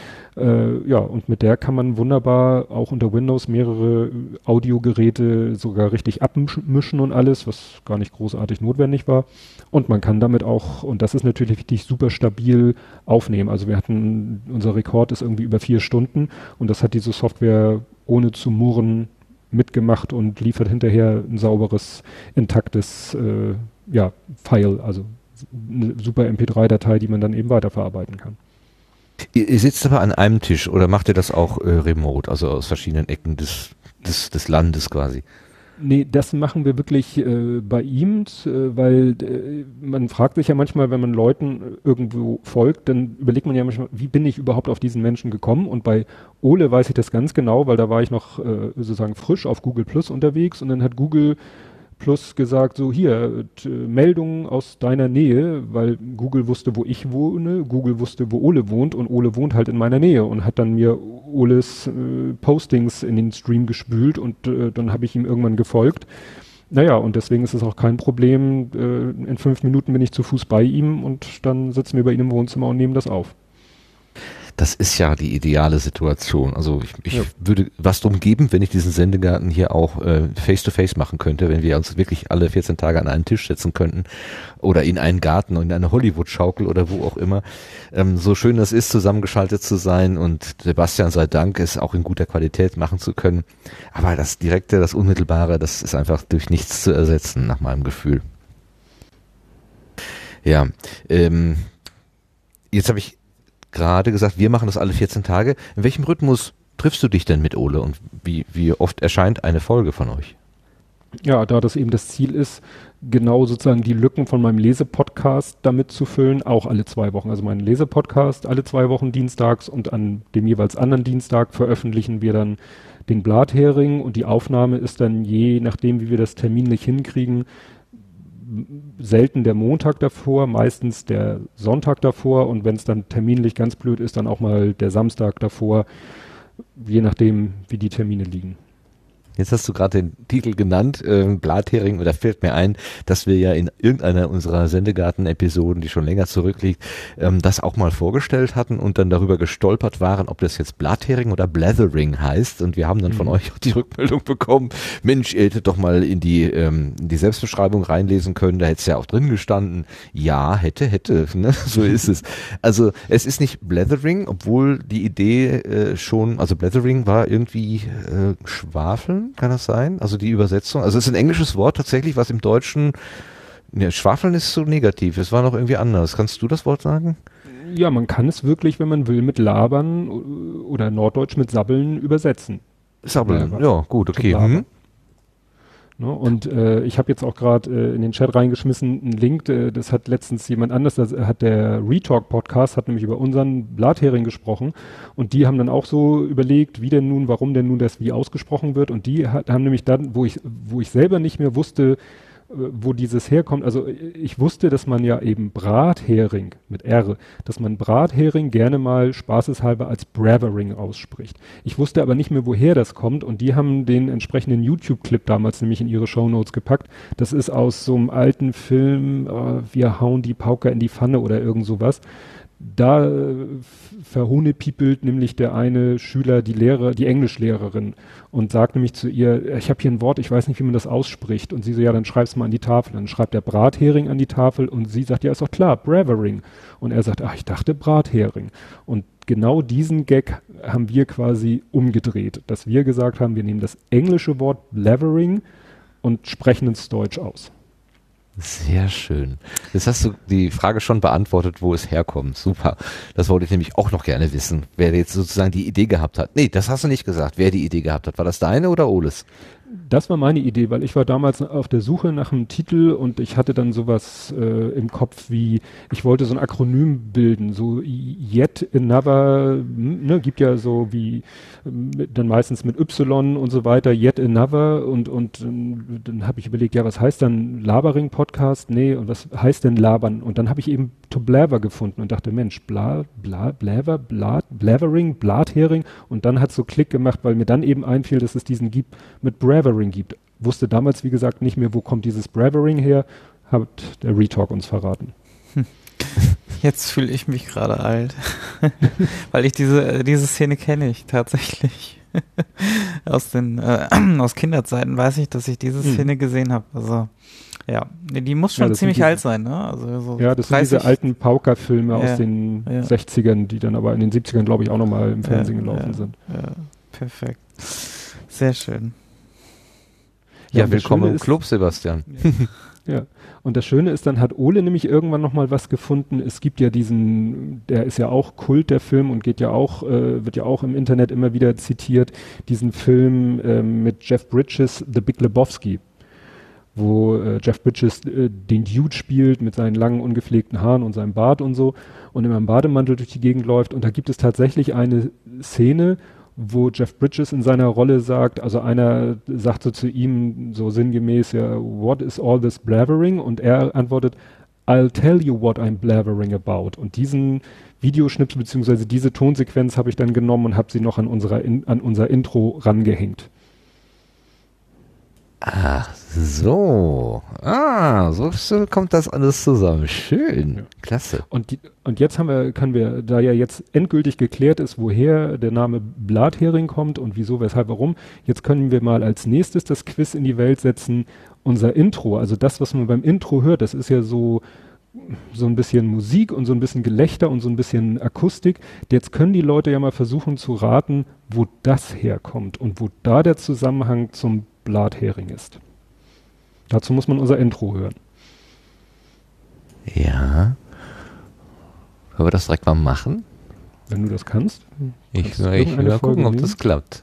Äh, ja, und mit der kann man wunderbar auch unter Windows mehrere Audiogeräte sogar richtig abmischen und alles, was gar nicht großartig notwendig war. Und man kann damit auch, und das ist natürlich richtig super stabil, aufnehmen. Also wir hatten, unser Rekord ist irgendwie über vier Stunden und das hat diese Software ohne zu murren mitgemacht und liefert hinterher ein sauberes, intaktes äh, ja, File, also eine super M P drei Datei, die man dann eben weiterverarbeiten kann. Ihr, ihr sitzt aber an einem Tisch oder macht ihr das auch äh, remote, also aus verschiedenen Ecken des, des, des Landes quasi? Nee, das machen wir wirklich äh, bei ihm, äh, weil äh, man fragt sich ja manchmal, wenn man Leuten irgendwo folgt, dann überlegt man ja manchmal, wie bin ich überhaupt auf diesen Menschen gekommen? Und bei Ole weiß ich das ganz genau, weil da war ich noch äh, sozusagen frisch auf Google Plus unterwegs und dann hat Google Plus gesagt, so hier, t- Meldungen aus deiner Nähe, weil Google wusste, wo ich wohne, Google wusste, wo Ole wohnt und Ole wohnt halt in meiner Nähe und hat dann mir Oles äh, Postings in den Stream gespült und äh, dann habe ich ihm irgendwann gefolgt. Naja, und deswegen ist es auch kein Problem, äh, in fünf Minuten bin ich zu Fuß bei ihm und dann sitzen wir bei ihm im Wohnzimmer und nehmen das auf. Das ist ja die ideale Situation. Also ich, ich Ja. würde was drum geben, wenn ich diesen Sendegarten hier auch äh, face-to-face machen könnte, wenn wir uns wirklich alle vierzehn Tage an einen Tisch setzen könnten oder in einen Garten und in eine Hollywood-Schaukel oder wo auch immer. Ähm, so schön es ist, zusammengeschaltet zu sein und Sebastian sei Dank, es auch in guter Qualität machen zu können. Aber das Direkte, das Unmittelbare, das ist einfach durch nichts zu ersetzen, nach meinem Gefühl. Ja, ähm, jetzt habe ich gerade gesagt, wir machen das alle vierzehn Tage. In welchem Rhythmus triffst du dich denn mit Ole und wie, wie oft erscheint eine Folge von euch? Ja, da das eben das Ziel ist, genau sozusagen die Lücken von meinem Lesepodcast damit zu füllen, auch alle zwei Wochen. Also mein Lesepodcast alle zwei Wochen dienstags und an dem jeweils anderen Dienstag veröffentlichen wir dann den Blathering und die Aufnahme ist dann je nachdem, wie wir das terminlich hinkriegen, selten der Montag davor, meistens der Sonntag davor und wenn es dann terminlich ganz blöd ist, dann auch mal der Samstag davor, je nachdem, wie die Termine liegen. Jetzt hast du gerade den Titel genannt, äh, Blathering, und da fällt mir ein, dass wir ja in irgendeiner unserer Sendegarten-Episoden, die schon länger zurückliegt, ähm, das auch mal vorgestellt hatten und dann darüber gestolpert waren, ob das jetzt Blathering oder Blathering heißt. Und wir haben dann von mhm. euch auch die Rückmeldung bekommen, Mensch, ihr hättet doch mal in die, ähm, in die Selbstbeschreibung reinlesen können, da hätte es ja auch drin gestanden. Ja, hätte, hätte, ne? So ist es. Also es ist nicht Blathering, obwohl die Idee äh, schon, also Blathering war irgendwie äh, Schwafeln. Kann das sein? Also die Übersetzung. Also es ist ein englisches Wort tatsächlich, was im Deutschen, ja, Schwafeln ist so negativ. Es war noch irgendwie anders. Kannst du das Wort sagen? Ja, man kann es wirklich, wenn man will, mit Labern oder Norddeutsch mit Sabbeln übersetzen. Sabbeln, ja, ja gut, okay. Mhm. Ne, und äh, ich habe jetzt auch gerade äh, in den Chat reingeschmissen einen Link, äh, das hat letztens jemand anders, das hat der Retalk-Podcast, hat nämlich über unseren Blathering gesprochen und die haben dann auch so überlegt, wie denn nun, warum denn nun das wie ausgesprochen wird und die hat, haben nämlich dann, wo ich, wo ich selber nicht mehr wusste, wo dieses herkommt, also ich wusste, dass man ja eben Brathering mit R, dass man Brathering gerne mal spaßeshalber als Bravering ausspricht. Ich wusste aber nicht mehr, woher das kommt und die haben den entsprechenden YouTube-Clip damals nämlich in ihre Shownotes gepackt. Das ist aus so einem alten Film, äh, wir hauen die Pauker in die Pfanne oder irgend sowas. Da äh, verhohnepiepelt nämlich der eine Schüler die Lehrer, die Englischlehrerin und sagt nämlich zu ihr, ich habe hier ein Wort, ich weiß nicht, wie man das ausspricht. Und sie so, ja, dann schreib's mal an die Tafel. Dann schreibt der Brathering an die Tafel und sie sagt, ja, ist doch klar, Bravering. Und er sagt, ach, ich dachte Brathering. Und genau diesen Gag haben wir quasi umgedreht, dass wir gesagt haben, wir nehmen das englische Wort Blavering und sprechen ins Deutsch aus. Sehr schön. Jetzt hast du die Frage schon beantwortet, wo es herkommt. Super. Das wollte ich nämlich auch noch gerne wissen, wer jetzt sozusagen die Idee gehabt hat. Nee, das hast du nicht gesagt, wer die Idee gehabt hat. War das deine oder Oles? Das war meine Idee, weil ich war damals auf der Suche nach einem Titel und ich hatte dann sowas äh, im Kopf wie, ich wollte so ein Akronym bilden, so Yet Another, ne, gibt ja so wie, mit, dann meistens mit Y und so weiter, Yet Another und, und dann, dann habe ich überlegt, ja, was heißt dann Labering Podcast? Nee, und was heißt denn Labern? Und dann habe ich eben To Blather gefunden und dachte, Mensch, bla, bla, Blather, bla, Blathering, Blathering und dann hat es so Klick gemacht, weil mir dann eben einfiel, dass es diesen gibt mit Bravering gibt. Wusste damals, wie gesagt, nicht mehr, wo kommt dieses Bravering her, hat der Retalk uns verraten. Jetzt fühle ich mich gerade alt, weil ich diese, diese Szene kenne ich tatsächlich. aus den äh, aus Kinderzeiten weiß ich, dass ich diese Szene hm. gesehen habe. Also ja, die muss schon ja, ziemlich alt sein, ne? Also so ja, das dreißig sind diese alten Pauker-Filme ja, aus den ja. sechzigern, die dann aber in den siebzigern, glaube ich, auch nochmal im Fernsehen ja, gelaufen ja, sind. Ja, perfekt. Sehr schön. Ja, ja willkommen im Club, Sebastian. Ja. ja, und das Schöne ist, dann hat Ole nämlich irgendwann nochmal was gefunden. Es gibt ja diesen, der ist ja auch Kult, der Film, und geht ja auch, äh, wird ja auch im Internet immer wieder zitiert, diesen Film äh, mit Jeff Bridges, The Big Lebowski, wo äh, Jeff Bridges äh, den Dude spielt mit seinen langen, ungepflegten Haaren und seinem Bart und so und immer im Bademantel durch die Gegend läuft. Und da gibt es tatsächlich eine Szene, wo Jeff Bridges in seiner Rolle sagt, also einer sagt so zu ihm so sinngemäß, ja, what is all this blathering? Und er antwortet, I'll tell you what I'm blathering about. Und diesen Videoschnips beziehungsweise diese Tonsequenz habe ich dann genommen und habe sie noch an unserer in, an unser Intro rangehängt. Ach so. Ah, so, so kommt das alles zusammen. Schön. Ja. Klasse. Und, die, und jetzt haben wir, können wir, da ja jetzt endgültig geklärt ist, woher der Name Blathering kommt und wieso, weshalb, warum, jetzt können wir mal als nächstes das Quiz in die Welt setzen. Unser Intro, also das, was man beim Intro hört, das ist ja so, so ein bisschen Musik und so ein bisschen Gelächter und so ein bisschen Akustik. Jetzt können die Leute ja mal versuchen zu raten, wo das herkommt und wo da der Zusammenhang zum Blathering ist. Dazu muss man unser Intro hören. Ja. Können wir das direkt mal machen? Wenn du das kannst. Ich, ich will mal gucken, nehmen. ob das klappt.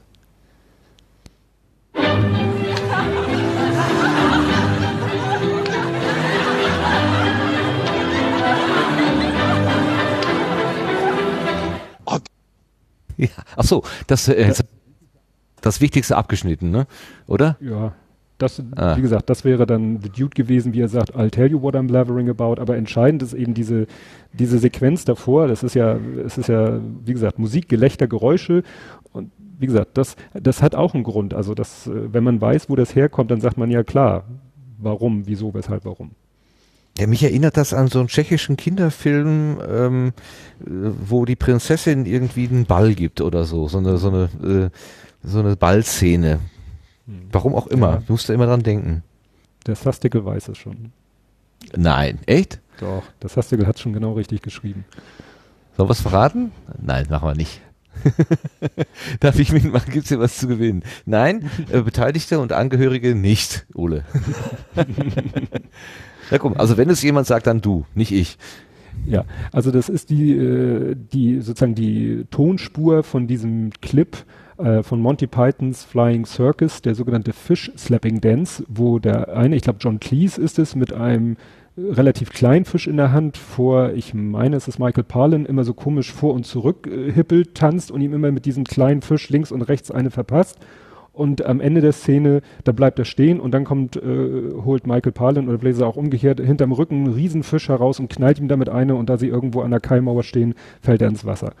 Ja, ach so, das, äh, das Wichtigste abgeschnitten, ne? Oder? Ja. das, Ah. wie gesagt, das wäre dann The Dude gewesen, wie er sagt, I'll tell you what I'm blathering about, aber entscheidend ist eben diese, diese Sequenz davor, das ist ja, es ist ja, wie gesagt, Musik, Gelächter, Geräusche und wie gesagt, das, das hat auch einen Grund, also das, wenn man weiß, wo das herkommt, dann sagt man ja klar, warum, wieso, weshalb, warum. Ja, mich erinnert das an so einen tschechischen Kinderfilm, ähm, äh, wo die Prinzessin irgendwie einen Ball gibt oder so, so eine, so eine, äh, so eine Ballszene. Warum auch immer, Ja. du musst da immer dran denken. Der Sastikel weiß es schon. Nein, echt? Doch, der Sastikel hat es schon genau richtig geschrieben. Sollen wir es verraten? Nein, machen wir nicht. Darf ich mitmachen? Gibt es hier was zu gewinnen? Nein, äh, Beteiligte und Angehörige nicht, Ole. Na komm, also wenn es jemand sagt, dann du, nicht ich. Ja, also das ist die, äh, die sozusagen die Tonspur von diesem Clip äh, von Monty Pythons Flying Circus, der sogenannte Fish Slapping Dance, wo der eine, ich glaube John Cleese ist es, mit einem relativ kleinen Fisch in der Hand vor, ich meine, es ist Michael Palin, immer so komisch vor und zurück äh, hippelt, tanzt und ihm immer mit diesem kleinen Fisch links und rechts eine verpasst. Und am Ende der Szene, da bleibt er stehen und dann kommt, äh, holt Michael Palin oder Blazer auch umgekehrt hinterm Rücken einen Riesenfisch heraus und knallt ihm damit eine und da sie irgendwo an der Kaimauer stehen, fällt er ins Wasser.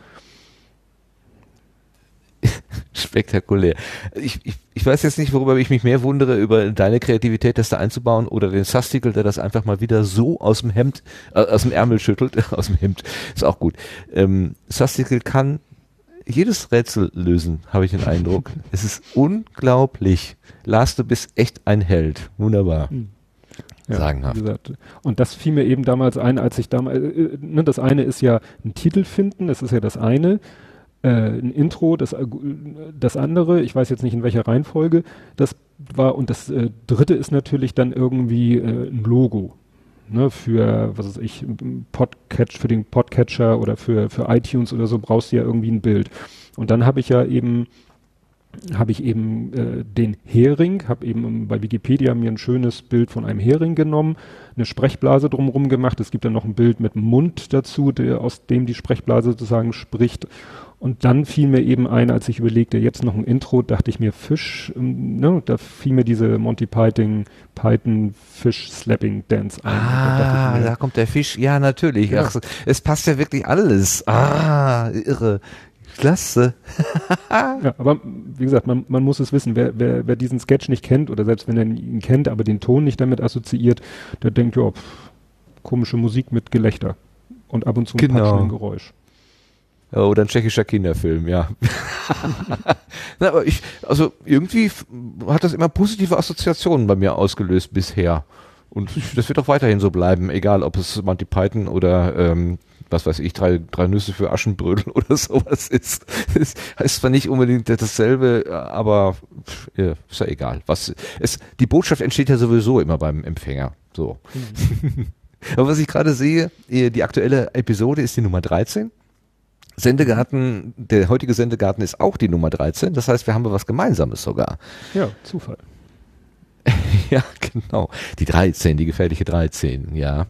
Spektakulär. Ich, ich, ich weiß jetzt nicht, worüber ich mich mehr wundere, über deine Kreativität, das da einzubauen oder den Sastikel, der das einfach mal wieder so aus dem Hemd, äh, aus dem Ärmel schüttelt, aus dem Hemd, ist auch gut. Ähm, Sastikel kann jedes Rätsel lösen, habe ich den Eindruck. Es ist unglaublich. Lars, du bist echt ein Held. Wunderbar. Ja, Sagenhaft. wie gesagt. Und das fiel mir eben damals ein, als ich damals, äh, ne, das eine ist ja ein Titel finden, das ist ja das eine, äh, ein Intro, das, das andere, ich weiß jetzt nicht in welcher Reihenfolge, das war, und das äh, dritte ist natürlich dann irgendwie äh, ein Logo. Ne, für, was weiß ich, Podcatch, für den Podcatcher oder für, für iTunes oder so brauchst du ja irgendwie ein Bild. Und dann habe ich ja eben, habe ich eben äh, den Hering, habe eben bei Wikipedia mir ein schönes Bild von einem Hering genommen, eine Sprechblase drumherum gemacht. Es gibt dann noch ein Bild mit dem Mund dazu, der, aus dem die Sprechblase sozusagen spricht. Und dann fiel mir eben ein, als ich überlegte, jetzt noch ein Intro, dachte ich mir Fisch, ähm, ne, da fiel mir diese Monty Python, Python Fish Slapping Dance ein. Ah, da, mir, da kommt der Fisch. Ja, natürlich. Ja. Ach, es passt ja wirklich alles. Ah, irre. Klasse. Ja, aber wie gesagt, man, man muss es wissen, wer, wer, wer diesen Sketch nicht kennt oder selbst wenn er ihn kennt, aber den Ton nicht damit assoziiert, der denkt, ja, pff, komische Musik mit Gelächter und ab und zu ein Genau. patschenden Geräusch. Ja, oder ein tschechischer Kinderfilm, ja. Na, aber ich, also irgendwie f- hat das immer positive Assoziationen bei mir ausgelöst bisher. Und das wird auch weiterhin so bleiben, egal ob es Monty Python oder ähm, was weiß ich, drei, drei Nüsse für Aschenbrödel oder sowas ist. Das heißt zwar nicht unbedingt dasselbe, aber pff, ja, ist ja egal. Was, es, die Botschaft entsteht ja sowieso immer beim Empfänger. So. Mhm. Aber was ich gerade sehe, die aktuelle Episode ist die Nummer dreizehn. Sendegarten, der heutige Sendegarten ist auch die Nummer dreizehn. Das heißt, wir haben was Gemeinsames sogar. Ja, Zufall. Ja, genau. Die dreizehn, die gefährliche dreizehn, ja.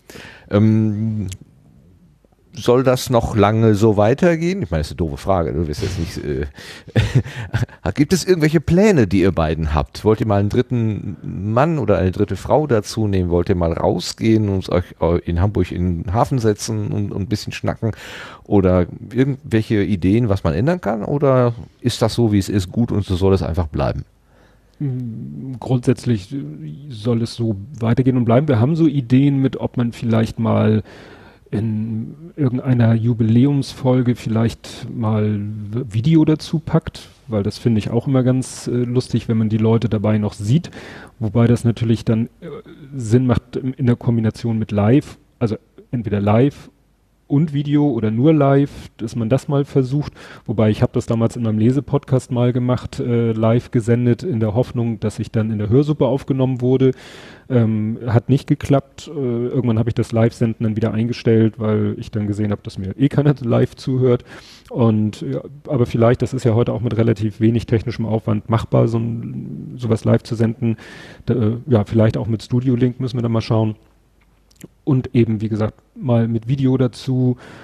Ähm, soll das noch lange so weitergehen? Ich meine, das ist eine doofe Frage. Du wirst jetzt nicht. Äh, gibt es irgendwelche Pläne, die ihr beiden habt? Wollt ihr mal einen dritten Mann oder eine dritte Frau dazu nehmen? Wollt ihr mal rausgehen und euch in Hamburg in den Hafen setzen und, und ein bisschen schnacken? Oder irgendwelche Ideen, was man ändern kann? Oder ist das so, wie es ist, gut und so soll es einfach bleiben? Grundsätzlich soll es so weitergehen und bleiben. Wir haben so Ideen mit, ob man vielleicht mal in irgendeiner Jubiläumsfolge vielleicht mal Video dazu packt, weil das finde ich auch immer ganz äh, lustig, wenn man die Leute dabei noch sieht, wobei das natürlich dann äh, Sinn macht in der Kombination mit Live, also entweder Live und Video oder nur live, dass man das mal versucht. Wobei ich habe das damals in meinem Lesepodcast mal gemacht, äh, live gesendet, in der Hoffnung, dass ich dann in der Hörsuppe aufgenommen wurde. Ähm, hat nicht geklappt. Äh, irgendwann habe ich das Live-Senden dann wieder eingestellt, weil ich dann gesehen habe, dass mir eh keiner live zuhört. Und ja, aber vielleicht, das ist ja heute auch mit relativ wenig technischem Aufwand machbar, so ein, sowas live zu senden. Da, äh, ja, vielleicht auch mit Studio-Link müssen wir dann mal schauen. Und eben, wie gesagt, mal mit Video dazu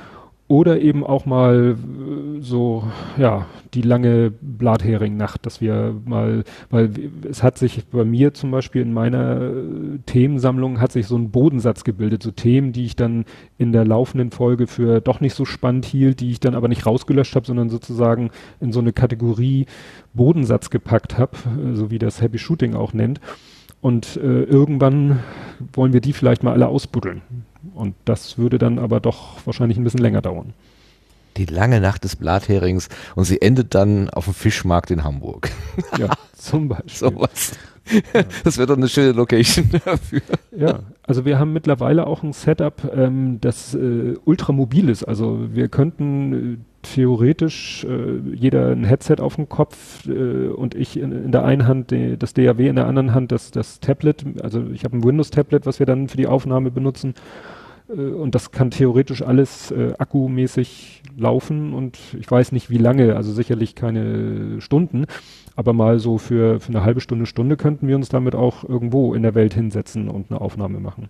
Oder eben auch mal äh, so, ja, die lange Blathering-Nacht, dass wir mal, weil es hat sich bei mir zum Beispiel in meiner äh, Themensammlung hat sich so ein Bodensatz gebildet, so Themen, die ich dann in der laufenden Folge für doch nicht so spannend hielt, die ich dann aber nicht rausgelöscht habe, sondern sozusagen in so eine Kategorie Bodensatz gepackt habe, äh, so wie das Happy Shooting auch nennt. Und äh, irgendwann wollen wir die vielleicht mal alle ausbuddeln. Und das würde dann aber doch wahrscheinlich ein bisschen länger dauern. Die lange Nacht des Blatherings und sie endet dann auf dem Fischmarkt in Hamburg. Ja, zum Beispiel. Sowas. Ja. Das wäre doch eine schöne Location dafür. Ja, also wir haben mittlerweile auch ein Setup, ähm, das äh, ultramobil ist. Also wir könnten äh, theoretisch äh, jeder ein Headset auf dem Kopf äh, und ich in, in der einen Hand die, das D A W, in der anderen Hand das, das Tablet. Also ich habe ein Windows-Tablet, was wir dann für die Aufnahme benutzen. Äh, und das kann theoretisch alles äh, akkumäßig laufen und ich weiß nicht wie lange, also sicherlich keine Stunden, aber mal so für, für eine halbe Stunde, Stunde könnten wir uns damit auch irgendwo in der Welt hinsetzen und eine Aufnahme machen.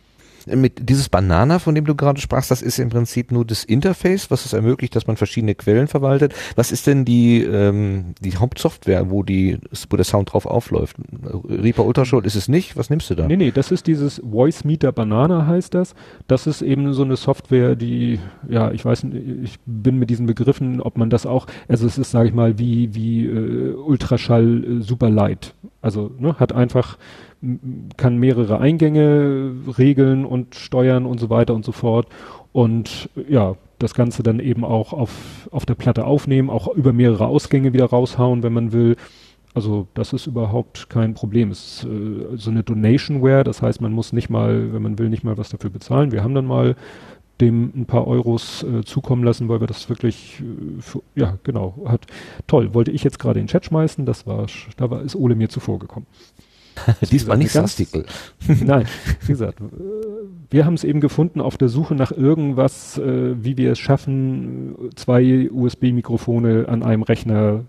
Mit dieses Banana, von dem du gerade sprachst, das ist im Prinzip nur das Interface, was es ermöglicht, dass man verschiedene Quellen verwaltet. Was ist denn die ähm, die Hauptsoftware, wo die wo der Sound drauf aufläuft? Reaper Ultraschall ist es nicht? Was nimmst du da? Nee, nee, das ist dieses Voice Meter Banana heißt das. Das ist eben so eine Software, die, ja, ich weiß nicht, ich bin mit diesen Begriffen, ob man das auch, also es ist, sage ich mal, wie wie äh, Ultraschall äh, super light. Also ne, hat einfach kann mehrere Eingänge regeln und steuern und so weiter und so fort und ja, das Ganze dann eben auch auf, auf der Platte aufnehmen, auch über mehrere Ausgänge wieder raushauen, wenn man will. Also das ist überhaupt kein Problem. Es ist äh, so eine Donationware, das heißt, man muss nicht mal, wenn man will, nicht mal was dafür bezahlen. Wir haben dann mal dem ein paar Euros äh, zukommen lassen, weil wir das wirklich, äh, für, ja genau, hat toll. Wollte ich jetzt gerade in den Chat schmeißen, das war, da war, ist Ole mir zuvor gekommen. Diesmal nicht Sastikel. Nein, wie gesagt, wir haben es eben gefunden auf der Suche nach irgendwas, äh, wie wir es schaffen, zwei U S B-Mikrofone an einem Rechner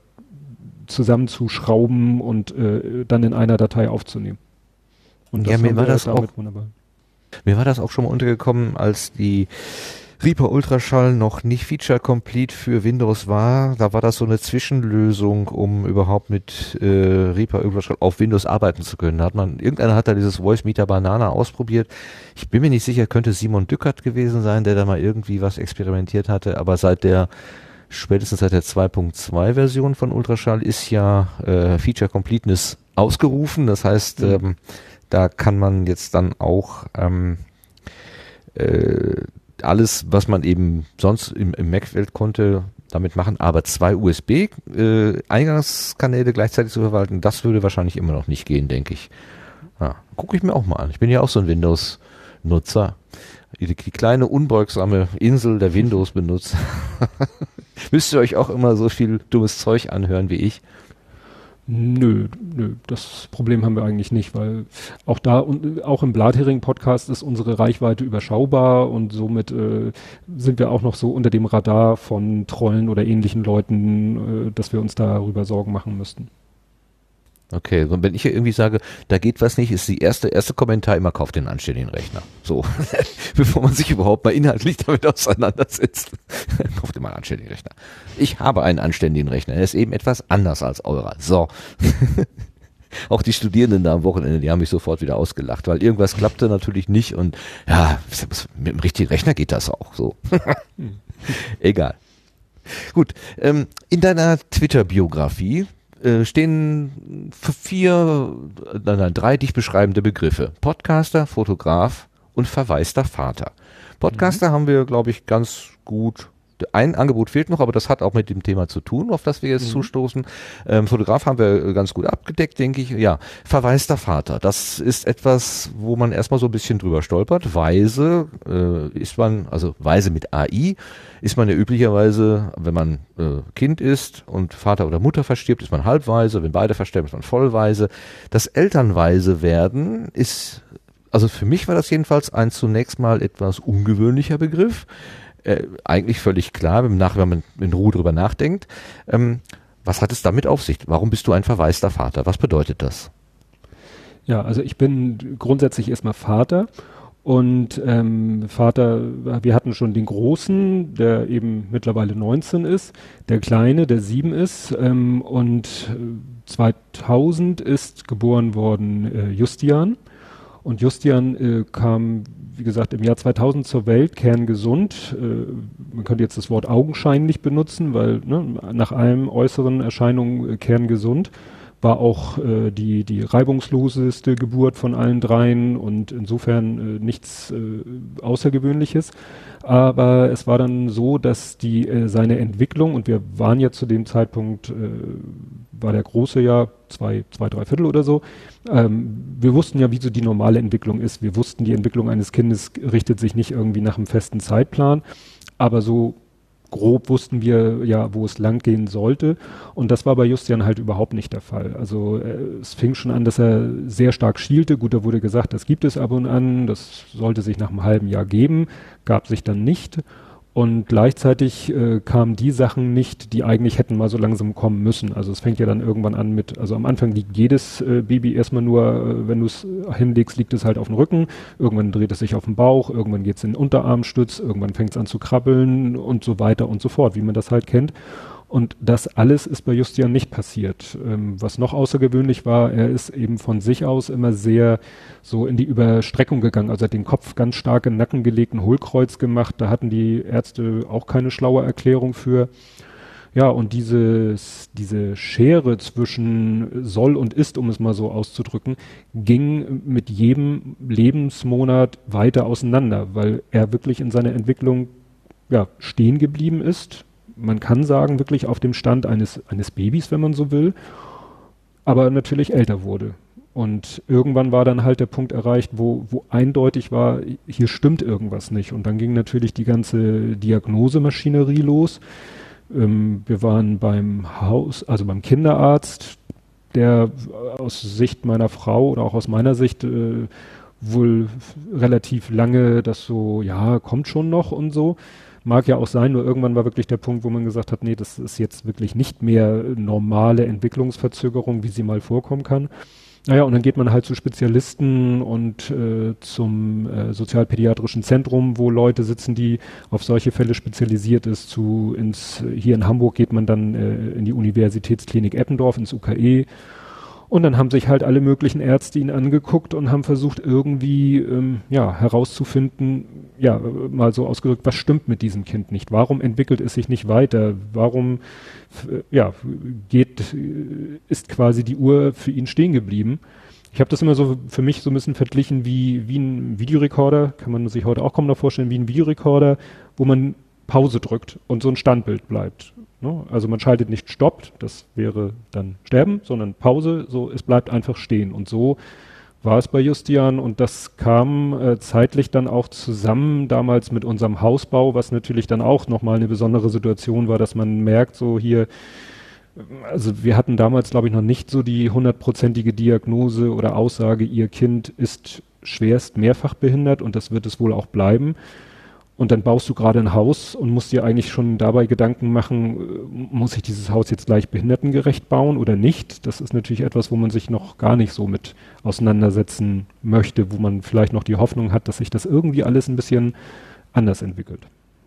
zusammenzuschrauben und äh, dann in einer Datei aufzunehmen. Und das ja, mir war das auch, wunderbar. Mir war das auch schon mal untergekommen, als die Reaper Ultraschall noch nicht Feature-Complete für Windows war. Da war das so eine Zwischenlösung, um überhaupt mit äh, Reaper Ultraschall auf Windows arbeiten zu können. Da hat man, irgendeiner hat da dieses Voice Meter Banana ausprobiert. Ich bin mir nicht sicher, könnte Simon Dückert gewesen sein, der da mal irgendwie was experimentiert hatte. Aber seit der, spätestens seit der zwei Punkt zwei Version von Ultraschall ist ja äh, Feature-Completeness ausgerufen. Das heißt, mhm. ähm, da kann man jetzt dann auch ähm, äh, alles, was man eben sonst im, im Mac-Welt konnte, damit machen, aber zwei U S B-Eingangskanäle äh, gleichzeitig zu verwalten, das würde wahrscheinlich immer noch nicht gehen, denke ich. Ja, gucke ich mir auch mal an. Ich bin ja auch so ein Windows-Nutzer. Die, die kleine, unbeugsame Insel der Windows-Benutzer. Müsst ihr euch auch immer so viel dummes Zeug anhören wie ich? Nö, nö, das Problem haben wir eigentlich nicht, weil auch da und auch im Blathering-Podcast ist unsere Reichweite überschaubar und somit äh, sind wir auch noch so unter dem Radar von Trollen oder ähnlichen Leuten, äh, dass wir uns darüber Sorgen machen müssten. Okay, und wenn ich hier irgendwie sage, da geht was nicht, ist die erste erste Kommentar immer, kauft den anständigen Rechner. So, bevor man sich überhaupt mal inhaltlich damit auseinandersetzt. Kauft immer einen anständigen Rechner. Ich habe einen anständigen Rechner, er ist eben etwas anders als eurer. So. Auch die Studierenden da am Wochenende, die haben mich sofort wieder ausgelacht, weil irgendwas klappte natürlich nicht und ja, mit dem richtigen Rechner geht das auch so. Egal. Gut, ähm, in deiner Twitter-Biografie stehen vier, nein, nein, drei dich beschreibende Begriffe. Podcaster, Fotograf und verwaister Vater. Podcaster mhm. haben wir, glaube ich, ganz gut. Ein Angebot fehlt noch, aber das hat auch mit dem Thema zu tun, auf das wir jetzt mhm. zustoßen. Ähm, Fotograf haben wir ganz gut abgedeckt, denke ich. Ja, verwaister Vater. Das ist etwas, wo man erstmal so ein bisschen drüber stolpert. Weise äh, ist man, also Weise mit A I, ist man ja üblicherweise, wenn man äh, Kind ist und Vater oder Mutter verstirbt, ist man halbweise. Wenn beide versterben, ist man vollweise. Das Elternweise werden ist, also für mich war das jedenfalls ein zunächst mal etwas ungewöhnlicher Begriff. Äh, eigentlich völlig klar, wenn man, wenn man in Ruhe drüber nachdenkt. Ähm, was hat es damit auf sich? Warum bist du ein verwaister Vater? Was bedeutet das? Ja, also ich bin grundsätzlich erstmal Vater Und ähm, Vater, wir hatten schon den Großen, der eben mittlerweile neunzehn ist, der Kleine, der sieben ist, ähm, und zweitausend ist geboren worden äh, Justian. Und Justian äh, kam, wie gesagt, im Jahr zweitausend zur Welt, kerngesund. Äh, man könnte jetzt das Wort augenscheinlich benutzen, weil ne, nach allen äußeren Erscheinungen äh, kerngesund. War auch äh, die, die reibungsloseste Geburt von allen dreien und insofern äh, nichts äh, Außergewöhnliches. Aber es war dann so, dass die äh, seine Entwicklung, und wir waren ja zu dem Zeitpunkt, äh, war der Große ja zwei, zwei, drei Viertel oder so. Ähm, wir wussten ja, wie so die normale Entwicklung ist. Wir wussten, die Entwicklung eines Kindes richtet sich nicht irgendwie nach einem festen Zeitplan, aber so grob wussten wir ja, wo es lang gehen sollte. Und das war bei Justian halt überhaupt nicht der Fall. Also äh, es fing schon an, dass er sehr stark schielte. Gut, da wurde gesagt, das gibt es ab und an. Das sollte sich nach einem halben Jahr geben. Gab sich dann nicht. Und gleichzeitig äh, kamen die Sachen nicht, die eigentlich hätten mal so langsam kommen müssen. Also es fängt ja dann irgendwann an mit, also am Anfang liegt jedes äh, Baby erstmal nur, äh, wenn du es hinlegst, liegt es halt auf dem Rücken. Irgendwann dreht es sich auf den Bauch, irgendwann geht es in den Unterarmstütz, irgendwann fängt es an zu krabbeln und so weiter und so fort, wie man das halt kennt. Und das alles ist bei Justian nicht passiert. Ähm, was noch außergewöhnlich war, er ist eben von sich aus immer sehr so in die Überstreckung gegangen. Also er hat den Kopf ganz stark in den Nacken gelegt, ein Hohlkreuz gemacht. Da hatten die Ärzte auch keine schlaue Erklärung für. Ja, und dieses, diese Schere zwischen soll und ist, um es mal so auszudrücken, ging mit jedem Lebensmonat weiter auseinander, weil er wirklich in seiner Entwicklung ja, stehen geblieben ist. Man kann sagen, wirklich auf dem Stand eines, eines Babys, wenn man so will, aber natürlich älter wurde. Und irgendwann war dann halt der Punkt erreicht, wo, wo eindeutig war, hier stimmt irgendwas nicht. Und dann ging natürlich die ganze Diagnosemaschinerie los. Ähm, wir waren beim Haus, also beim Kinderarzt, der aus Sicht meiner Frau oder auch aus meiner Sicht äh, wohl relativ lange das so, ja, kommt schon noch und so. Mag ja auch sein, nur irgendwann war wirklich der Punkt, wo man gesagt hat, nee, das ist jetzt wirklich nicht mehr normale Entwicklungsverzögerung, wie sie mal vorkommen kann. Naja, und dann geht man halt zu Spezialisten und äh, zum äh, sozialpädiatrischen Zentrum, wo Leute sitzen, die auf solche Fälle spezialisiert ist. Zu ins hier in Hamburg geht man dann äh, in die Universitätsklinik Eppendorf, ins U K E. Und dann haben sich halt alle möglichen Ärzte ihn angeguckt und haben versucht irgendwie ähm, ja herauszufinden, ja mal so ausgedrückt, was stimmt mit diesem Kind nicht? Warum entwickelt es sich nicht weiter? Warum äh, ja geht äh, ist quasi die Uhr für ihn stehen geblieben? Ich habe das immer so für mich so ein bisschen verglichen wie wie ein Videorekorder, kann man sich heute auch kaum noch vorstellen, wie ein Videorekorder, wo man Pause drückt und so ein Standbild bleibt. No, also man schaltet nicht Stopp, das wäre dann Sterben, sondern Pause, so es bleibt einfach stehen. Und so war es bei Justian und das kam äh, zeitlich dann auch zusammen damals mit unserem Hausbau, was natürlich dann auch nochmal eine besondere Situation war, dass man merkt, so hier, also wir hatten damals glaube ich noch nicht so die hundertprozentige Diagnose oder Aussage, ihr Kind ist schwerst mehrfach behindert und das wird es wohl auch bleiben. Und dann baust du gerade ein Haus und musst dir eigentlich schon dabei Gedanken machen, muss ich dieses Haus jetzt gleich behindertengerecht bauen oder nicht? Das ist natürlich etwas, wo man sich noch gar nicht so mit auseinandersetzen möchte, wo man vielleicht noch die Hoffnung hat, dass sich das irgendwie alles ein bisschen anders entwickelt.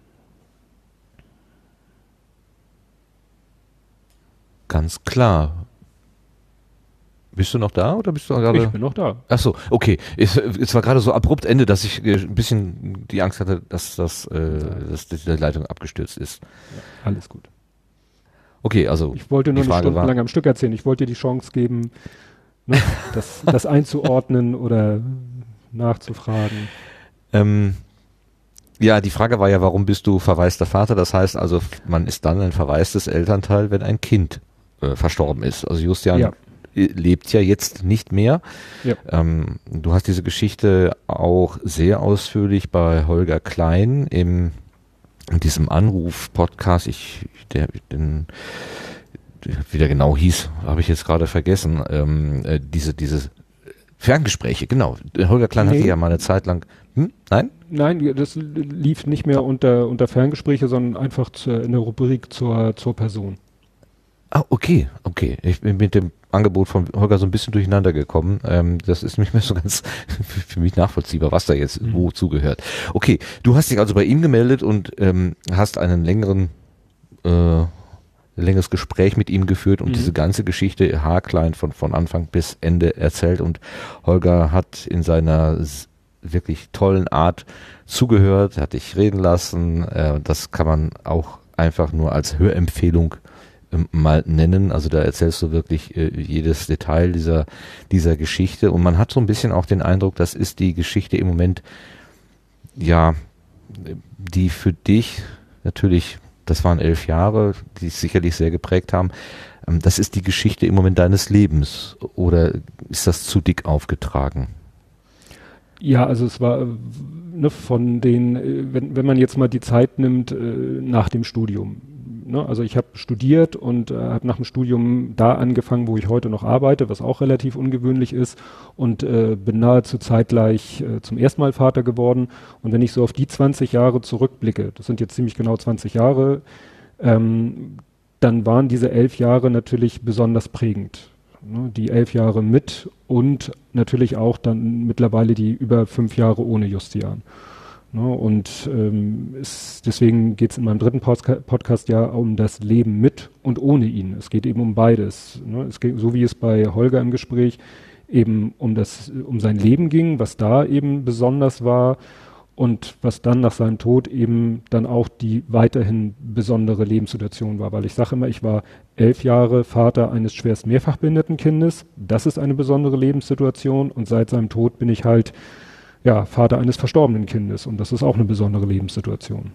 Ganz klar. Bist du noch da oder bist du gerade? Ich bin noch da. Ach so, okay. Es, es war gerade so abrupt Ende, dass ich äh, ein bisschen die Angst hatte, dass das, äh, dass die Leitung abgestürzt ist. Ja, alles gut. Okay, also ich wollte nur nicht stundenlang am Stück erzählen. Ich wollte dir die Chance geben, ne, das, das einzuordnen oder nachzufragen. Ähm, ja, die Frage war ja, warum bist du verwaister Vater? Das heißt also, man ist dann ein verwaistes Elternteil, wenn ein Kind äh, verstorben ist. Also Justian ja. lebt ja jetzt nicht mehr. Ja. Ähm, du hast diese Geschichte auch sehr ausführlich bei Holger Klein im in diesem Anruf-Podcast, ich, der, den, wie der genau hieß, habe ich jetzt gerade vergessen, ähm, äh, diese, diese Ferngespräche, genau. Holger Klein nee. hatte ja mal eine Zeit lang, hm? Nein? Nein, das lief nicht mehr unter, unter Ferngespräche, sondern einfach zu, in der Rubrik zur, zur Person. Ah, okay, okay. Ich bin mit dem Angebot von Holger so ein bisschen durcheinander gekommen. Ähm, das ist nicht mehr so ganz für mich nachvollziehbar, was da jetzt mhm. wo zugehört. Okay, du hast dich also bei ihm gemeldet und ähm, hast einen längeren äh, längeres Gespräch mit ihm geführt und mhm. diese ganze Geschichte haarklein von, von Anfang bis Ende erzählt, und Holger hat in seiner wirklich tollen Art zugehört, hat dich reden lassen. Äh, das kann man auch einfach nur als Hörempfehlung ähm, mal nennen. Also da erzählst du wirklich äh, jedes Detail dieser, dieser Geschichte, und man hat so ein bisschen auch den Eindruck, das ist die Geschichte im Moment, ja, die für dich natürlich, das waren elf Jahre, die dich sicherlich sehr geprägt haben. Das ist die Geschichte im Moment deines Lebens, oder ist das zu dick aufgetragen? Ja, also es war ne, von den, wenn, wenn man jetzt mal die Zeit nimmt äh, nach dem Studium. Ne? Also ich habe studiert und äh, habe nach dem Studium da angefangen, wo ich heute noch arbeite, was auch relativ ungewöhnlich ist, und äh, bin nahezu zeitgleich äh, zum ersten Mal Vater geworden. Und wenn ich so auf die zwanzig Jahre zurückblicke, das sind jetzt ziemlich genau zwanzig Jahre, ähm, dann waren diese elf Jahre natürlich besonders prägend. Ne? Die elf Jahre mit und natürlich auch dann mittlerweile die über fünf Jahre ohne Justian. Ne? Und ähm, es, deswegen geht es in meinem dritten Podca- Podcast ja um das Leben mit und ohne ihn. Es geht eben um beides. Ne? Es geht, so wie es bei Holger im Gespräch eben um das, um sein Leben ging, was da eben besonders war, und was dann nach seinem Tod eben dann auch die weiterhin besondere Lebenssituation war. Weil ich sage immer, ich war elf Jahre Vater eines schwerst mehrfach behinderten Kindes. Das ist eine besondere Lebenssituation. Und seit seinem Tod bin ich halt, ja, Vater eines verstorbenen Kindes. Und das ist auch eine besondere Lebenssituation.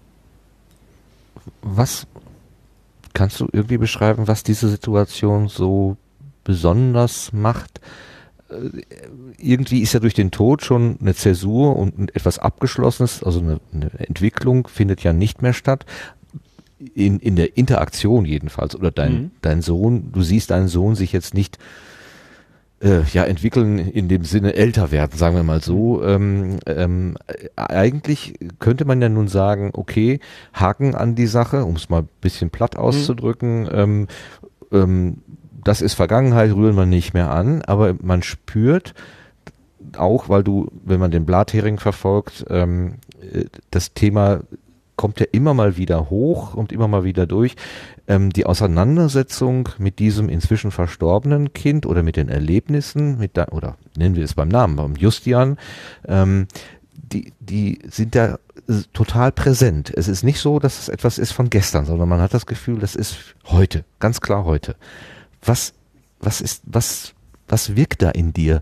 Was kannst du irgendwie beschreiben, was diese Situation so besonders macht? Irgendwie ist ja durch den Tod schon eine Zäsur und etwas Abgeschlossenes, also eine, eine Entwicklung findet ja nicht mehr statt. In, in der Interaktion jedenfalls. Oder dein, mhm. dein Sohn, du siehst deinen Sohn sich jetzt nicht äh, ja entwickeln in dem Sinne älter werden, sagen wir mal so. Ähm, ähm, eigentlich könnte man ja nun sagen, okay, Haken an die Sache, um es mal ein bisschen platt auszudrücken, mhm. ähm, ähm, das ist Vergangenheit, rühren wir nicht mehr an, aber man spürt auch, weil du, wenn man den Blathering verfolgt, ähm, das Thema kommt ja immer mal wieder hoch und immer mal wieder durch, ähm, die Auseinandersetzung mit diesem inzwischen verstorbenen Kind oder mit den Erlebnissen, mit da, oder nennen wir es beim Namen, beim Justian, ähm, die, die sind da total präsent. Es ist nicht so, dass es etwas ist von gestern, sondern man hat das Gefühl, das ist heute, ganz klar heute. Was, was ist, was, was wirkt da in dir?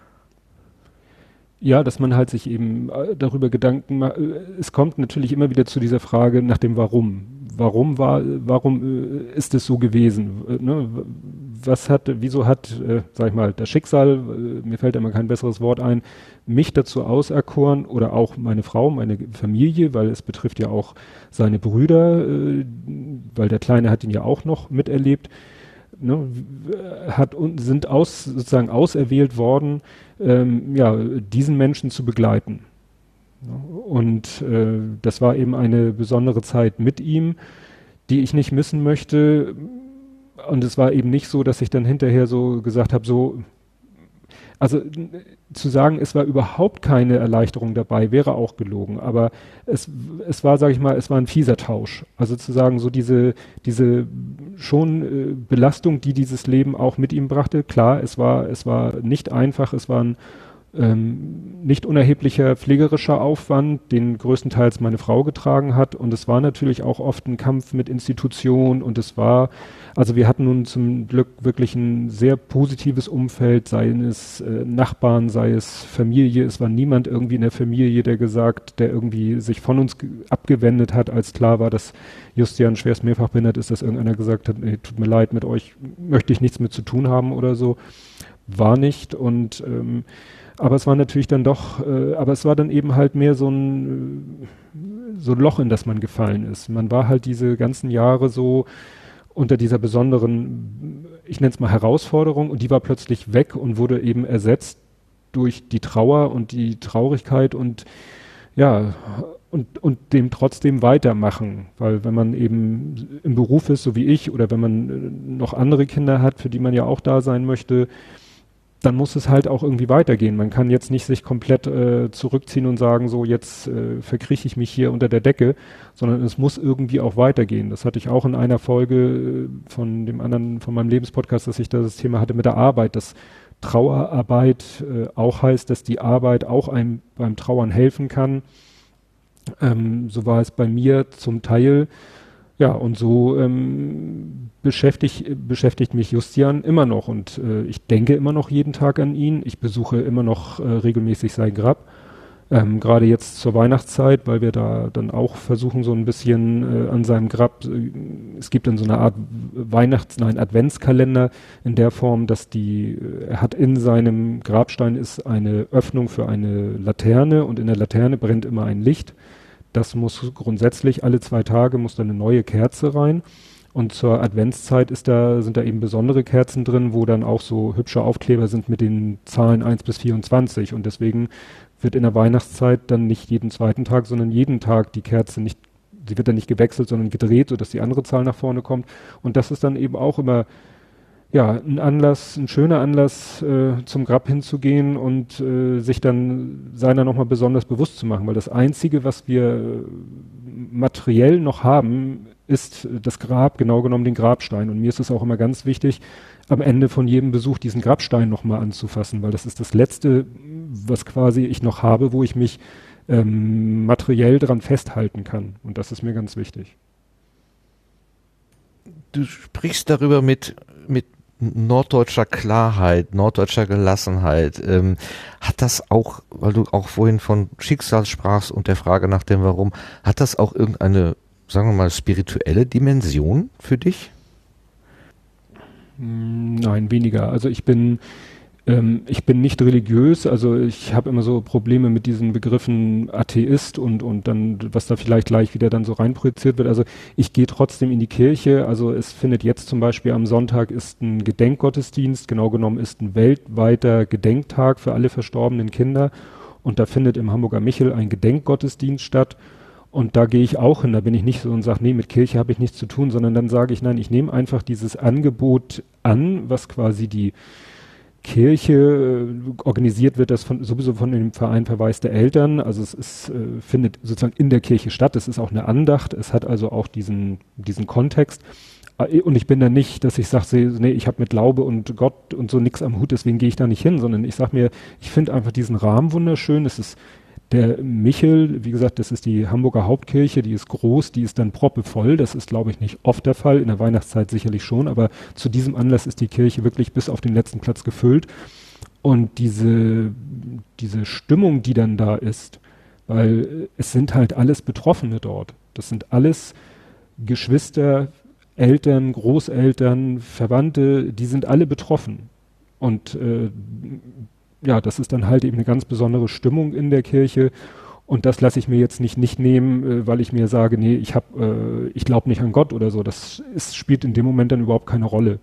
Ja, dass man halt sich eben darüber Gedanken macht. Es kommt natürlich immer wieder zu dieser Frage nach dem Warum. Warum war, warum ist es so gewesen? Ne? Was hat, wieso hat, äh, sag ich mal, das Schicksal, äh, mir fällt immer kein besseres Wort ein, mich dazu auserkoren, oder auch meine Frau, meine Familie, weil es betrifft ja auch seine Brüder, äh, weil der Kleine hat ihn ja auch noch miterlebt. Ne, hat und sind aus, sozusagen auserwählt worden, ähm, ja, diesen Menschen zu begleiten. Und äh, das war eben eine besondere Zeit mit ihm, die ich nicht missen möchte. Und es war eben nicht so, dass ich dann hinterher so gesagt habe, so, also zu sagen, es war überhaupt keine Erleichterung dabei, wäre auch gelogen. Aber es, es war, sage ich mal, es war ein fieser Tausch. Also zu sagen, so diese, diese schon äh, Belastung, die dieses Leben auch mit ihm brachte. Klar, es war, es war nicht einfach, es war ein ähm, nicht unerheblicher pflegerischer Aufwand, den größtenteils meine Frau getragen hat. Und es war natürlich auch oft ein Kampf mit Institutionen, und es war, also wir hatten nun zum Glück wirklich ein sehr positives Umfeld, sei es äh, Nachbarn, sei es Familie. Es war niemand irgendwie in der Familie, der gesagt, der irgendwie sich von uns ge- abgewendet hat, als klar war, dass Justian schwerst mehrfach behindert ist, dass irgendeiner gesagt hat, nee, tut mir leid, mit euch möchte ich nichts mit zu tun haben oder so. War nicht. Und ähm, aber es war natürlich dann doch, äh, aber es war dann eben halt mehr so ein, so ein Loch, in das man gefallen ist. Man war halt diese ganzen Jahre so unter dieser besonderen, ich nenne es mal Herausforderung, und die war plötzlich weg und wurde eben ersetzt durch die Trauer und die Traurigkeit und ja, und, und dem trotzdem weitermachen, weil wenn man eben im Beruf ist, so wie ich, oder wenn man noch andere Kinder hat, für die man ja auch da sein möchte, dann muss es halt auch irgendwie weitergehen. Man kann jetzt nicht sich komplett äh, zurückziehen und sagen, so jetzt äh, verkrieche ich mich hier unter der Decke, sondern es muss irgendwie auch weitergehen. Das hatte ich auch in einer Folge äh, von dem anderen, von meinem Lebenspodcast, dass ich da das Thema hatte mit der Arbeit, dass Trauerarbeit äh, auch heißt, dass die Arbeit auch einem beim Trauern helfen kann. Ähm, so war es bei mir zum Teil. Ja, und so ähm, beschäftigt, beschäftigt mich Justian immer noch und äh, ich denke immer noch jeden Tag an ihn. Ich besuche immer noch äh, regelmäßig sein Grab. Ähm, gerade jetzt zur Weihnachtszeit, weil wir da dann auch versuchen, so ein bisschen äh, an seinem Grab, äh, es gibt dann so eine Art Weihnachts-, nein, Adventskalender in der Form, dass die, äh, er hat in seinem Grabstein ist eine Öffnung für eine Laterne und in der Laterne brennt immer ein Licht. Das muss grundsätzlich alle zwei Tage muss da eine neue Kerze rein. Und zur Adventszeit ist da, sind da eben besondere Kerzen drin, wo dann auch so hübsche Aufkleber sind mit den Zahlen eins bis vierundzwanzig. Und deswegen wird in der Weihnachtszeit dann nicht jeden zweiten Tag, sondern jeden Tag die Kerze nicht, sie wird dann nicht gewechselt, sondern gedreht, sodass die andere Zahl nach vorne kommt. Und das ist dann eben auch immer, ja, ein Anlass, ein schöner Anlass, äh, zum Grab hinzugehen und äh, sich dann seiner nochmal besonders bewusst zu machen. Weil das Einzige, was wir äh, materiell noch haben, ist das Grab, genau genommen den Grabstein. Und mir ist es auch immer ganz wichtig, am Ende von jedem Besuch diesen Grabstein nochmal anzufassen, weil das ist das Letzte, was quasi ich noch habe, wo ich mich ähm, materiell dran festhalten kann. Und das ist mir ganz wichtig. Du sprichst darüber mit, mit norddeutscher Klarheit, norddeutscher Gelassenheit. Ähm, hat das auch, weil du auch vorhin von Schicksal sprachst und der Frage nach dem Warum, hat das auch irgendeine, sagen wir mal, spirituelle Dimension für dich? Nein, weniger. Also ich bin ähm, ich bin nicht religiös, also ich habe immer so Probleme mit diesen Begriffen Atheist und und dann, was da vielleicht gleich wieder dann so reinprojiziert wird. Also ich gehe trotzdem in die Kirche, also es findet jetzt zum Beispiel am Sonntag ist ein Gedenkgottesdienst, genau genommen ist ein weltweiter Gedenktag für alle verstorbenen Kinder und da findet im Hamburger Michel ein Gedenkgottesdienst statt. Und da gehe ich auch hin, da bin ich nicht so und sage, nee, mit Kirche habe ich nichts zu tun, sondern dann sage ich, nein, ich nehme einfach dieses Angebot an, was quasi die Kirche äh, organisiert wird, das von, sowieso von dem Verein Verweis der Eltern, also es ist, äh, findet sozusagen in der Kirche statt, es ist auch eine Andacht, es hat also auch diesen, diesen Kontext. Und ich bin da nicht, dass ich sage, nee, ich habe mit Glaube und Gott und so nichts am Hut, deswegen gehe ich da nicht hin, sondern ich sage mir, ich finde einfach diesen Rahmen wunderschön, es ist der Michel, wie gesagt, das ist die Hamburger Hauptkirche, die ist groß, die ist dann proppevoll. Das ist, glaube ich, nicht oft der Fall, in der Weihnachtszeit sicherlich schon, aber zu diesem Anlass ist die Kirche wirklich bis auf den letzten Platz gefüllt. Und diese, diese Stimmung, die dann da ist, weil es sind halt alles Betroffene dort. Das sind alles Geschwister, Eltern, Großeltern, Verwandte, die sind alle betroffen. Und äh, ja, das ist dann halt eben eine ganz besondere Stimmung in der Kirche und das lasse ich mir jetzt nicht nicht nehmen, äh, weil ich mir sage, nee, ich hab, äh, ich glaube nicht an Gott oder so. Das ist, spielt in dem Moment dann überhaupt keine Rolle.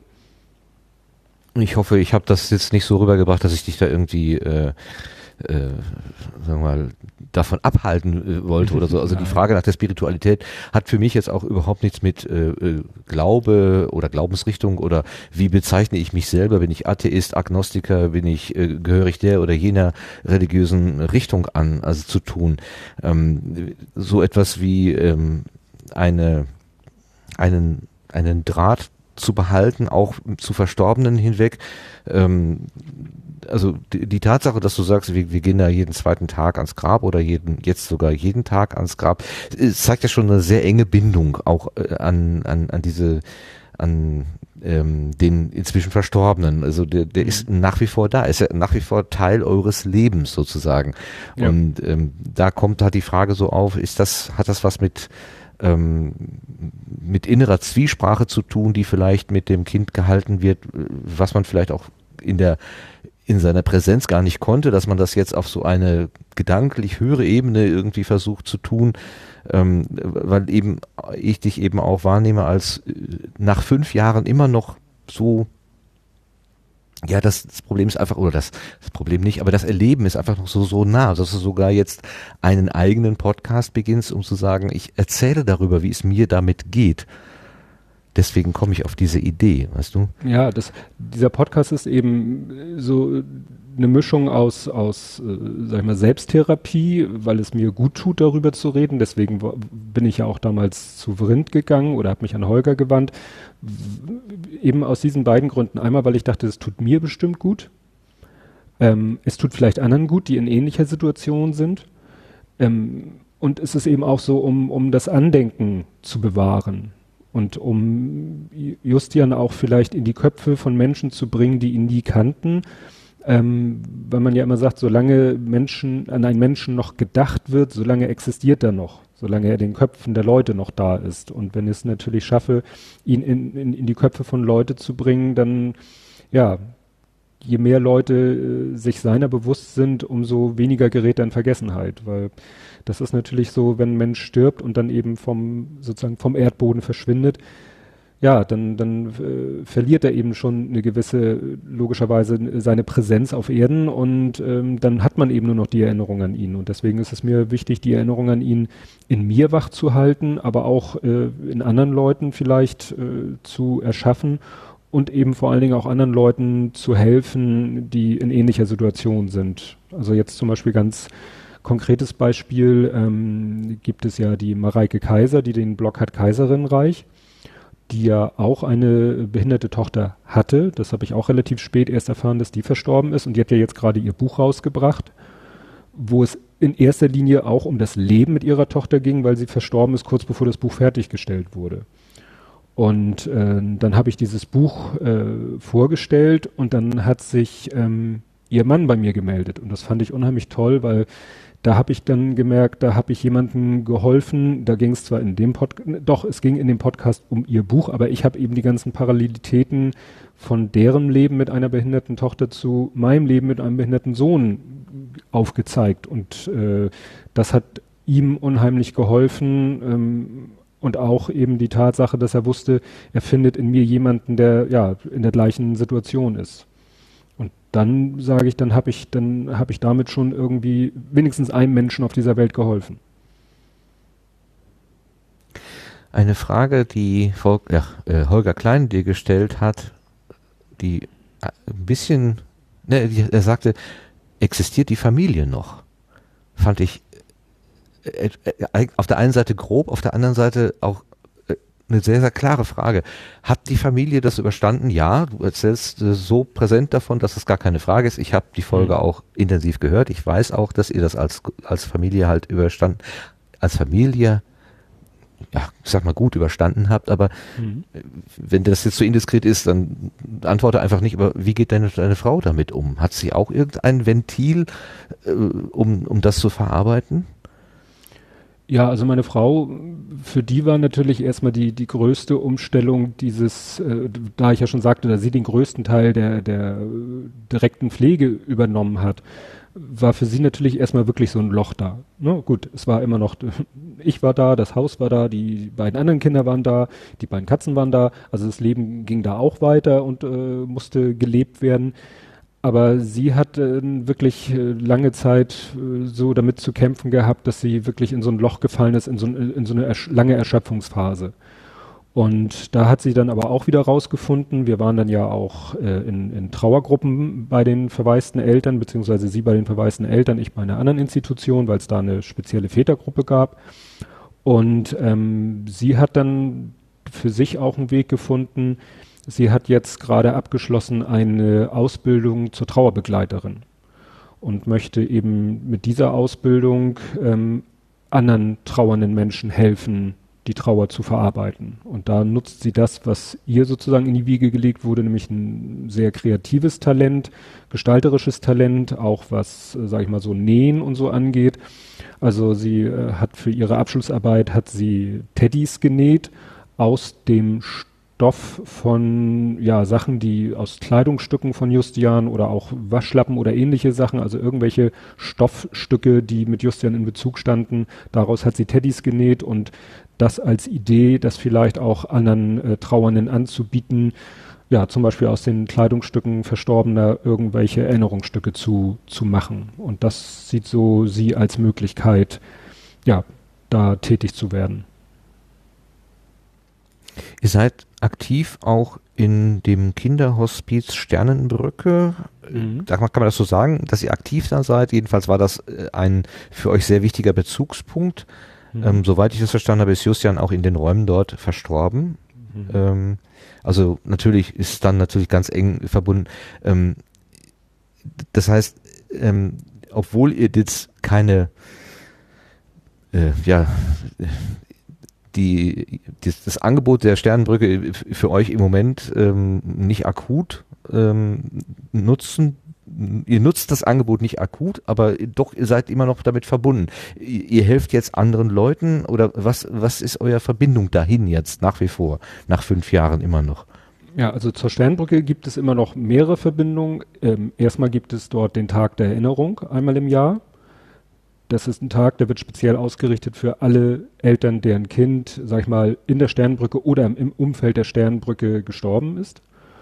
Ich hoffe, ich habe das jetzt nicht so rübergebracht, dass ich dich da irgendwie äh, äh, sagen wir mal, davon abhalten äh, wollte oder so. Also die Frage nach der Spiritualität hat für mich jetzt auch überhaupt nichts mit äh, Glaube oder Glaubensrichtung oder wie bezeichne ich mich selber, bin ich Atheist, Agnostiker, bin ich äh, gehörig der oder jener religiösen Richtung an, also zu tun. Ähm, so etwas wie ähm, eine einen einen Draht zu behalten, auch zu Verstorbenen hinweg. Ähm, also die, die Tatsache, dass du sagst, wir, wir gehen da jeden zweiten Tag ans Grab oder jeden jetzt sogar jeden Tag ans Grab, zeigt ja schon eine sehr enge Bindung auch äh, an, an, an diese, an ähm, den inzwischen Verstorbenen. Also der, der mhm. ist nach wie vor da, ist ja nach wie vor Teil eures Lebens sozusagen. Ja. Und ähm, da kommt halt die Frage so auf, ist das, hat das was mit ähm, mit innerer Zwiesprache zu tun, die vielleicht mit dem Kind gehalten wird, was man vielleicht auch in der in seiner Präsenz gar nicht konnte, dass man das jetzt auf so eine gedanklich höhere Ebene irgendwie versucht zu tun, ähm, weil eben ich dich eben auch wahrnehme als nach fünf Jahren immer noch so ja, das, das Problem ist einfach, oder das, das Problem nicht, aber das Erleben ist einfach noch so, so nah, dass du sogar jetzt einen eigenen Podcast beginnst, um zu sagen, ich erzähle darüber, wie es mir damit geht. Deswegen komme ich auf diese Idee, weißt du? Ja, das, dieser Podcast ist eben so eine Mischung aus, aus, äh, sag ich mal, Selbsttherapie, weil es mir gut tut, darüber zu reden. Deswegen bin ich ja auch damals zu Vrind gegangen oder habe mich an Holger gewandt. Eben aus diesen beiden Gründen. Einmal, weil ich dachte, es tut mir bestimmt gut. Ähm, es tut vielleicht anderen gut, die in ähnlicher Situation sind. Ähm, und es ist eben auch so, um, um das Andenken zu bewahren. Und um Justian auch vielleicht in die Köpfe von Menschen zu bringen, die ihn nie kannten, ähm, weil man ja immer sagt, solange Menschen an einen Menschen noch gedacht wird, solange existiert er noch, solange er in den Köpfen der Leute noch da ist. Und wenn ich es natürlich schaffe, ihn in, in, in die Köpfe von Leute zu bringen, dann, ja, je mehr Leute äh, sich seiner bewusst sind, umso weniger gerät er in Vergessenheit, weil das ist natürlich so, wenn ein Mensch stirbt und dann eben vom, sozusagen vom Erdboden verschwindet, ja, dann, dann äh, verliert er eben schon eine gewisse, logischerweise seine Präsenz auf Erden und ähm, dann hat man eben nur noch die Erinnerung an ihn. Und deswegen ist es mir wichtig, die Erinnerung an ihn in mir wach zu halten, aber auch äh, in anderen Leuten vielleicht äh, zu erschaffen und eben vor allen Dingen auch anderen Leuten zu helfen, die in ähnlicher Situation sind. Also jetzt zum Beispiel ganz konkretes Beispiel, ähm, gibt es ja die Mareike Kaiser, die den Blog hat Kaiserinnenreich, die ja auch eine behinderte Tochter hatte. Das habe ich auch relativ spät erst erfahren, dass die verstorben ist. Und die hat ja jetzt gerade ihr Buch rausgebracht, wo es in erster Linie auch um das Leben mit ihrer Tochter ging, weil sie verstorben ist, kurz bevor das Buch fertiggestellt wurde. Und äh, dann habe ich dieses Buch äh, vorgestellt und dann hat sich ähm, ihr Mann bei mir gemeldet. Und das fand ich unheimlich toll, weil da habe ich dann gemerkt, da habe ich jemandem geholfen, da ging es zwar in dem Podcast, doch, es ging in dem Podcast um ihr Buch, aber ich habe eben die ganzen Parallelitäten von deren Leben mit einer behinderten Tochter zu meinem Leben mit einem behinderten Sohn aufgezeigt. Und äh, das hat ihm unheimlich geholfen, ähm, und auch eben die Tatsache, dass er wusste, er findet in mir jemanden, der ja in der gleichen Situation ist. Und dann sage ich, dann habe ich, dann habe ich damit schon irgendwie wenigstens einem Menschen auf dieser Welt geholfen. Eine Frage, die Vol- ja, äh, Holger Klein dir gestellt hat, die ein bisschen, ne, die, er sagte, existiert die Familie noch? Fand ich äh, äh, auf der einen Seite grob, auf der anderen Seite auch äh, eine sehr, sehr klare Frage. Hat die Familie das überstanden? Ja, du erzählst äh, so präsent davon, dass es gar keine Frage ist. Ich habe die Folge mhm. auch intensiv gehört. Ich weiß auch, dass ihr das als, als Familie halt überstanden, als Familie ja, ich sag mal gut überstanden habt, aber mhm. wenn das jetzt so indiskret ist, dann antworte einfach nicht, aber wie geht deine, deine Frau damit um? Hat sie auch irgendein Ventil, äh, um, um das zu verarbeiten? Ja, also meine Frau, für die war natürlich erstmal die, die größte Umstellung dieses, äh, da ich ja schon sagte, dass sie den größten Teil der, der direkten Pflege übernommen hat, war für sie natürlich erstmal wirklich so ein Loch da. Ne? Gut, es war immer noch, ich war da, das Haus war da, die beiden anderen Kinder waren da, die beiden Katzen waren da, also das Leben ging da auch weiter und äh, musste gelebt werden. Aber sie hat äh, wirklich äh, lange Zeit äh, so damit zu kämpfen gehabt, dass sie wirklich in so ein Loch gefallen ist, in so, in so eine ersch- lange Erschöpfungsphase. Und da hat sie dann aber auch wieder rausgefunden, wir waren dann ja auch äh, in, in Trauergruppen bei den verwaisten Eltern, beziehungsweise sie bei den verwaisten Eltern, ich bei einer anderen Institution, weil es da eine spezielle Vätergruppe gab. Und ähm, sie hat dann für sich auch einen Weg gefunden. Sie hat jetzt gerade abgeschlossen eine Ausbildung zur Trauerbegleiterin und möchte eben mit dieser Ausbildung ähm, anderen trauernden Menschen helfen, die Trauer zu verarbeiten. Und da nutzt sie das, was ihr sozusagen in die Wiege gelegt wurde, nämlich ein sehr kreatives Talent, gestalterisches Talent, auch was, äh, sage ich mal so, Nähen und so angeht. Also sie äh, hat für ihre Abschlussarbeit, hat sie Teddys genäht aus dem Stoff von, ja, Sachen, die aus Kleidungsstücken von Justian oder auch Waschlappen oder ähnliche Sachen, also irgendwelche Stoffstücke, die mit Justian in Bezug standen. Daraus hat sie Teddys genäht und das als Idee, das vielleicht auch anderen äh, Trauernden anzubieten, ja, zum Beispiel aus den Kleidungsstücken Verstorbener irgendwelche Erinnerungsstücke zu, zu machen. Und das sieht so sie als Möglichkeit, ja, da tätig zu werden. Ihr seid aktiv auch in dem Kinderhospiz Sternenbrücke. Mhm. Da kann man das so sagen, dass ihr aktiv da seid. Jedenfalls war das ein für euch sehr wichtiger Bezugspunkt. Mhm. Ähm, soweit ich das verstanden habe, ist Justian auch in den Räumen dort verstorben. Mhm. Ähm, also natürlich ist dann natürlich ganz eng verbunden. Ähm, das heißt, ähm, obwohl ihr jetzt keine äh, ja die, das, das Angebot der Sternenbrücke für euch im Moment ähm, nicht akut ähm, nutzen. Ihr nutzt das Angebot nicht akut, aber doch, ihr seid immer noch damit verbunden. Ihr, ihr helft jetzt anderen Leuten oder was, was ist eure Verbindung dahin jetzt nach wie vor, nach fünf Jahren immer noch? Ja, also zur Sternbrücke gibt es immer noch mehrere Verbindungen. Ähm, erstmal gibt es dort den Tag der Erinnerung einmal im Jahr. Das ist ein Tag, der wird speziell ausgerichtet für alle Eltern, deren Kind, sag ich mal, in der Sternbrücke oder im Umfeld der Sternbrücke gestorben ist.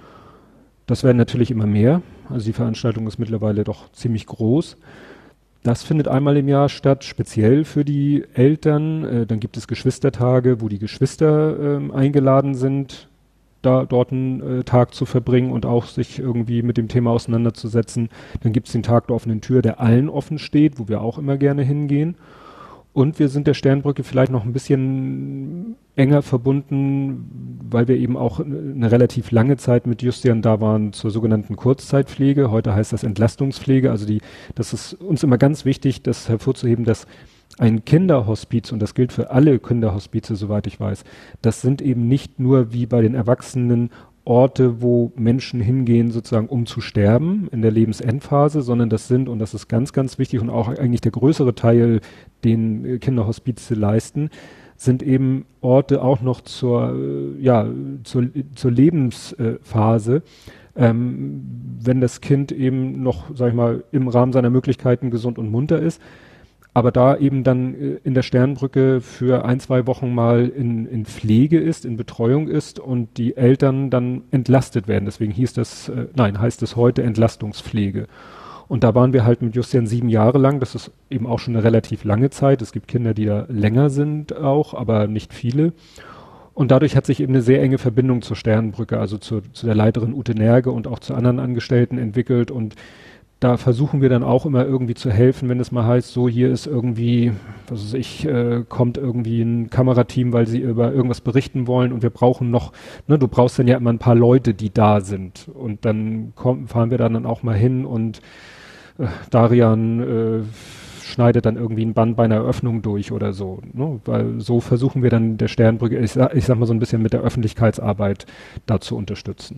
Das werden natürlich immer mehr. Also die Veranstaltung ist mittlerweile doch ziemlich groß. Das findet einmal im Jahr statt, speziell für die Eltern. Äh, dann gibt es Geschwistertage, wo die Geschwister äh, eingeladen sind, da dort einen äh, Tag zu verbringen und auch sich irgendwie mit dem Thema auseinanderzusetzen. Dann gibt es den Tag der offenen Tür, der allen offen steht, wo wir auch immer gerne hingehen. Und wir sind der Sternbrücke vielleicht noch ein bisschen enger verbunden, weil wir eben auch eine relativ lange Zeit mit Justian da waren zur sogenannten Kurzzeitpflege. Heute heißt das Entlastungspflege. Also die, das ist uns immer ganz wichtig, das hervorzuheben, dass ein Kinderhospiz, und das gilt für alle Kinderhospize, soweit ich weiß, das sind eben nicht nur wie bei den Erwachsenen Orte, wo Menschen hingehen, sozusagen um zu sterben in der Lebensendphase, sondern das sind, und das ist ganz, ganz wichtig und auch eigentlich der größere Teil, den Kinderhospize leisten, sind eben Orte auch noch zur, ja, zur, zur Lebensphase, ähm, wenn das Kind eben noch, sag ich mal, im Rahmen seiner Möglichkeiten gesund und munter ist. Aber da eben dann äh, in der Sternbrücke für ein, zwei Wochen mal in, in Pflege ist, in Betreuung ist und die Eltern dann entlastet werden. Deswegen hieß das, äh, nein, heißt es heute Entlastungspflege. Und da waren wir halt mit Justian sieben Jahre lang. Das ist eben auch schon eine relativ lange Zeit. Es gibt Kinder, die da länger sind auch, aber nicht viele. Und dadurch hat sich eben eine sehr enge Verbindung zur Sternbrücke, also zu, zu der Leiterin Ute Nerge und auch zu anderen Angestellten entwickelt. Und da versuchen wir dann auch immer irgendwie zu helfen, wenn es mal heißt, so hier ist irgendwie, was weiß ich, äh, kommt irgendwie ein Kamerateam, weil sie über irgendwas berichten wollen und wir brauchen noch, ne, du brauchst dann ja immer ein paar Leute, die da sind. Und dann kommen, fahren wir dann auch mal hin und äh, Darian äh, schneidet dann irgendwie ein Band bei einer Eröffnung durch oder so. Ne? Weil so versuchen wir dann der Sternbrücke, ich sag, ich sag mal so ein bisschen mit der Öffentlichkeitsarbeit da zu unterstützen.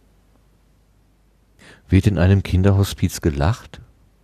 Wird in einem Kinderhospiz gelacht?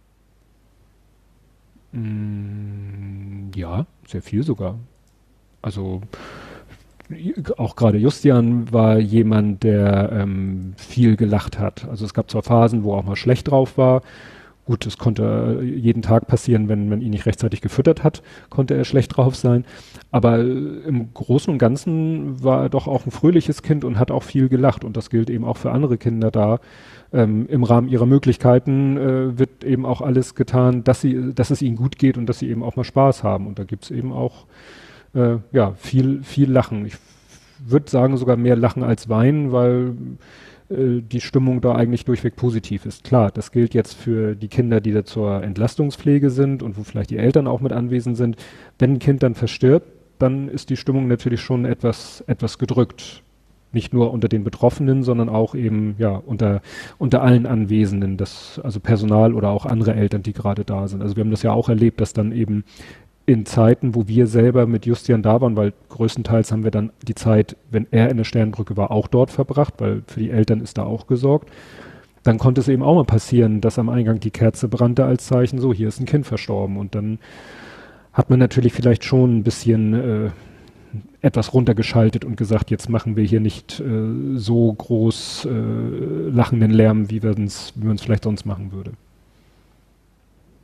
Mm, ja, sehr viel sogar. Also auch gerade Justian war jemand, der ähm, viel gelacht hat. Also es gab zwar Phasen, wo er auch mal schlecht drauf war. Gut, es konnte jeden Tag passieren, wenn man ihn nicht rechtzeitig gefüttert hat, konnte er schlecht drauf sein. Aber im Großen und Ganzen war er doch auch ein fröhliches Kind und hat auch viel gelacht. Und das gilt eben auch für andere Kinder da. Ähm, im Rahmen ihrer Möglichkeiten äh, wird eben auch alles getan, dass sie, dass es ihnen gut geht und dass sie eben auch mal Spaß haben. Und da gibt's eben auch äh, ja viel, viel Lachen. Ich würde sagen sogar mehr Lachen als Weinen, weil äh, die Stimmung da eigentlich durchweg positiv ist. Klar, das gilt jetzt für die Kinder, die da zur Entlastungspflege sind und wo vielleicht die Eltern auch mit anwesend sind. Wenn ein Kind dann verstirbt, dann ist die Stimmung natürlich schon etwas, etwas gedrückt. Nicht nur unter den Betroffenen, sondern auch eben ja unter unter allen Anwesenden, das also Personal oder auch andere Eltern, die gerade da sind. Also wir haben das ja auch erlebt, dass dann eben in Zeiten, wo wir selber mit Justian da waren, weil größtenteils haben wir dann die Zeit, wenn er in der Sternbrücke war, auch dort verbracht, weil für die Eltern ist da auch gesorgt. Dann konnte es eben auch mal passieren, dass am Eingang die Kerze brannte als Zeichen, so hier ist ein Kind verstorben. Und dann hat man natürlich vielleicht schon ein bisschen äh, etwas runtergeschaltet und gesagt, jetzt machen wir hier nicht äh, so groß äh, lachenden Lärm, wie wir uns wie man es vielleicht sonst machen würde.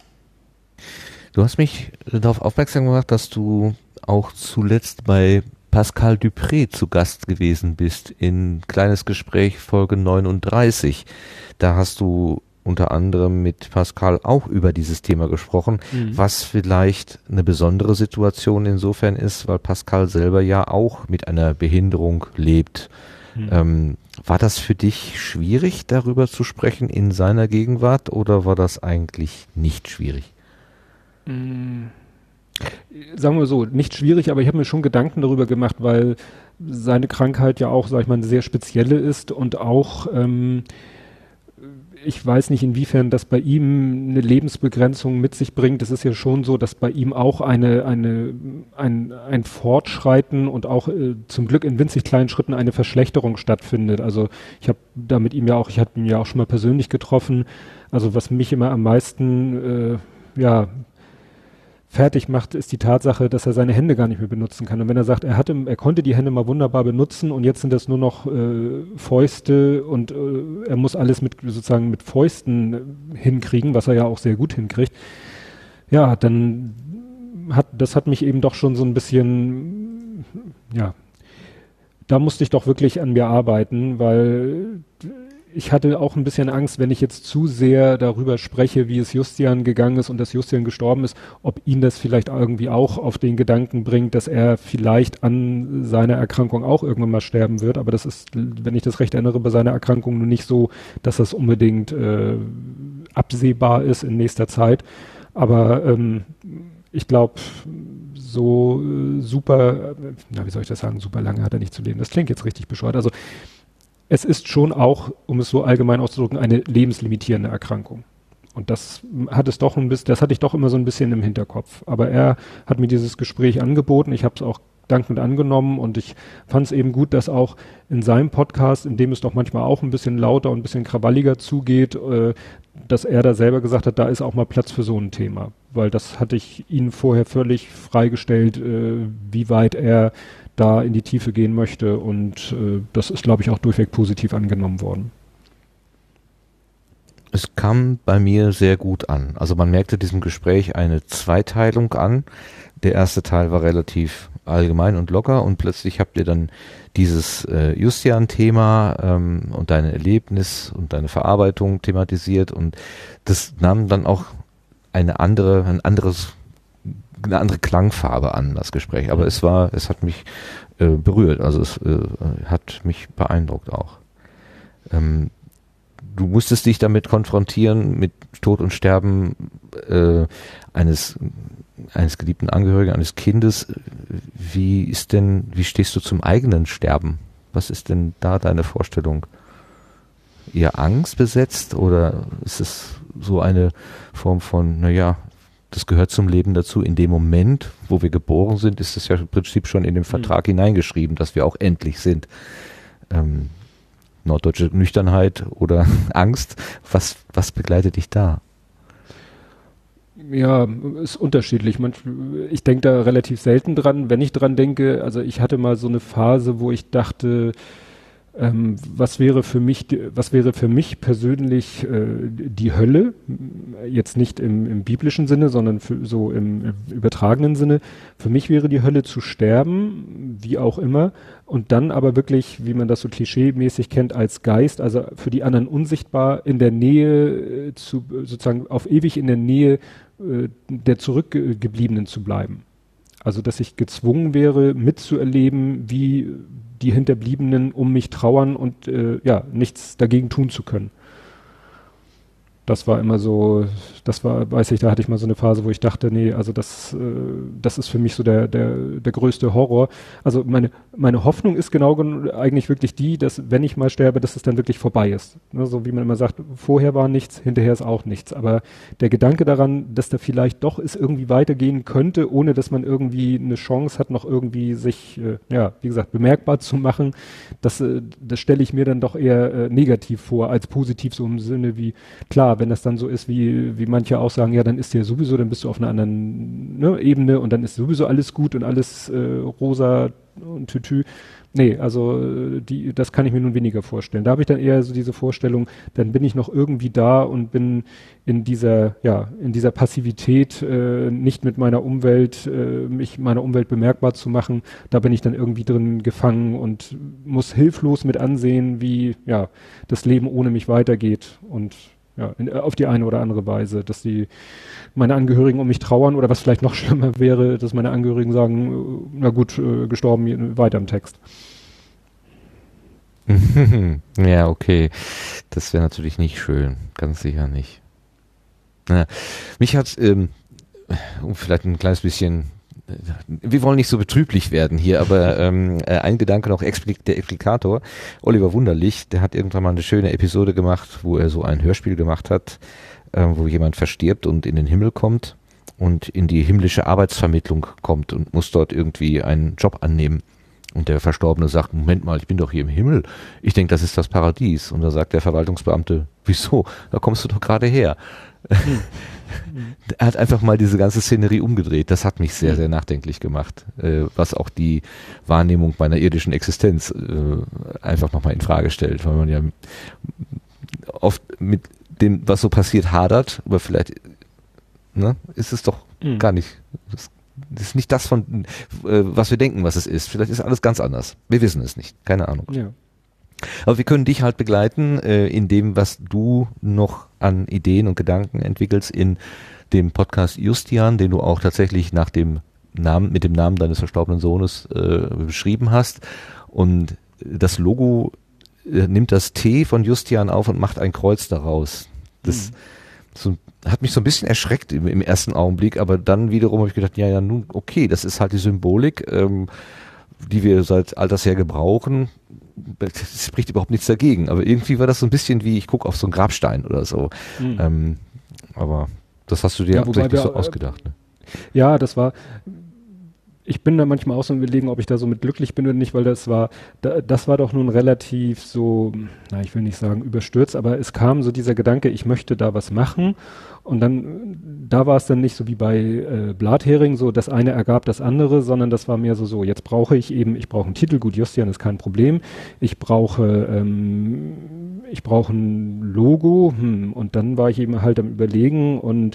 Du hast mich darauf aufmerksam gemacht, dass du auch zuletzt bei Pascal Dupré zu Gast gewesen bist in Kleines Gespräch Folge neununddreißig. Da hast du unter anderem mit Pascal auch über dieses Thema gesprochen, mhm. was vielleicht eine besondere Situation insofern ist, weil Pascal selber ja auch mit einer Behinderung lebt. Mhm. Ähm, war das für dich schwierig, darüber zu sprechen in seiner Gegenwart, oder war das eigentlich nicht schwierig? Mhm. Sagen wir so, nicht schwierig, aber ich habe mir schon Gedanken darüber gemacht, weil seine Krankheit ja auch, sag ich mal, eine sehr spezielle ist und auch ähm, ich weiß nicht, inwiefern das bei ihm eine Lebensbegrenzung mit sich bringt. Es ist ja schon so, dass bei ihm auch eine, eine, ein, ein Fortschreiten und auch äh, zum Glück in winzig kleinen Schritten eine Verschlechterung stattfindet. Also ich habe da mit ihm ja auch, ich habe ihn ja auch schon mal persönlich getroffen. Also was mich immer am meisten, äh, ja, fertig macht, ist die Tatsache, dass er seine Hände gar nicht mehr benutzen kann. Und wenn er sagt, er hatte, er konnte die Hände mal wunderbar benutzen und jetzt sind das nur noch äh, Fäuste und äh, er muss alles mit sozusagen mit Fäusten äh, hinkriegen, was er ja auch sehr gut hinkriegt. Ja, dann hat, das hat mich eben doch schon so ein bisschen, ja, da musste ich doch wirklich an mir arbeiten, weil ich hatte auch ein bisschen Angst, wenn ich jetzt zu sehr darüber spreche, wie es Justian gegangen ist und dass Justian gestorben ist, ob ihn das vielleicht irgendwie auch auf den Gedanken bringt, dass er vielleicht an seiner Erkrankung auch irgendwann mal sterben wird. Aber das ist, wenn ich das recht erinnere, bei seiner Erkrankung nur nicht so, dass das unbedingt äh, absehbar ist in nächster Zeit. Aber ähm, ich glaube, so äh, super, äh, na, wie soll ich das sagen, super lange hat er nicht zu leben. Das klingt jetzt richtig bescheuert. Also es ist schon auch, um es so allgemein auszudrücken, eine lebenslimitierende Erkrankung. Und das hat es doch ein bisschen, das hatte ich doch immer so ein bisschen im Hinterkopf. Aber er hat mir dieses Gespräch angeboten. Ich habe es auch dankend angenommen und ich fand es eben gut, dass auch in seinem Podcast, in dem es doch manchmal auch ein bisschen lauter und ein bisschen krawalliger zugeht, äh, dass er da selber gesagt hat, da ist auch mal Platz für so ein Thema. Weil das hatte ich ihn vorher völlig freigestellt, äh, wie weit er da in die Tiefe gehen möchte und äh, das ist, glaube ich, auch durchweg positiv angenommen worden. Es kam bei mir sehr gut an. Also man merkte diesem Gespräch eine Zweiteilung an. Der erste Teil war relativ allgemein und locker und plötzlich habt ihr dann dieses äh, Justian-Thema ähm, und dein Erlebnis und deine Verarbeitung thematisiert und das nahm dann auch eine andere, ein anderes eine andere Klangfarbe an, das Gespräch. Aber es war, es hat mich äh, berührt, also es äh, hat mich beeindruckt auch. Ähm, du musstest dich damit konfrontieren, mit Tod und Sterben äh, eines, eines geliebten Angehörigen, eines Kindes. Wie ist denn, wie stehst du zum eigenen Sterben? Was ist denn da deine Vorstellung? Eher Angst besetzt oder ist es so eine Form von, naja, das gehört zum Leben dazu. In dem Moment, wo wir geboren sind, ist es ja im Prinzip schon in den Vertrag mhm. hineingeschrieben, dass wir auch endlich sind. Ähm, norddeutsche Nüchternheit oder Angst. Was, was begleitet dich da? Ja, ist unterschiedlich. Manch, ich denke da relativ selten dran. Wenn ich dran denke, also ich hatte mal so eine Phase, wo ich dachte, Ähm, was wäre für mich, was wäre für mich persönlich äh, die Hölle? Jetzt nicht im, im biblischen Sinne, sondern für, so im, im übertragenen Sinne. Für mich wäre die Hölle zu sterben, wie auch immer, und dann aber wirklich, wie man das so klischeemäßig kennt, als Geist, also für die anderen unsichtbar in der Nähe äh, zu, sozusagen auf ewig in der Nähe äh, der Zurückgebliebenen zu bleiben. Also, dass ich gezwungen wäre, mitzuerleben, wie die Hinterbliebenen um mich trauern und äh, ja, nichts dagegen tun zu können. Das war immer so, das war, weiß ich, da hatte ich mal so eine Phase, wo ich dachte, nee, also das, äh, das ist für mich so der, der, der größte Horror. Also meine, meine Hoffnung ist genau eigentlich wirklich die, dass wenn ich mal sterbe, dass es dann wirklich vorbei ist. Ne, so wie man immer sagt, vorher war nichts, hinterher ist auch nichts. Aber der Gedanke daran, dass da vielleicht doch es irgendwie weitergehen könnte, ohne dass man irgendwie eine Chance hat, noch irgendwie sich, äh, ja, wie gesagt, bemerkbar zu machen, das, äh, das stelle ich mir dann doch eher äh, negativ vor, als positiv, so im Sinne wie, klar, wenn das dann so ist, wie, wie manche auch sagen, ja, dann ist dir sowieso, dann bist du auf einer anderen ne, Ebene und dann ist sowieso alles gut und alles äh, rosa und tütü. Nee, also die, das kann ich mir nun weniger vorstellen. Da habe ich dann eher so diese Vorstellung, dann bin ich noch irgendwie da und bin in dieser, ja, in dieser Passivität, äh, nicht mit meiner Umwelt, äh, mich meiner Umwelt bemerkbar zu machen. Da bin ich dann irgendwie drin gefangen und muss hilflos mit ansehen, wie, ja, das Leben ohne mich weitergeht und ja, in, auf die eine oder andere Weise, dass die meine Angehörigen um mich trauern oder was vielleicht noch schlimmer wäre, dass meine Angehörigen sagen, na gut, äh, gestorben, weiter im Text. Ja, okay. Das wäre natürlich nicht schön, ganz sicher nicht. Ja. Mich hat, ähm, um vielleicht ein kleines bisschen, äh, wir wollen nicht so betrüblich werden hier, aber ähm, äh, ein Gedanke noch, Explik- der Explikator, Oliver Wunderlich, der hat irgendwann mal eine schöne Episode gemacht, wo er so ein Hörspiel gemacht hat, äh, wo jemand verstirbt und in den Himmel kommt und in die himmlische Arbeitsvermittlung kommt und muss dort irgendwie einen Job annehmen. Und der Verstorbene sagt, Moment mal, ich bin doch hier im Himmel. Ich denke, das ist das Paradies. Und da sagt der Verwaltungsbeamte, wieso? Da kommst du doch gerade her. Hm. Er hat einfach mal diese ganze Szenerie umgedreht. Das hat mich sehr, sehr nachdenklich gemacht, äh, was auch die Wahrnehmung meiner irdischen Existenz äh, einfach nochmal in Frage stellt, weil man ja oft mit dem, was so passiert, hadert, aber vielleicht ne, ist es doch hm. gar nicht... Das, Das ist nicht das von, äh, was wir denken, was es ist. Vielleicht ist alles ganz anders. Wir wissen es nicht. Keine Ahnung. Ja. Aber wir können dich halt begleiten äh, in dem, was du noch an Ideen und Gedanken entwickelst in dem Podcast Justian, den du auch tatsächlich nach dem Namen, mit dem Namen deines verstorbenen Sohnes äh, beschrieben hast. Und das Logo äh, nimmt das T von Justian auf und macht ein Kreuz daraus. Das mhm. so hat mich so ein bisschen erschreckt im, im ersten Augenblick, aber dann wiederum habe ich gedacht, ja, ja, nun, okay, das ist halt die Symbolik, ähm, die wir seit alters her gebrauchen. Es spricht überhaupt nichts dagegen, aber irgendwie war das so ein bisschen wie, ich gucke auf so einen Grabstein oder so. Mhm. Ähm, aber das hast du dir ja nicht so ausgedacht. Ne? Ja, das war... Ich bin da manchmal auch so im Überlegen, ob ich da so mit glücklich bin oder nicht, weil das war, da, das war doch nun relativ so, na, ich will nicht sagen überstürzt, aber es kam so dieser Gedanke, ich möchte da was machen und dann, da war es dann nicht so wie bei äh, Blathering, so das eine ergab das andere, sondern das war mehr so, so, jetzt brauche ich eben, ich brauche einen Titel, gut, Justian ist kein Problem, ich brauche, ähm, ich brauche ein Logo, hm, und dann war ich eben halt am Überlegen und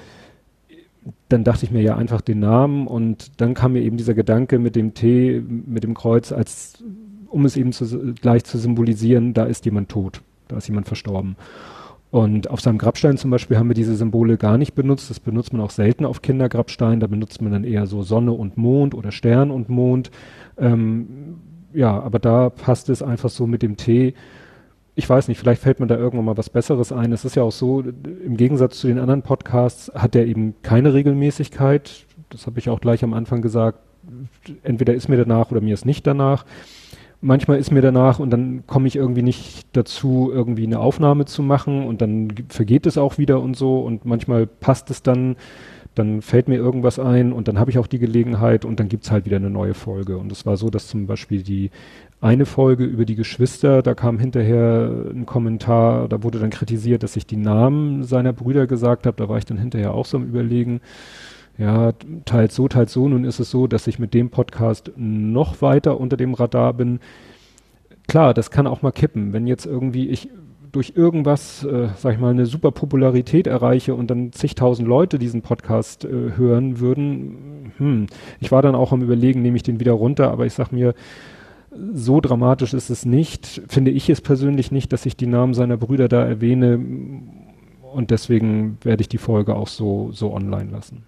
dann dachte ich mir ja einfach den Namen und dann kam mir eben dieser Gedanke mit dem T, mit dem Kreuz, als um es eben zu, gleich zu symbolisieren, da ist jemand tot, da ist jemand verstorben. Und auf seinem Grabstein zum Beispiel haben wir diese Symbole gar nicht benutzt, das benutzt man auch selten auf Kindergrabsteinen, da benutzt man dann eher so Sonne und Mond oder Stern und Mond. Ähm, ja, aber da passt es einfach so mit dem T. Ich weiß nicht, vielleicht fällt mir da irgendwann mal was Besseres ein. Es ist ja auch so, im Gegensatz zu den anderen Podcasts hat der eben keine Regelmäßigkeit. Das habe ich auch gleich am Anfang gesagt. Entweder ist mir danach oder mir ist nicht danach. Manchmal ist mir danach und dann komme ich irgendwie nicht dazu, irgendwie eine Aufnahme zu machen und dann vergeht es auch wieder und so und manchmal passt es dann, dann fällt mir irgendwas ein und dann habe ich auch die Gelegenheit und dann gibt's halt wieder eine neue Folge. Und es war so, dass zum Beispiel die eine Folge über die Geschwister, da kam hinterher ein Kommentar, da wurde dann kritisiert, dass ich die Namen seiner Brüder gesagt habe. Da war ich dann hinterher auch so am Überlegen, ja, teils so, teils so. Nun ist es so, dass ich mit dem Podcast noch weiter unter dem Radar bin. Klar, das kann auch mal kippen, wenn jetzt irgendwie ich durch irgendwas, äh, sag ich mal, eine super Popularität erreiche und dann zigtausend Leute diesen Podcast äh, hören würden. Hm. Ich war dann auch am Überlegen, nehme ich den wieder runter, aber ich sag mir, so dramatisch ist es nicht, finde ich es persönlich nicht, dass ich die Namen seiner Brüder da erwähne und deswegen werde ich die Folge auch so, so online lassen.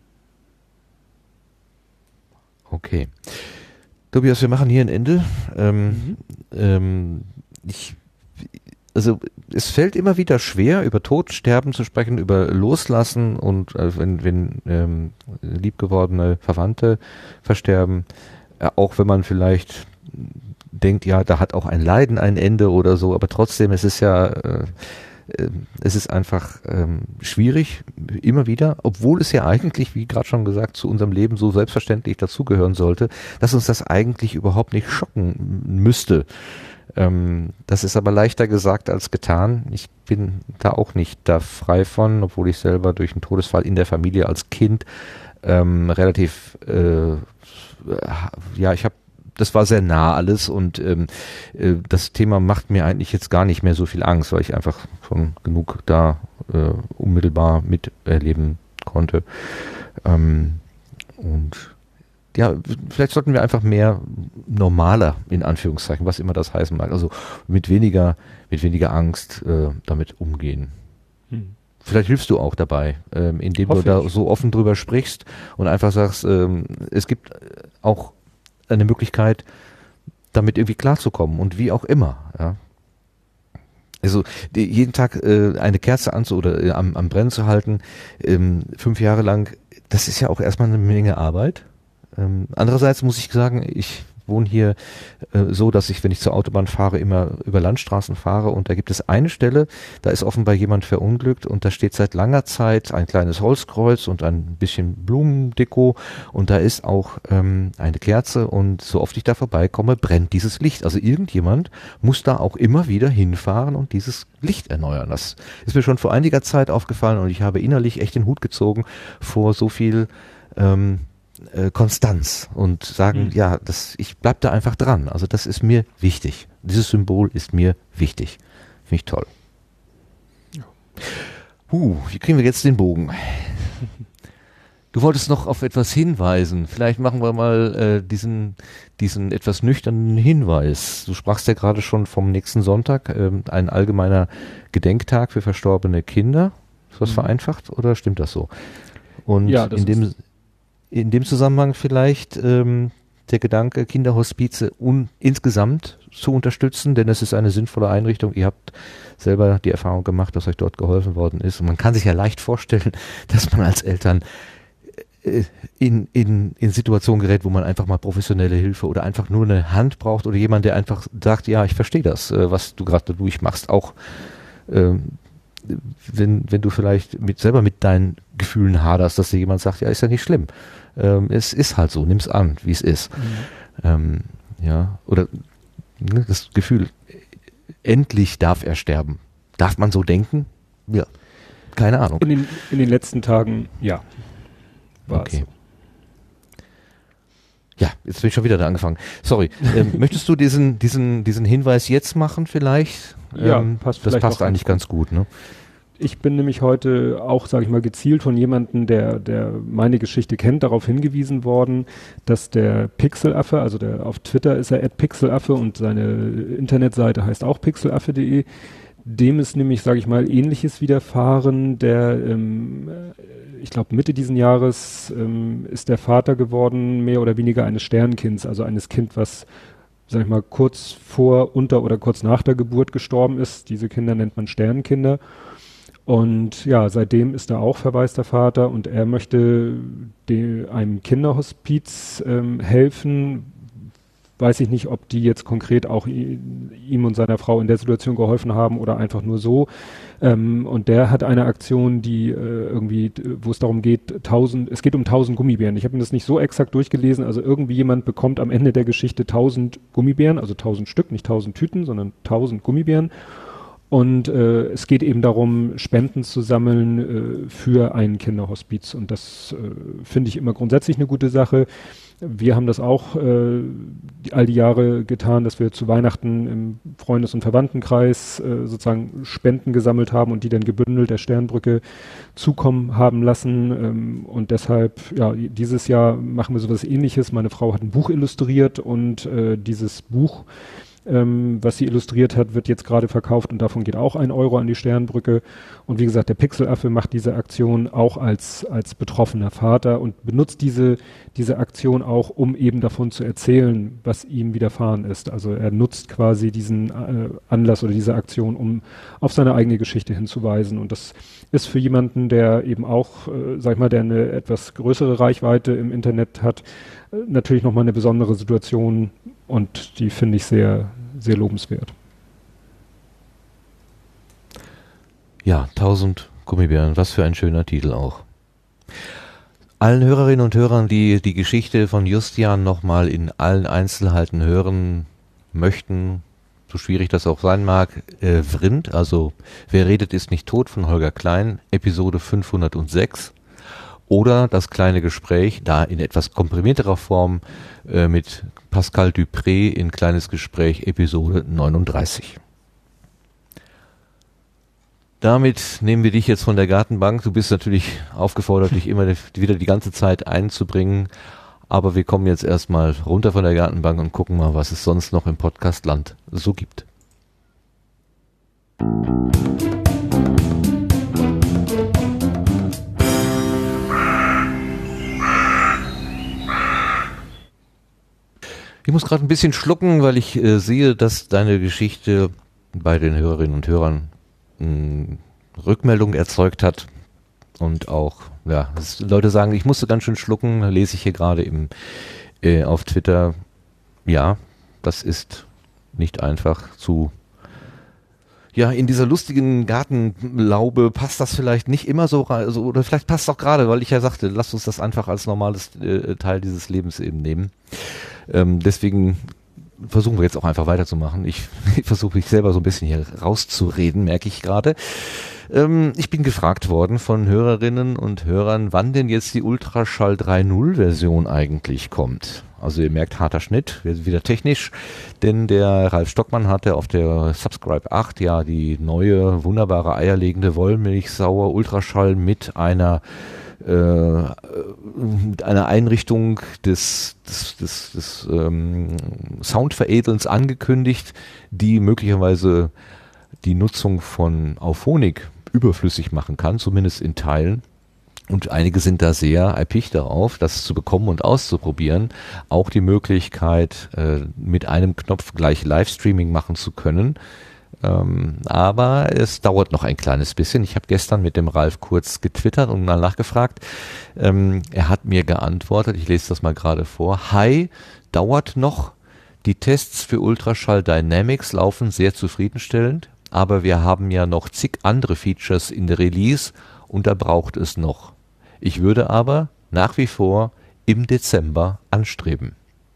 Okay. Tobias, wir machen hier ein Ende. Ähm, mhm. ähm, ich, also es fällt immer wieder schwer, über Tod, Sterben zu sprechen, über Loslassen und äh, wenn, wenn ähm, liebgewordene Verwandte versterben, äh, auch wenn man vielleicht denkt, ja, da hat auch ein Leiden ein Ende oder so, aber trotzdem, es ist ja, äh, äh, es ist einfach ähm, schwierig, immer wieder, obwohl es ja eigentlich, wie gerade schon gesagt, zu unserem Leben so selbstverständlich dazugehören sollte, dass uns das eigentlich überhaupt nicht schocken müsste. Ähm, das ist aber leichter gesagt als getan. Ich bin da auch nicht da frei von, obwohl ich selber durch einen Todesfall in der Familie als Kind ähm, relativ, äh, ja, ich habe, das war sehr nah alles und ähm, äh, das Thema macht mir eigentlich jetzt gar nicht mehr so viel Angst, weil ich einfach schon genug da äh, unmittelbar miterleben konnte. Ähm, und ja, vielleicht sollten wir einfach mehr normaler, in Anführungszeichen, was immer das heißen mag, also mit weniger, mit weniger Angst äh, damit umgehen. Hm. Vielleicht hilfst du auch dabei, ähm, indem Hoffe du da ich. so offen drüber sprichst und einfach sagst, ähm, es gibt auch eine Möglichkeit, damit irgendwie klarzukommen und wie auch immer. Ja. Also die, jeden Tag äh, eine Kerze anzu oder äh, am, am Brennen zu halten, ähm, fünf Jahre lang, das ist ja auch erstmal eine Menge Arbeit. Ähm, andererseits muss ich sagen, ich wohne hier äh, so, dass ich, wenn ich zur Autobahn fahre, immer über Landstraßen fahre und da gibt es eine Stelle, da ist offenbar jemand verunglückt und da steht seit langer Zeit ein kleines Holzkreuz und ein bisschen Blumendeko und da ist auch ähm, eine Kerze und so oft ich da vorbeikomme, brennt dieses Licht. Also irgendjemand muss da auch immer wieder hinfahren und dieses Licht erneuern. Das ist mir schon vor einiger Zeit aufgefallen und ich habe innerlich echt den Hut gezogen vor so viel ähm, Konstanz und sagen, mhm. ja, das, ich bleib da einfach dran. Also das ist mir wichtig. Dieses Symbol ist mir wichtig. Finde ich toll. Ja. Uh, wie kriegen wir jetzt den Bogen? Du wolltest noch auf etwas hinweisen. Vielleicht machen wir mal äh, diesen, diesen etwas nüchternen Hinweis. Du sprachst ja gerade schon vom nächsten Sonntag, äh, ein allgemeiner Gedenktag für verstorbene Kinder. Ist das mhm. vereinfacht oder stimmt das so? Und ja, das in dem ist In dem Zusammenhang vielleicht ähm, der Gedanke, Kinderhospize un insgesamt zu unterstützen, denn es ist eine sinnvolle Einrichtung. Ihr habt selber die Erfahrung gemacht, dass euch dort geholfen worden ist. Und man kann sich ja leicht vorstellen, dass man als Eltern äh, in, in, in Situationen gerät, wo man einfach mal professionelle Hilfe oder einfach nur eine Hand braucht oder jemand, der einfach sagt, ja, ich verstehe das, äh, was du gerade durchmachst. Auch ähm, wenn, wenn du vielleicht mit, selber mit deinen Gefühlen haderst, dass dir jemand sagt, ja, ist ja nicht schlimm. Ähm, es ist halt so, nimm's an, wie es ist. Mhm. Ähm, ja, oder ne, das Gefühl, endlich darf er sterben. Darf man so denken? Ja, keine Ahnung. In den, in den letzten Tagen, ja. War okay. So. Ja, jetzt bin ich schon wieder da angefangen. Sorry. ähm, möchtest du diesen, diesen, diesen Hinweis jetzt machen vielleicht? Ja, ähm, passt das passt eigentlich ganz gut, ne? Ich bin nämlich heute auch, sage ich mal, gezielt von jemandem, der, der meine Geschichte kennt, darauf hingewiesen worden, dass der Pixelaffe, also der auf Twitter ist er at Pixelaffe und seine Internetseite heißt auch pixelaffe punkt de, dem ist nämlich, sage ich mal, Ähnliches widerfahren. Der, ähm, ich glaube Mitte diesen Jahres ähm, ist der Vater geworden, mehr oder weniger eines Sternkinds, also eines Kind, was, sag ich mal, kurz vor, unter oder kurz nach der Geburt gestorben ist. Diese Kinder nennt man Sternkinder. Und ja, seitdem ist er auch verwaister Vater und er möchte de, einem Kinderhospiz ähm, helfen. Weiß ich nicht, ob die jetzt konkret auch ihm und seiner Frau in der Situation geholfen haben oder einfach nur so. Ähm, und der hat eine Aktion, die äh, irgendwie, wo es darum geht, tausend, es geht um tausend Gummibären. Ich habe mir das nicht so exakt durchgelesen. Also irgendwie jemand bekommt am Ende der Geschichte tausend Gummibären, also tausend Stück, nicht tausend Tüten, sondern tausend Gummibären. Und äh, es geht eben darum, Spenden zu sammeln äh, für ein Kinderhospiz. Und das äh, finde ich immer grundsätzlich eine gute Sache. Wir haben das auch äh, die, all die Jahre getan, dass wir zu Weihnachten im Freundes- und Verwandtenkreis äh, sozusagen Spenden gesammelt haben und die dann gebündelt der Sternbrücke zukommen haben lassen. Ähm, und deshalb, ja, dieses Jahr machen wir sowas Ähnliches. Meine Frau hat ein Buch illustriert und äh, dieses Buch, Ähm, was sie illustriert hat, wird jetzt gerade verkauft und davon geht auch ein Euro an die Sternbrücke. Und wie gesagt, der Pixelaffe macht diese Aktion auch als, als betroffener Vater und benutzt diese, diese Aktion auch, um eben davon zu erzählen, was ihm widerfahren ist. Also er nutzt quasi diesen äh, Anlass oder diese Aktion, um auf seine eigene Geschichte hinzuweisen. Und das ist für jemanden, der eben auch, äh, sag ich mal, der eine etwas größere Reichweite im Internet hat, äh, natürlich nochmal eine besondere Situation und die finde ich sehr, sehr lobenswert. Ja, tausend Gummibären, was für ein schöner Titel auch. Allen Hörerinnen und Hörern, die die Geschichte von Justian nochmal in allen Einzelheiten hören möchten, so schwierig das auch sein mag, äh, Vrind, also Wer redet ist nicht tot von Holger Klein, Episode fünfhundertsechs, oder das kleine Gespräch, da in etwas komprimierterer Form, äh, mit Pascal Dupré in Kleines Gespräch, Episode neununddreißig. Damit nehmen wir dich jetzt von der Gartenbank. Du bist natürlich aufgefordert, dich immer wieder die ganze Zeit einzubringen. Aber wir kommen jetzt erstmal runter von der Gartenbank und gucken mal, was es sonst noch im Podcastland so gibt. Ich muss gerade ein bisschen schlucken, weil ich äh, sehe, dass deine Geschichte bei den Hörerinnen und Hörern Rückmeldung erzeugt hat und auch, ja, Leute sagen, ich musste ganz schön schlucken, lese ich hier gerade im äh, auf Twitter. Ja, das ist nicht einfach zu, ja, in dieser lustigen Gartenlaube passt das vielleicht nicht immer so rein, also, oder vielleicht passt es auch gerade, weil ich ja sagte, lasst uns das einfach als normales äh, Teil dieses Lebens eben nehmen. Ähm, deswegen versuchen wir jetzt auch einfach weiterzumachen. Ich, ich versuche mich selber so ein bisschen hier rauszureden, merke ich gerade. Ähm, ich bin gefragt worden von Hörerinnen und Hörern, wann denn jetzt die Ultraschall drei Punkt null Version eigentlich kommt. Also ihr merkt, harter Schnitt, wieder technisch, denn der Ralf Stockmann hatte auf der Subscribe acht ja die neue, wunderbare, eierlegende Wollmilchsauer Ultraschall mit einer Äh, mit einer Einrichtung des, des, des, des ähm, Soundveredelns angekündigt, die möglicherweise die Nutzung von Auphonic überflüssig machen kann, zumindest in Teilen. Und einige sind da sehr erpicht darauf, das zu bekommen und auszuprobieren. Auch die Möglichkeit, äh, mit einem Knopf gleich Livestreaming machen zu können. Ähm, aber es dauert noch ein kleines bisschen. Ich habe gestern mit dem Ralf kurz getwittert und mal nachgefragt. Ähm, er hat mir geantwortet, ich lese das mal gerade vor. Hi, dauert noch. Die Tests für Ultraschall Dynamics laufen sehr zufriedenstellend, aber wir haben ja noch zig andere Features in der Release und da braucht es noch. Ich würde aber nach wie vor im Dezember anstreben.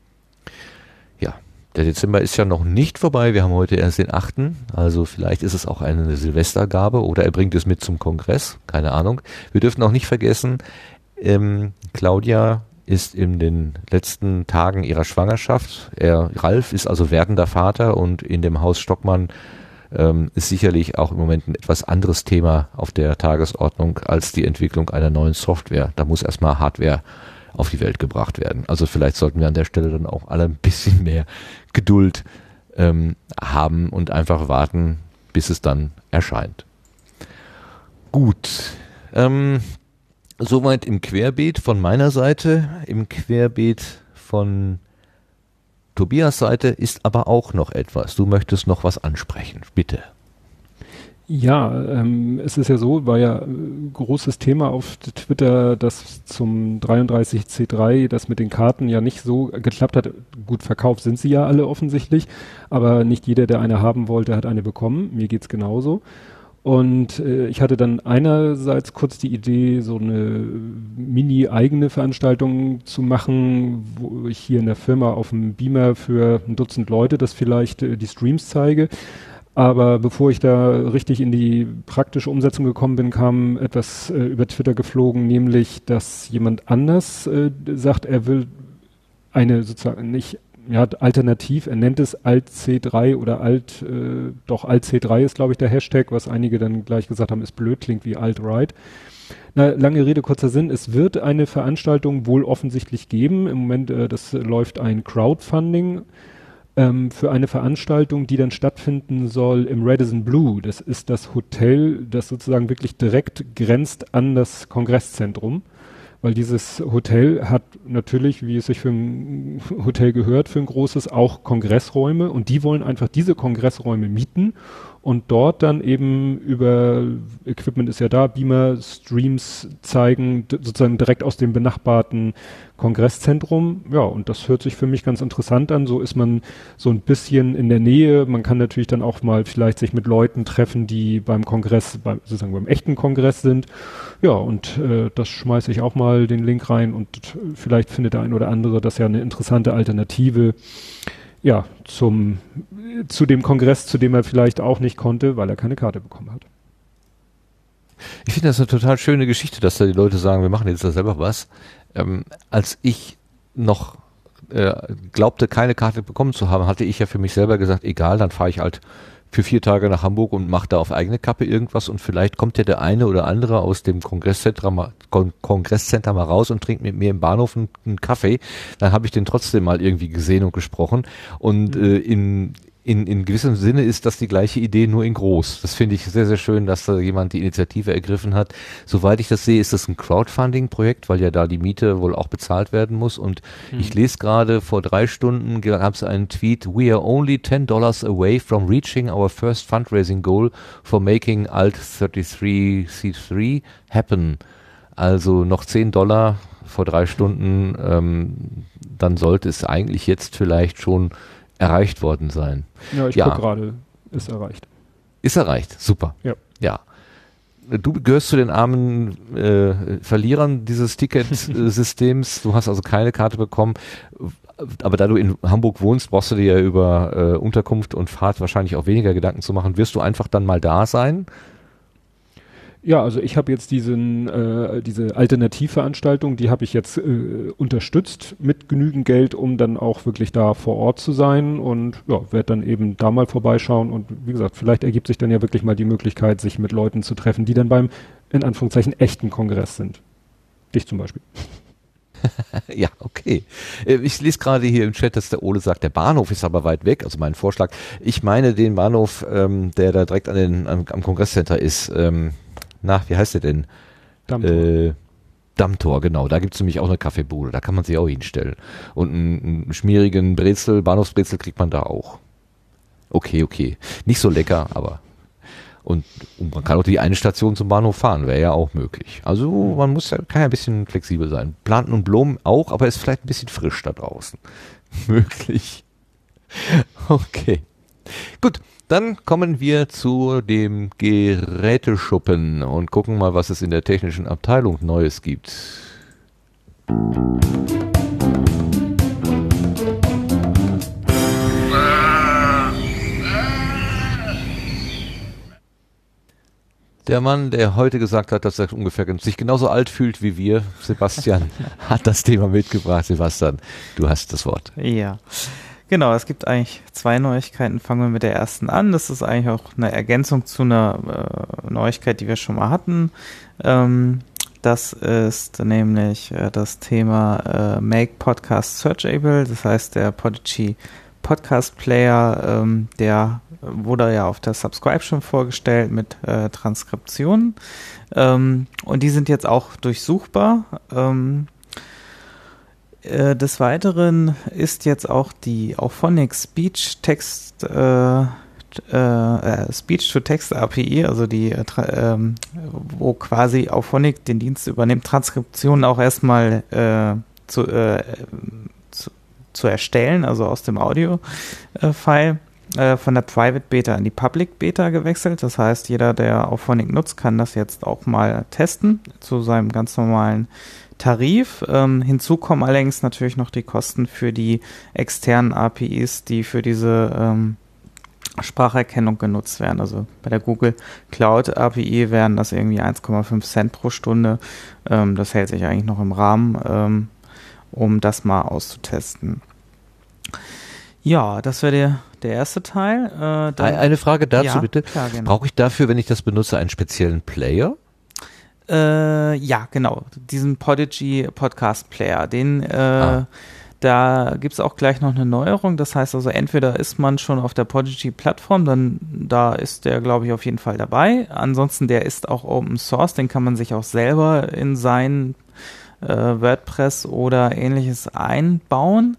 Ja. Der Dezember ist ja noch nicht vorbei, wir haben heute erst den achten Also vielleicht ist es auch eine Silvestergabe oder er bringt es mit zum Kongress, keine Ahnung. Wir dürfen auch nicht vergessen, ähm, Claudia ist in den letzten Tagen ihrer Schwangerschaft. Er, Ralf ist also werdender Vater und in dem Haus Stockmann ähm, ist sicherlich auch im Moment ein etwas anderes Thema auf der Tagesordnung als die Entwicklung einer neuen Software. Da muss erstmal Hardware auf die Welt gebracht werden. Also vielleicht sollten wir an der Stelle dann auch alle ein bisschen mehr Geduld ähm, haben und einfach warten, bis es dann erscheint. Gut, ähm, soweit im Querbeet von meiner Seite. Im Querbeet von Tobias Seite ist aber auch noch etwas. Du möchtest noch was ansprechen, bitte. Ja, ähm, es ist ja so, war ja äh, großes Thema auf Twitter, dass zum dreiunddreißig C drei das mit den Karten ja nicht so geklappt hat. Gut, verkauft sind sie ja alle offensichtlich, aber nicht jeder, der eine haben wollte, hat eine bekommen. Mir geht's genauso. Und äh, ich hatte dann einerseits kurz die Idee, so eine mini-eigene Veranstaltung zu machen, wo ich hier in der Firma auf dem Beamer für ein Dutzend Leute das vielleicht äh, die Streams zeige. Aber bevor ich da richtig in die praktische Umsetzung gekommen bin, kam etwas äh, über Twitter geflogen, nämlich, dass jemand anders äh, sagt, er will eine sozusagen nicht, ja, alternativ, er nennt es Alt C drei oder Alt, äh, doch Alt C drei ist, glaube ich, der Hashtag, was einige dann gleich gesagt haben, ist blöd, klingt wie Alt-Right. Na, lange Rede, kurzer Sinn, es wird eine Veranstaltung wohl offensichtlich geben. Im Moment, äh, das läuft ein Crowdfunding ähm, für eine Veranstaltung, die dann stattfinden soll im Radisson Blu. Das ist das Hotel, das sozusagen wirklich direkt grenzt an das Kongresszentrum. Weil dieses Hotel hat natürlich, wie es sich für ein Hotel gehört, für ein großes, auch Kongressräume. Und die wollen einfach diese Kongressräume mieten und dort dann eben über, Equipment ist ja da, Beamer, Streams zeigen, d- sozusagen direkt aus dem benachbarten Kongresszentrum. Ja, und das hört sich für mich ganz interessant an. So ist man so ein bisschen in der Nähe. Man kann natürlich dann auch mal vielleicht sich mit Leuten treffen, die beim Kongress, beim, sozusagen beim echten Kongress sind. Ja, und äh, das schmeiße ich auch mal den Link rein und vielleicht findet der ein oder andere das ja eine interessante Alternative. Ja, zum, zu dem Kongress, zu dem er vielleicht auch nicht konnte, weil er keine Karte bekommen hat. Ich finde das eine total schöne Geschichte, dass da die Leute sagen, wir machen jetzt da selber was. Ähm, als ich noch äh, glaubte, keine Karte bekommen zu haben, hatte ich ja für mich selber gesagt, egal, dann fahre ich halt für vier Tage nach Hamburg und mache da auf eigene Kappe irgendwas und vielleicht kommt ja der eine oder andere aus dem Kongresscenter mal, Kon- Kongresscenter mal raus und trinkt mit mir im Bahnhof einen, einen Kaffee. Dann habe ich den trotzdem mal irgendwie gesehen und gesprochen und äh, in In, in gewissem Sinne ist das die gleiche Idee, nur in groß. Das finde ich sehr, sehr schön, dass da jemand die Initiative ergriffen hat. Soweit ich das sehe, ist das ein Crowdfunding-Projekt, weil ja da die Miete wohl auch bezahlt werden muss. Und hm. ich lese gerade, vor drei Stunden gab es einen Tweet, we are only ten dollars away from reaching our first fundraising goal for making Alt dreiunddreißig C drei happen. Also noch zehn Dollar vor drei Stunden, ähm, dann sollte es eigentlich jetzt vielleicht schon erreicht worden sein. Ja, ich ja. gucke gerade, ist erreicht. Ist erreicht, super. Ja. Ja. Du gehörst zu den armen äh, Verlierern dieses Ticketsystems. Du hast also keine Karte bekommen. Aber da du in Hamburg wohnst, brauchst du dir ja über äh, Unterkunft und Fahrt wahrscheinlich auch weniger Gedanken zu machen. Wirst du einfach dann mal da sein? Ja, also ich habe jetzt diesen äh, diese Alternativveranstaltung, die habe ich jetzt äh, unterstützt mit genügend Geld, um dann auch wirklich da vor Ort zu sein und ja, werde dann eben da mal vorbeischauen und wie gesagt, vielleicht ergibt sich dann ja wirklich mal die Möglichkeit, sich mit Leuten zu treffen, die dann beim, in Anführungszeichen, echten Kongress sind. Dich zum Beispiel. Ja, okay. Ich lese gerade hier im Chat, dass der Ole sagt, der Bahnhof ist aber weit weg, also mein Vorschlag. Ich meine den Bahnhof, ähm, der da direkt an den, am, am Kongresscenter ist, ähm, na, wie heißt der denn? Dammtor. Äh, Dammtor, genau. Da gibt es nämlich auch eine Kaffeebude. Da kann man sich auch hinstellen. Und einen, einen schmierigen Brezel, Bahnhofsbrezel kriegt man da auch. Okay, okay. Nicht so lecker, aber und, und man kann auch die eine Station zum Bahnhof fahren, wäre ja auch möglich. Also man muss ja, kann ja ein bisschen flexibel sein. Planten und Blumen auch, aber ist vielleicht ein bisschen frisch da draußen. Möglich. Okay. Gut. Dann kommen wir zu dem Geräteschuppen und gucken mal, was es in der technischen Abteilung Neues gibt. Der Mann, der heute gesagt hat, dass er ungefähr sich genauso alt fühlt wie wir, Sebastian, hat das Thema mitgebracht. Sebastian, du hast das Wort. Ja. Genau, es gibt eigentlich zwei Neuigkeiten. Fangen wir mit der ersten an. Das ist eigentlich auch eine Ergänzung zu einer äh, Neuigkeit, die wir schon mal hatten. Ähm, das ist nämlich äh, das Thema äh, Make Podcast Searchable. Das heißt, der Podigy Podcast Player, ähm, der wurde ja auf der Subscribe schon vorgestellt mit äh, Transkriptionen. Ähm, und die sind jetzt auch durchsuchbar. Ähm, Des Weiteren ist jetzt auch die Auphonic Speech Text äh, äh, Speech to Text A P I, also die äh, ähm, wo quasi Auphonic den Dienst übernimmt, Transkriptionen auch erstmal äh, zu, äh, zu, zu erstellen, also aus dem Audio-File äh, von der Private Beta in die Public Beta gewechselt. Das heißt, jeder, der Auphonic nutzt, kann das jetzt auch mal testen zu seinem ganz normalen Tarif. Ähm, hinzu kommen allerdings natürlich noch die Kosten für die externen A P Is, die für diese ähm, Spracherkennung genutzt werden. Also bei der Google Cloud A P I wären das irgendwie eins Komma fünf Cent pro Stunde. Ähm, das hält sich eigentlich noch im Rahmen, ähm, um das mal auszutesten. Ja, das wäre der, der erste Teil. Äh, dann, Eine Frage dazu ja, bitte. Klar, genau. Brauche ich dafür, wenn ich das benutze, einen speziellen Player? Äh, ja, genau. Diesen Podigy Podcast Player, den, äh, ah. da gibt's auch gleich noch eine Neuerung. Das heißt also, entweder ist man schon auf der Podigy Plattform, dann da ist der, glaube ich, auf jeden Fall dabei. Ansonsten, der ist auch Open Source, den kann man sich auch selber in sein äh, WordPress oder ähnliches einbauen.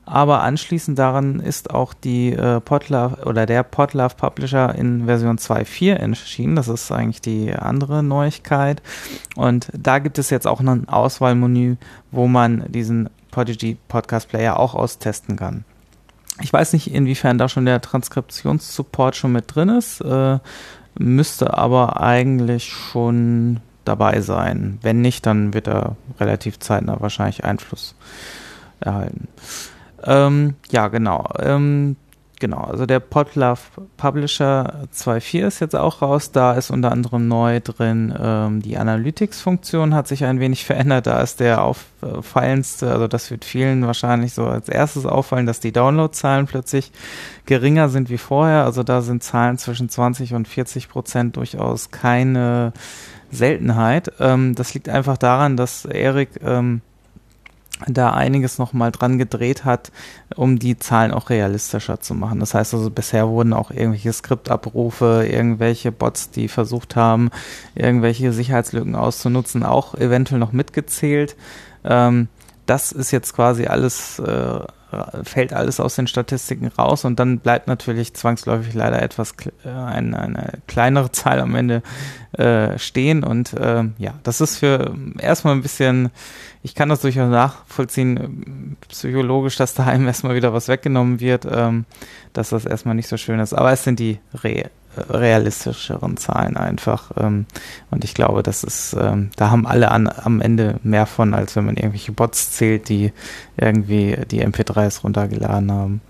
aber anschließend daran ist auch die äh, Podlove oder der Podlove Publisher in Version zwei Punkt vier erschienen. Das ist eigentlich die andere Neuigkeit. Und da gibt es jetzt auch noch ein Auswahlmenü, wo man diesen Podigy Podcast Player auch austesten kann. Ich weiß nicht, inwiefern da schon der Transkriptionssupport schon mit drin ist, äh, müsste aber eigentlich schon dabei sein. Wenn nicht, dann wird er relativ zeitnah wahrscheinlich Einfluss erhalten. Ähm, ja, genau. Ähm, genau, also der Podlove Publisher zwei Punkt vier ist jetzt auch raus. Da ist unter anderem neu drin, ähm, die Analytics-Funktion hat sich ein wenig verändert. Da ist der auffallendste, also das wird vielen wahrscheinlich so als erstes auffallen, dass die Downloadzahlen plötzlich geringer sind wie vorher. Also da sind Zahlen zwischen zwanzig und vierzig Prozent durchaus keine Seltenheit. Ähm, das liegt einfach daran, dass Erik ähm, da einiges nochmal dran gedreht hat, um die Zahlen auch realistischer zu machen. Das heißt also, bisher wurden auch irgendwelche Skriptabrufe, irgendwelche Bots, die versucht haben, irgendwelche Sicherheitslücken auszunutzen, auch eventuell noch mitgezählt. Ähm, das ist jetzt quasi alles, äh, fällt alles aus den Statistiken raus und dann bleibt natürlich zwangsläufig leider etwas, äh, eine, eine kleinere Zahl am Ende äh, stehen und äh, ja, das ist für erstmal ein bisschen, ich kann das durchaus nachvollziehen, psychologisch, dass da einem erstmal wieder was weggenommen wird, ähm, dass das erstmal nicht so schön ist, aber es sind die Re- realistischeren Zahlen einfach ähm, und ich glaube, das ist, ähm, da haben alle an, am Ende mehr von, als wenn man irgendwelche Bots zählt, die irgendwie die M P dreis runtergeladen haben.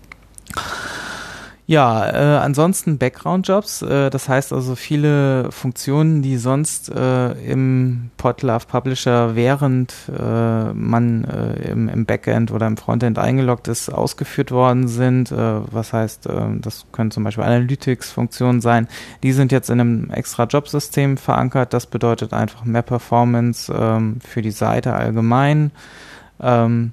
Ja, äh, ansonsten Background-Jobs, äh, das heißt also viele Funktionen, die sonst äh, im Podlove Publisher, während äh, man äh, im, im Backend oder im Frontend eingeloggt ist, ausgeführt worden sind. Äh, was heißt, äh, das können zum Beispiel Analytics-Funktionen sein. Die sind jetzt in einem extra Jobsystem verankert. Das bedeutet einfach mehr Performance ähm, für die Seite allgemein. Ähm,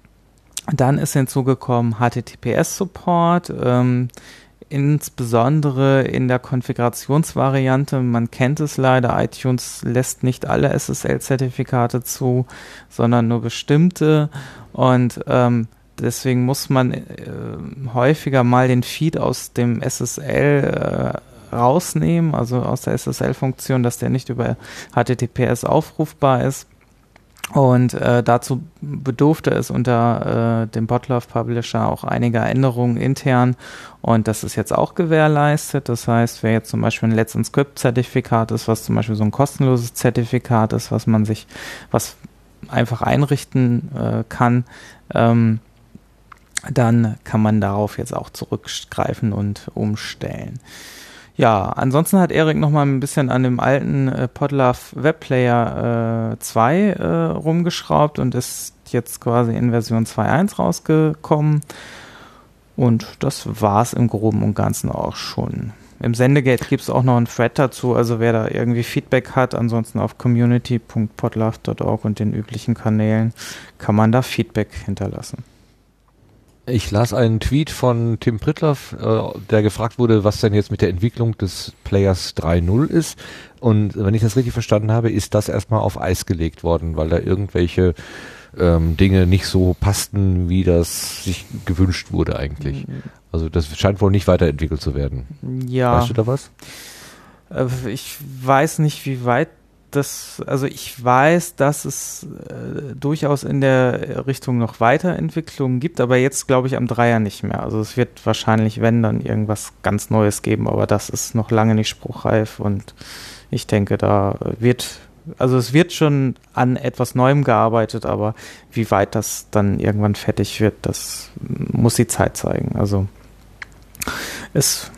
Dann ist hinzugekommen H T T P S-Support, ähm, insbesondere in der Konfigurationsvariante. Man kennt es leider, iTunes lässt nicht alle S S L-Zertifikate zu, sondern nur bestimmte und ähm, deswegen muss man äh, häufiger mal den Feed aus dem S S L äh, rausnehmen, also aus der S S L-Funktion, dass der nicht über H T T P S aufrufbar ist. Und äh, dazu bedurfte es unter äh, dem Podlove Publisher auch einiger Änderungen intern und das ist jetzt auch gewährleistet. Das heißt, wer jetzt zum Beispiel ein Let's Encrypt-Zertifikat ist, was zum Beispiel so ein kostenloses Zertifikat ist, was man sich, was einfach einrichten äh, kann, ähm, dann kann man darauf jetzt auch zurückgreifen und umstellen. Ja, ansonsten hat Erik noch mal ein bisschen an dem alten äh, Podlove Webplayer äh, zwei äh, rumgeschraubt und ist jetzt quasi in Version zwei Punkt eins rausgekommen. Und das war's im Groben und Ganzen auch schon. Im Sendegate gibt es auch noch einen Thread dazu, also wer da irgendwie Feedback hat, ansonsten auf community punkt podlove punkt org und den üblichen Kanälen kann man da Feedback hinterlassen. Ich las einen Tweet von Tim Pritlove, äh, der gefragt wurde, was denn jetzt mit der Entwicklung des Players drei Punkt null ist. Und wenn ich das richtig verstanden habe, ist das erstmal auf Eis gelegt worden, weil da irgendwelche ähm, Dinge nicht so passten, wie das sich gewünscht wurde eigentlich. Also das scheint wohl nicht weiterentwickelt zu werden. Ja. Weißt du da was? Äh, ich weiß nicht, wie weit das, also ich weiß, dass es äh, durchaus in der Richtung noch Weiterentwicklungen gibt, aber jetzt glaube ich am Dreier nicht mehr. Also es wird wahrscheinlich, wenn, dann irgendwas ganz Neues geben, aber das ist noch lange nicht spruchreif und ich denke, da wird, also es wird schon an etwas Neuem gearbeitet, aber wie weit das dann irgendwann fertig wird, das muss die Zeit zeigen. Also es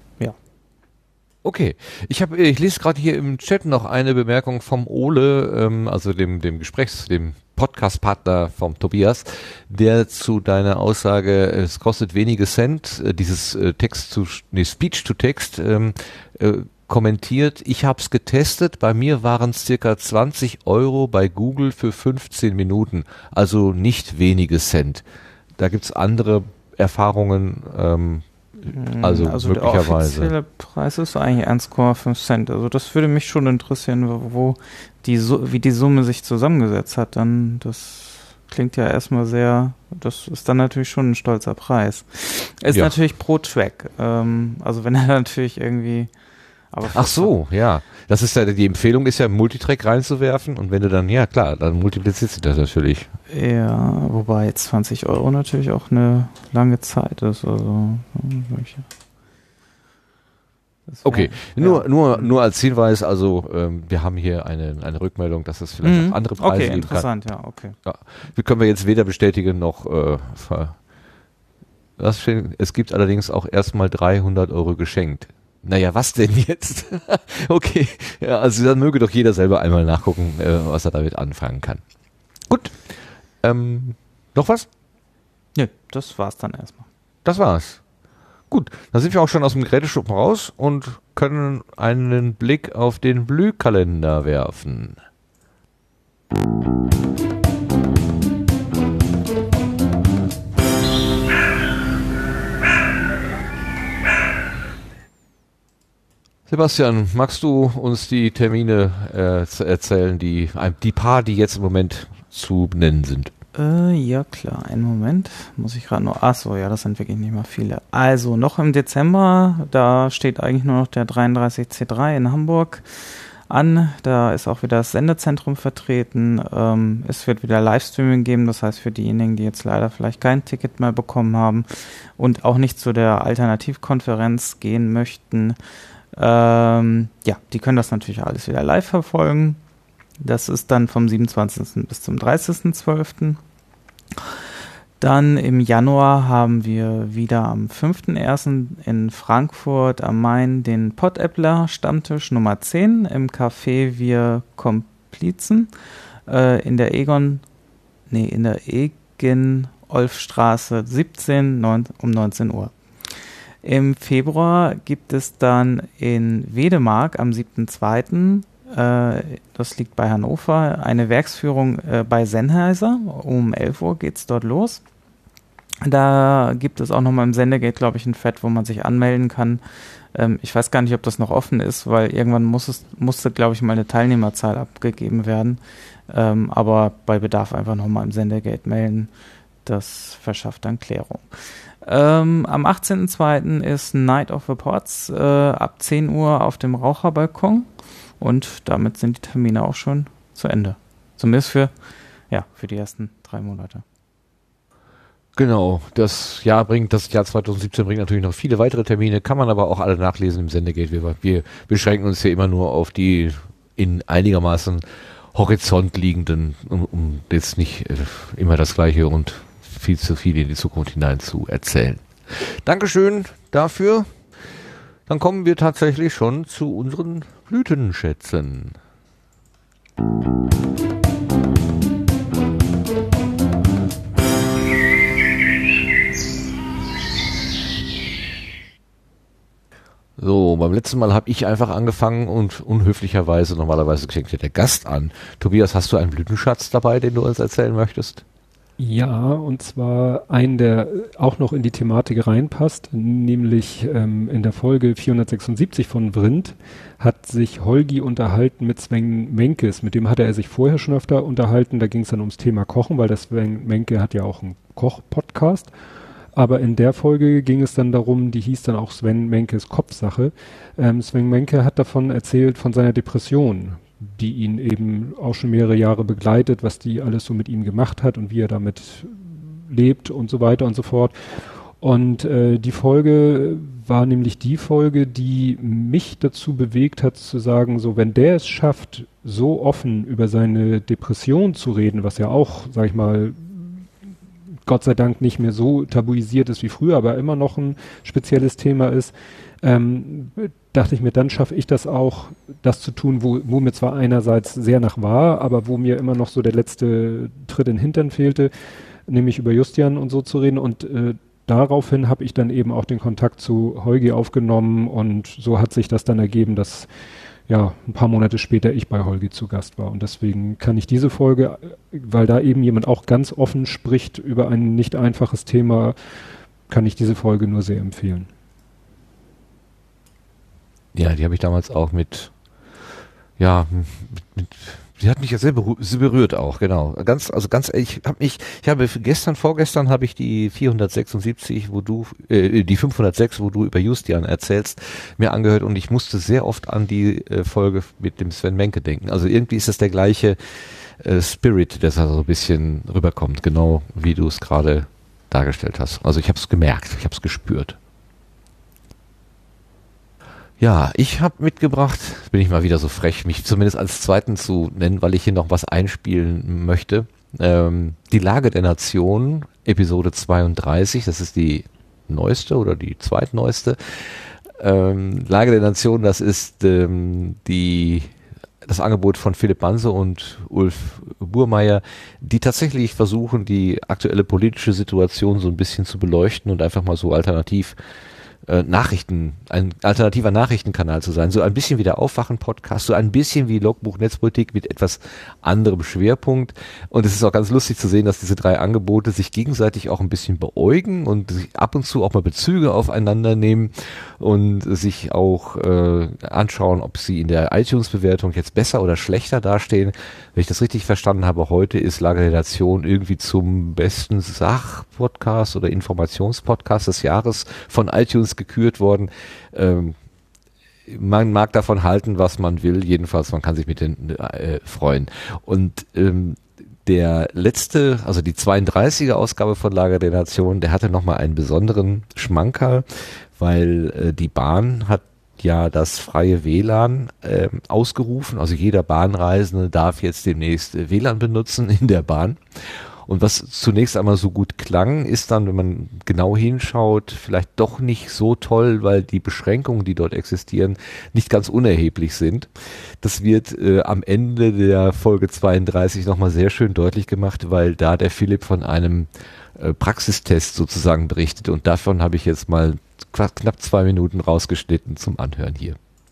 Okay, ich habe, ich lese gerade hier im Chat noch eine Bemerkung vom Ole, ähm, also dem dem Gesprächs, dem Podcast-Partner vom Tobias, der zu deiner Aussage, es kostet wenige Cent, äh, dieses äh, Text zu, nee, Speech to Text ähm, äh, kommentiert. Ich habe es getestet, bei mir waren es circa zwanzig Euro bei Google für fünfzehn Minuten, also nicht wenige Cent. Da gibt's andere Erfahrungen. Ähm, Also, also möglicherweise. Der offizielle Preis ist eigentlich eins Komma fünf Cent. Also das würde mich schon interessieren, wo, wo die, wie die Summe sich zusammengesetzt hat. Dann das klingt ja erstmal sehr, das ist dann natürlich schon ein stolzer Preis. Ist Ja. natürlich pro Track, ähm, also wenn er natürlich irgendwie... Aber Ach so, ja. Das ist ja, die Empfehlung ist ja, Multitrack reinzuwerfen und wenn du dann, ja klar, dann multipliziert sich das natürlich. Ja, wobei jetzt zwanzig Euro natürlich auch eine lange Zeit ist, also... Das wär, Okay, ja. nur, nur, nur als Hinweis, also ähm, wir haben hier eine, eine Rückmeldung, dass es vielleicht Mhm. auch andere Preise Okay, geben interessant, ja, okay. kann. Ja, wir können wir jetzt weder bestätigen noch äh, ver was steht? Es gibt allerdings auch erstmal dreihundert Euro geschenkt. Naja, was denn jetzt? Okay, ja, also dann möge doch jeder selber einmal nachgucken, äh, was er damit anfangen kann. Gut, ähm, noch was? Nö, das war's dann erstmal. Das war's. Gut, dann sind wir auch schon aus dem Geräteschuppen raus und können einen Blick auf den Blühkalender werfen. Sebastian, magst du uns die Termine äh, erzählen, die, die paar, die jetzt im Moment zu nennen sind? Äh, ja klar, einen Moment, muss ich gerade nur, ach so, ja, das sind wirklich nicht mal viele. Also noch im Dezember, da steht eigentlich nur noch der dreiunddreißig C drei in Hamburg an, da ist auch wieder das Sendezentrum vertreten, ähm, es wird wieder Livestreaming geben, das heißt für diejenigen, die jetzt leider vielleicht kein Ticket mehr bekommen haben und auch nicht zu der Alternativkonferenz gehen möchten, ähm, ja, die können das natürlich alles wieder live verfolgen. Das ist dann vom siebenundzwanzigsten bis zum dreißigsten zwölften Dann im Januar haben wir wieder am fünften ersten in Frankfurt am Main den Pottäppler Stammtisch Nummer zehn im Café Wir Komplizen äh, in der Egon, nee, in der Egen-Olf-Straße siebzehn neun, um neunzehn Uhr. Im Februar gibt es dann in Wedemark am siebten zweiten Äh, das liegt bei Hannover, eine Werksführung äh, bei Sennheiser. Um elf Uhr geht es dort los. Da gibt es auch nochmal im Sendegate, glaube ich, ein Fett, wo man sich anmelden kann. Ähm, ich weiß gar nicht, ob das noch offen ist, weil irgendwann muss es, musste, glaube ich, mal eine Teilnehmerzahl abgegeben werden. Ähm, aber bei Bedarf einfach nochmal im Sendegate melden. Das verschafft dann Klärung. Ähm, am achtzehnten zweiten ist Night of the Pots äh, ab zehn Uhr auf dem Raucherbalkon. Und damit sind die Termine auch schon zu Ende. Zumindest für, ja, für die ersten drei Monate. Genau, das Jahr bringt, das Jahr zweitausendsiebzehn bringt natürlich noch viele weitere Termine, kann man aber auch alle nachlesen im Sendegate. Wir, wir beschränken uns hier immer nur auf die in einigermaßen Horizont liegenden, um, um jetzt nicht äh, immer das Gleiche und viel zu viel in die Zukunft hinein zu erzählen. Dankeschön dafür. Dann kommen wir tatsächlich schon zu unseren Blütenschätzen. So, beim letzten Mal habe ich einfach angefangen und unhöflicherweise, normalerweise fängt ja der Gast an. Tobias, hast du einen Blütenschatz dabei, den du uns erzählen möchtest? Ja, und zwar einen, der auch noch in die Thematik reinpasst, nämlich ähm, in der Folge vierhundertsechsundsiebzig von Vrindt hat sich Holgi unterhalten mit Sven Menkes. Mit dem hatte er sich vorher schon öfter unterhalten. Da ging es dann ums Thema Kochen, weil der Sven Menke hat ja auch einen Koch-Podcast. Aber in der Folge ging es dann darum, die hieß dann auch Sven Menkes Kopfsache. Ähm, Sven Menke hat davon erzählt, von seiner Depression, die ihn eben auch schon mehrere Jahre begleitet, was die alles so mit ihm gemacht hat und wie er damit lebt und so weiter und so fort. Und äh, die Folge war nämlich die Folge, die mich dazu bewegt hat zu sagen, so wenn der es schafft, so offen über seine Depression zu reden, was ja auch, sag ich mal, Gott sei Dank nicht mehr so tabuisiert ist wie früher, aber immer noch ein spezielles Thema ist, ähm, dachte ich mir, dann schaffe ich das auch, das zu tun, wo, wo mir zwar einerseits sehr nach war, aber wo mir immer noch so der letzte Tritt in den Hintern fehlte, nämlich über Justian und so zu reden. Und äh, daraufhin habe ich dann eben auch den Kontakt zu Holgi aufgenommen und so hat sich das dann ergeben, dass ja ein paar Monate später ich bei Holgi zu Gast war. Und deswegen kann ich diese Folge, weil da eben jemand auch ganz offen spricht über ein nicht einfaches Thema, kann ich diese Folge nur sehr empfehlen. Ja, die habe ich damals auch mit, ja, mit, mit Die hat mich ja sehr, berühr sehr berührt auch, genau. Ganz, also ganz, ich habe mich, ich habe gestern, vorgestern habe ich die vierhundertsechsundsiebzig, wo du, äh, die fünfhundertsechs, wo du über Justian erzählst, mir angehört und ich musste sehr oft an die äh, Folge mit dem Sven Menke denken. Also irgendwie ist das der gleiche äh, Spirit, der da so ein bisschen rüberkommt, genau wie du es gerade dargestellt hast. Also ich habe es gemerkt, ich habe es gespürt. Ja, ich habe mitgebracht, bin ich mal wieder so frech, mich zumindest als Zweiten zu nennen, weil ich hier noch was einspielen möchte. Ähm, die Lage der Nation, Episode zweiunddreißig, das ist die neueste oder die zweitneueste. Ähm, Lage der Nation, das ist ähm, die das Angebot von Philipp Banse und Ulf Burmeier, die tatsächlich versuchen, die aktuelle politische Situation so ein bisschen zu beleuchten und einfach mal so alternativ Nachrichten, ein alternativer Nachrichtenkanal zu sein, so ein bisschen wie der Aufwachen-Podcast, so ein bisschen wie Logbuch Netzpolitik mit etwas anderem Schwerpunkt. Und es ist auch ganz lustig zu sehen, dass diese drei Angebote sich gegenseitig auch ein bisschen beäugen und sich ab und zu auch mal Bezüge aufeinander nehmen und sich auch äh, anschauen, ob sie in der iTunes-Bewertung jetzt besser oder schlechter dastehen. Wenn ich das richtig verstanden habe, heute ist Lage der Nation irgendwie zum besten Sach-Podcast oder Informationspodcast des Jahres von iTunes gekürt worden. Ähm, man mag davon halten, was man will, jedenfalls man kann sich mit den äh, freuen. Und ähm, der letzte, also die zweiunddreißiger Ausgabe von Lage der Nation, der hatte nochmal einen besonderen Schmankerl, weil äh, die Bahn hat ja das freie W L A N äh, ausgerufen, also jeder Bahnreisende darf jetzt demnächst äh, W L A N benutzen in der Bahn. Und was zunächst einmal so gut klang, ist dann, wenn man genau hinschaut, vielleicht doch nicht so toll, weil die Beschränkungen, die dort existieren, nicht ganz unerheblich sind. Das wird äh, am Ende der Folge zweiunddreißig nochmal sehr schön deutlich gemacht, weil da der Philipp von einem äh, Praxistest sozusagen berichtet. Und davon habe ich jetzt mal knapp zwei Minuten rausgeschnitten zum Anhören hier.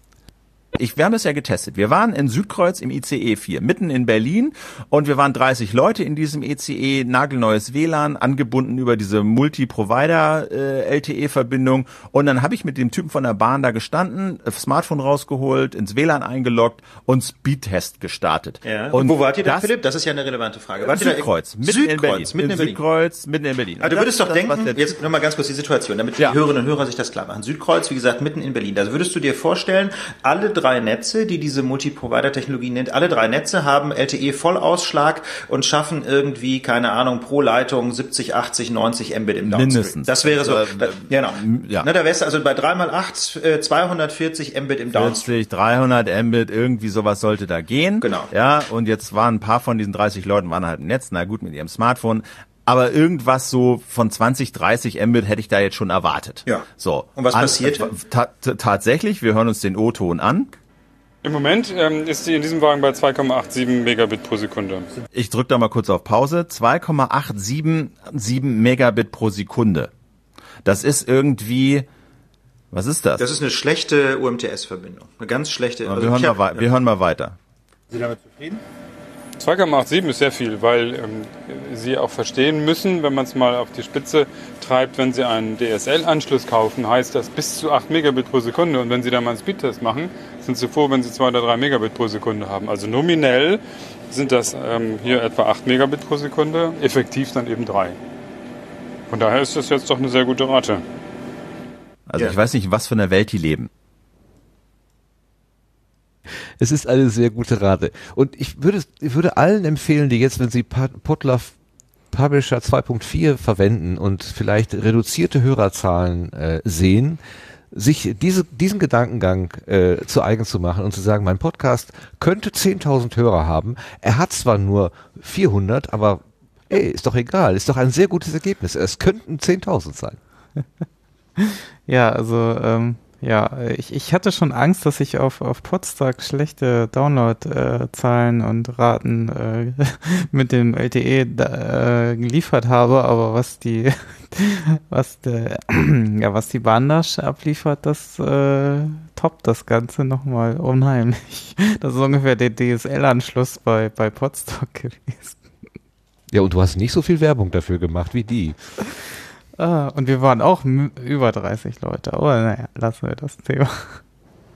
Ich, wir haben das ja getestet. Wir waren in Südkreuz im I C E vier, mitten in Berlin, und wir waren dreißig Leute in diesem E C E, nagelneues W L A N, angebunden über diese Multi-Provider-L T E-Verbindung, und dann habe ich mit dem Typen von der Bahn da gestanden, Smartphone rausgeholt, ins W L A N eingeloggt und Speedtest gestartet. Ja. Und, und wo wart ihr da, Philipp? Das ist ja eine relevante Frage. Wart Südkreuz, mitten Südkreuz, in Berlin. Mitten in Berlin. Südkreuz, mitten in Berlin. Aber du würdest doch denken, jetzt nochmal ganz kurz die Situation, damit ja. die Hörerinnen und Hörer sich das klar machen. Südkreuz, wie gesagt, mitten in Berlin. Also würdest du dir vorstellen, alle drei Netze, die diese Multi-Provider-Technologie nennt, alle drei Netze haben L T E-Vollausschlag und schaffen irgendwie, keine Ahnung, pro Leitung siebzig, achtzig, neunzig Mbit im Downstream. Mindestens. Das wäre so, da, genau. Ja. Na, da wärst du also bei drei mal acht, äh, zweihundertvierzig Mbit im Downstream. vierzig, dreihundert Mbit, irgendwie sowas sollte da gehen. Genau. Ja, und jetzt waren ein paar von diesen dreißig Leuten waren halt im Netz, na gut, mit ihrem Smartphone. Aber irgendwas so von zwanzig, dreißig Mbit hätte ich da jetzt schon erwartet. Ja. So. Und was passiert? An, ta tatsächlich, wir hören uns den O-Ton an. Im Moment ähm, ist sie in diesem Wagen bei zwei Komma siebenundachtzig Megabit pro Sekunde. Ich drücke da mal kurz auf Pause. zwei Komma achthundertsiebenundsiebzig Megabit pro Sekunde. Das ist irgendwie, was ist das? Das ist eine schlechte U M T S-Verbindung. Eine ganz schlechte. Also wir, hören hab, mal, ja. wir hören mal weiter. Sind Sie damit zufrieden? zwei Komma siebenundachtzig ist sehr viel, weil ähm, Sie auch verstehen müssen, wenn man es mal auf die Spitze treibt, wenn Sie einen D S L-Anschluss kaufen, heißt das bis zu acht Megabit pro Sekunde. Und wenn Sie da mal einen Speedtest machen, sind Sie froh, wenn Sie zwei oder drei Megabit pro Sekunde haben. Also nominell sind das ähm, hier etwa acht Megabit pro Sekunde, effektiv dann eben drei. Von daher ist das jetzt doch eine sehr gute Rate. Also ja. Ich weiß nicht, was für eine Welt die leben. Es ist eine sehr gute Rate. Und ich würde, ich würde allen empfehlen, die jetzt, wenn sie Podlove Publisher zwei Punkt vier verwenden und vielleicht reduzierte Hörerzahlen äh, sehen, sich diese, diesen Gedankengang äh, zu eigen zu machen und zu sagen, mein Podcast könnte zehntausend Hörer haben. Er hat zwar nur vierhundert, aber ey, ist doch egal. Ist doch ein sehr gutes Ergebnis. Es könnten zehntausend sein. Ja, also ähm ja, ich, ich hatte schon Angst, dass ich auf, auf Podstock schlechte Download-Zahlen äh, und Raten äh, mit dem L T E da, äh, geliefert habe, aber was die was der ja was die Bahn da abliefert, das äh, toppt das Ganze nochmal unheimlich. Das ist ungefähr der D S L-Anschluss bei, bei Podstock gewesen. Ja, und du hast nicht so viel Werbung dafür gemacht wie die. Ah, und wir waren auch m- über dreißig Leute, aber naja, lassen wir das Thema.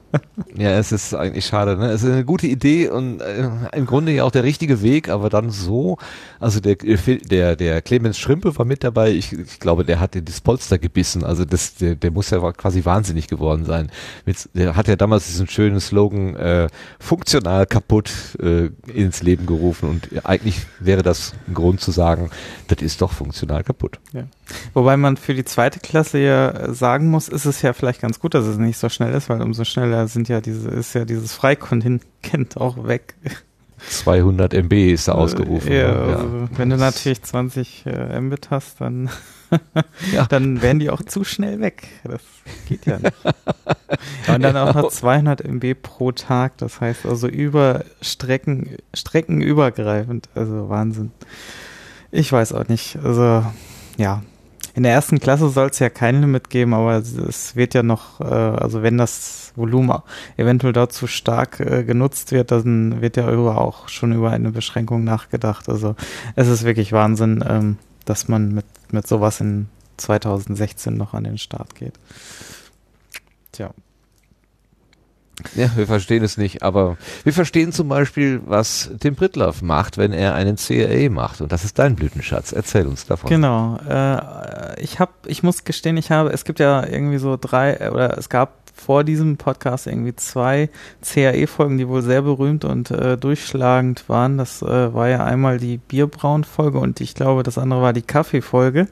Ja, es ist eigentlich schade, ne? Es ist eine gute Idee und äh, im Grunde ja auch der richtige Weg, aber dann so, also der der der Clemens Schrimpe war mit dabei, ich, ich glaube, der hat in das Polster gebissen, also das der, der muss ja quasi wahnsinnig geworden sein. Mit, der hat ja damals diesen schönen Slogan äh, funktional kaputt äh, ins Leben gerufen und eigentlich wäre das ein Grund zu sagen, das ist doch funktional kaputt. Ja. Wobei man für die zweite Klasse ja sagen muss, ist es ja vielleicht ganz gut, dass es nicht so schnell ist, weil umso schneller sind ja diese, ist ja dieses Freikontingent auch weg. zweihundert Megabyte ist da ausgerufen. Ja, ne? also ja. Wenn du natürlich zwanzig äh, Mbit hast, dann, ja. dann werden die auch zu schnell weg. Das geht ja nicht. Und dann auch noch zweihundert Megabyte pro Tag, das heißt also über Strecken, streckenübergreifend, also Wahnsinn. Ich weiß auch nicht, also ja. In der ersten Klasse soll es ja kein Limit geben, aber es wird ja noch, äh, also wenn das Volumen eventuell dort zu stark äh, genutzt wird, dann wird ja auch schon über eine Beschränkung nachgedacht. Also es ist wirklich Wahnsinn, ähm, dass man mit, mit sowas in zweitausendsechzehn noch an den Start geht. Tja. Ja, wir verstehen es nicht, aber wir verstehen zum Beispiel, was Tim Pritlove macht, wenn er einen C R A macht. Und das ist dein Blütenschatz. Erzähl uns davon. Genau. Äh, ich hab, ich muss gestehen, ich habe, es gibt ja irgendwie so drei, oder es gab vor diesem Podcast irgendwie zwei C R A-Folgen, die wohl sehr berühmt und äh, durchschlagend waren. Das äh, war ja einmal die Bierbrauen-Folge und ich glaube, das andere war die Kaffee-Folge.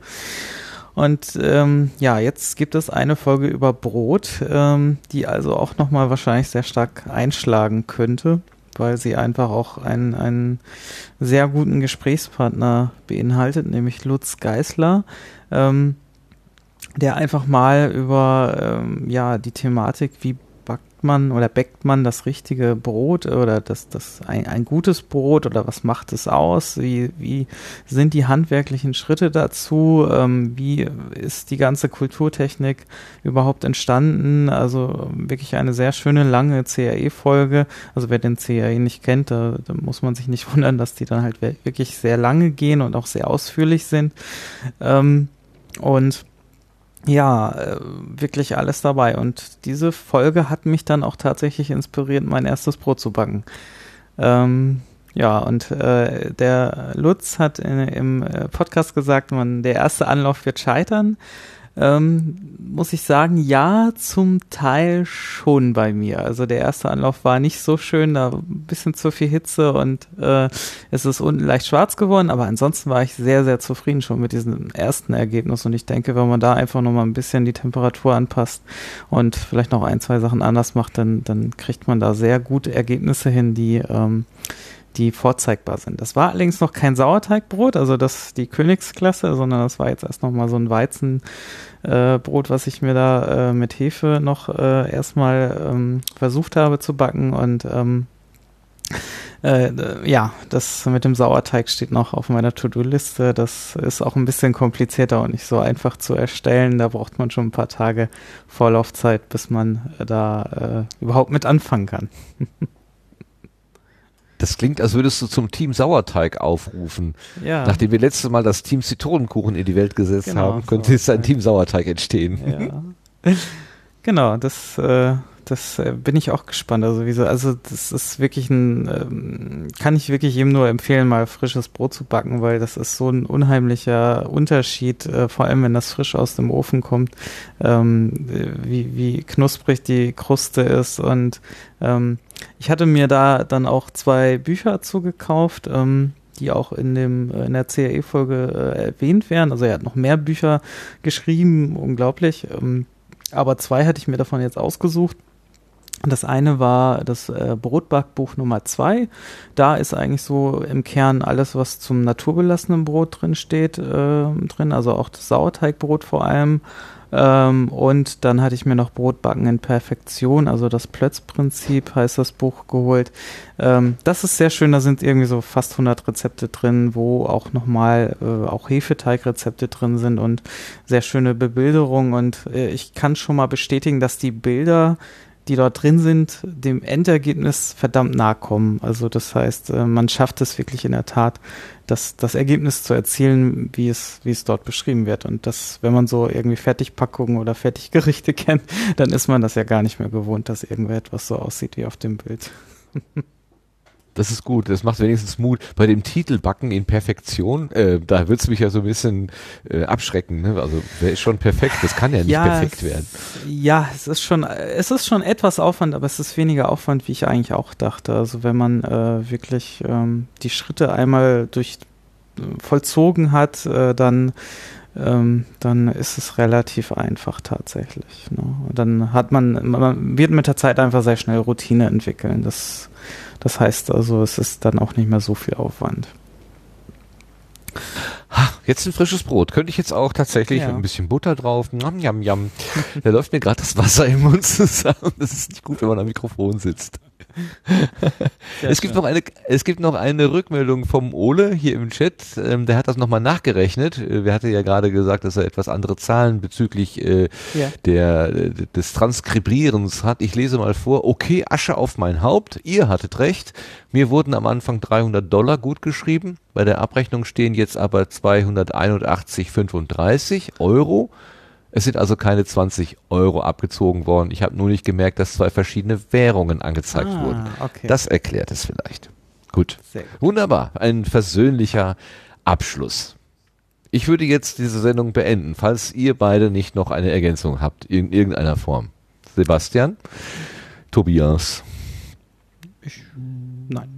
Und ähm, ja, jetzt gibt es eine Folge über Brot, ähm, die also auch nochmal wahrscheinlich sehr stark einschlagen könnte, weil sie einfach auch einen, einen sehr guten Gesprächspartner beinhaltet, nämlich Lutz Geisler, ähm, der einfach mal über ähm, ja die Thematik, wie backt man oder bäckt man das richtige Brot oder das, das ein, ein gutes Brot oder was macht es aus, wie, wie sind die handwerklichen Schritte dazu, ähm, wie ist die ganze Kulturtechnik überhaupt entstanden, also wirklich eine sehr schöne lange C R E-Folge, also wer den C R E nicht kennt, da, da muss man sich nicht wundern, dass die dann halt wirklich sehr lange gehen und auch sehr ausführlich sind, ähm, und ja, äh, wirklich alles dabei. Und diese Folge hat mich dann auch tatsächlich inspiriert, mein erstes Brot zu backen. Ähm, ja, und äh, der Lutz hat in, im Podcast gesagt, man, der erste Anlauf wird scheitern. Ähm, muss ich sagen, ja, zum Teil schon bei mir. Also der erste Anlauf war nicht so schön, da ein bisschen zu viel Hitze und äh, es ist unten leicht schwarz geworden, aber ansonsten war ich sehr, sehr zufrieden schon mit diesem ersten Ergebnis und ich denke, wenn man da einfach nochmal ein bisschen die Temperatur anpasst und vielleicht noch ein, zwei Sachen anders macht, dann, dann kriegt man da sehr gute Ergebnisse hin, die ähm, die vorzeigbar sind. Das war allerdings noch kein Sauerteigbrot, also das die Königsklasse, sondern das war jetzt erst nochmal so ein Weizenbrot, äh, was ich mir da äh, mit Hefe noch äh, erstmal ähm, versucht habe zu backen und ähm, äh, ja, das mit dem Sauerteig steht noch auf meiner To-Do-Liste. Das ist auch ein bisschen komplizierter und nicht so einfach zu erstellen. Da braucht man schon ein paar Tage Vorlaufzeit, bis man äh, da äh, überhaupt mit anfangen kann. Das klingt, als würdest du zum Team Sauerteig aufrufen. Ja. Nachdem wir letztes Mal das Team Zitronenkuchen in die Welt gesetzt genau, haben, könnte jetzt ein Team Sauerteig entstehen. Ja. Genau, das, äh, das äh, bin ich auch gespannt. Also, wie so, also das ist wirklich ein, ähm, kann ich wirklich jedem nur empfehlen, mal frisches Brot zu backen, weil das ist so ein unheimlicher Unterschied, äh, vor allem wenn das frisch aus dem Ofen kommt, ähm, wie, wie knusprig die Kruste ist und ähm, ich hatte mir da dann auch zwei Bücher zugekauft, ähm, die auch in dem in der C R E-Folge äh, erwähnt werden. Also er hat noch mehr Bücher geschrieben, unglaublich. Ähm, aber zwei hatte ich mir davon jetzt ausgesucht. Das eine war das äh, Brotbackbuch Nummer zwei. Da ist eigentlich so im Kern alles, was zum naturbelassenen Brot drin steht, äh, drin. Also auch das Sauerteigbrot vor allem. Ähm, und dann hatte ich mir noch Brotbacken in Perfektion, also das Plötz-Prinzip heißt das Buch, geholt. Ähm, das ist sehr schön, da sind irgendwie so fast hundert Rezepte drin, wo auch nochmal äh, auch Hefeteigrezepte drin sind und sehr schöne Bebilderungen und äh, ich kann schon mal bestätigen, dass die Bilder, die dort drin sind, dem Endergebnis verdammt nahe kommen. Also das heißt, äh, man schafft es wirklich in der Tat, das, das Ergebnis zu erzielen, wie es, wie es dort beschrieben wird. Und das, wenn man so irgendwie Fertigpackungen oder Fertiggerichte kennt, dann ist man das ja gar nicht mehr gewohnt, dass irgendetwas so aussieht wie auf dem Bild. Das ist gut, das macht wenigstens Mut. Bei dem Titel Backen in Perfektion, äh, da wird es mich ja so ein bisschen äh, abschrecken. Ne? Also wer ist schon perfekt? Das kann ja nicht ja, perfekt es, werden. Ja, es ist schon, es ist schon etwas Aufwand, aber es ist weniger Aufwand, wie ich eigentlich auch dachte. Also wenn man äh, wirklich ähm, die Schritte einmal durch äh, vollzogen hat, äh, dann ähm, dann ist es relativ einfach tatsächlich. Ne? Und dann hat man, man wird mit der Zeit einfach sehr schnell Routine entwickeln. Das Das heißt also, es ist dann auch nicht mehr so viel Aufwand. Ha, jetzt ein frisches Brot. Könnte ich jetzt auch tatsächlich ja. ein bisschen Butter drauf. Njam, njam, njam. Da läuft mir gerade das Wasser im Mund zusammen. Das ist nicht gut, wenn man am Mikrofon sitzt. Es gibt, noch eine, es gibt noch eine Rückmeldung vom Ole hier im Chat. Ähm, der hat das nochmal nachgerechnet. Wir hatten ja gerade gesagt, dass er etwas andere Zahlen bezüglich äh, ja. der, des Transkribierens hat. Ich lese mal vor. Okay, Asche auf mein Haupt. Ihr hattet recht. Mir wurden am Anfang dreihundert Dollar gut geschrieben. Bei der Abrechnung stehen jetzt aber zweihunderteinundachtzig Komma fünfunddreißig Euro. Es sind also keine zwanzig Euro abgezogen worden. Ich habe nur nicht gemerkt, dass zwei verschiedene Währungen angezeigt ah, wurden. Okay. Das erklärt es vielleicht. Gut. Sehr gut. Wunderbar. Ein versöhnlicher Abschluss. Ich würde jetzt diese Sendung beenden, falls ihr beide nicht noch eine Ergänzung habt in irgendeiner Form. Sebastian? Tobias? Ich, nein.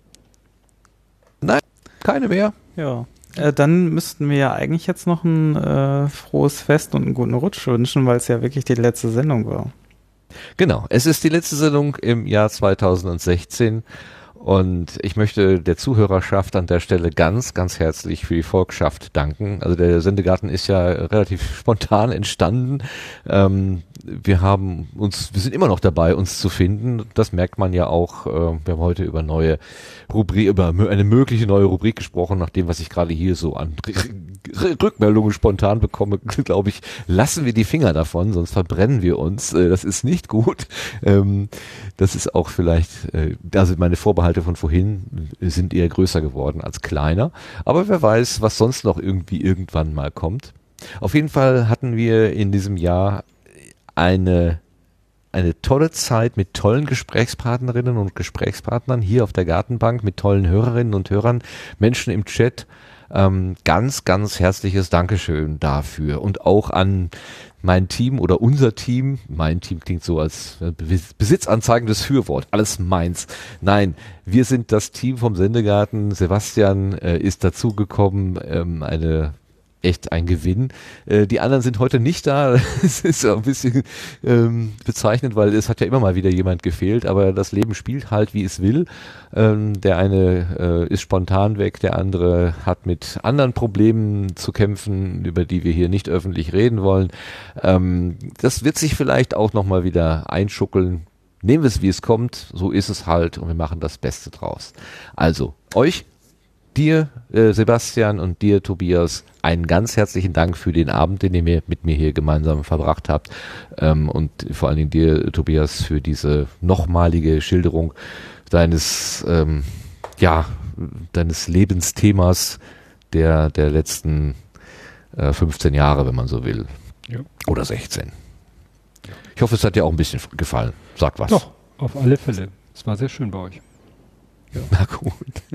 Nein, keine mehr. Ja. Äh, dann müssten wir ja eigentlich jetzt noch ein äh, frohes Fest und einen guten Rutsch wünschen, weil es ja wirklich die letzte Sendung war. Genau, es ist die letzte Sendung im Jahr zweitausendsechzehn und ich möchte der Zuhörerschaft an der Stelle ganz, ganz herzlich für die Volkschaft danken. Also der Sendegarten ist ja relativ spontan entstanden. Ähm, wir haben uns, wir sind immer noch dabei, uns zu finden. Das merkt man ja auch. Äh, wir haben heute über neue Rubrik, über eine mögliche neue Rubrik gesprochen, nach dem, was ich gerade hier so an Rückmeldungen spontan bekomme, glaube ich, lassen wir die Finger davon, sonst verbrennen wir uns. Äh, das ist nicht gut. Ähm, das ist auch vielleicht, äh, also meine Vorbehalte von vorhin sind eher größer geworden als kleiner. Aber wer weiß, was sonst noch irgendwie irgendwann mal kommt. Auf jeden Fall hatten wir in diesem Jahr eine eine tolle Zeit mit tollen Gesprächspartnerinnen und Gesprächspartnern hier auf der Gartenbank, mit tollen Hörerinnen und Hörern, Menschen im Chat. Ähm, ganz, ganz herzliches Dankeschön dafür und auch an mein Team oder unser Team. Mein Team klingt so als besitzanzeigendes Fürwort, alles meins. Nein, wir sind das Team vom Sendegarten. Sebastian äh, ist dazugekommen, ähm, eine echt ein Gewinn. Äh, die anderen sind heute nicht da. Es ist ein bisschen ähm, bezeichnend, weil es hat ja immer mal wieder jemand gefehlt, aber das Leben spielt halt, wie es will. Ähm, der eine äh, ist spontan weg, der andere hat mit anderen Problemen zu kämpfen, über die wir hier nicht öffentlich reden wollen. Ähm, das wird sich vielleicht auch nochmal wieder einschuckeln. Nehmen wir es, wie es kommt. So ist es halt und wir machen das Beste draus. Also, euch dir, äh, Sebastian, und dir, Tobias, einen ganz herzlichen Dank für den Abend, den ihr mir, mit mir hier gemeinsam verbracht habt. Ähm, und vor allen Dingen dir, Tobias, für diese nochmalige Schilderung deines, ähm, ja, deines Lebensthemas der, der letzten äh, fünfzehn Jahre, wenn man so will. Ja. Oder sechzehn. Ich hoffe, es hat dir auch ein bisschen gefallen. Sag was. Doch, auf alle Fälle. Es war sehr schön bei euch. Ja. Na gut.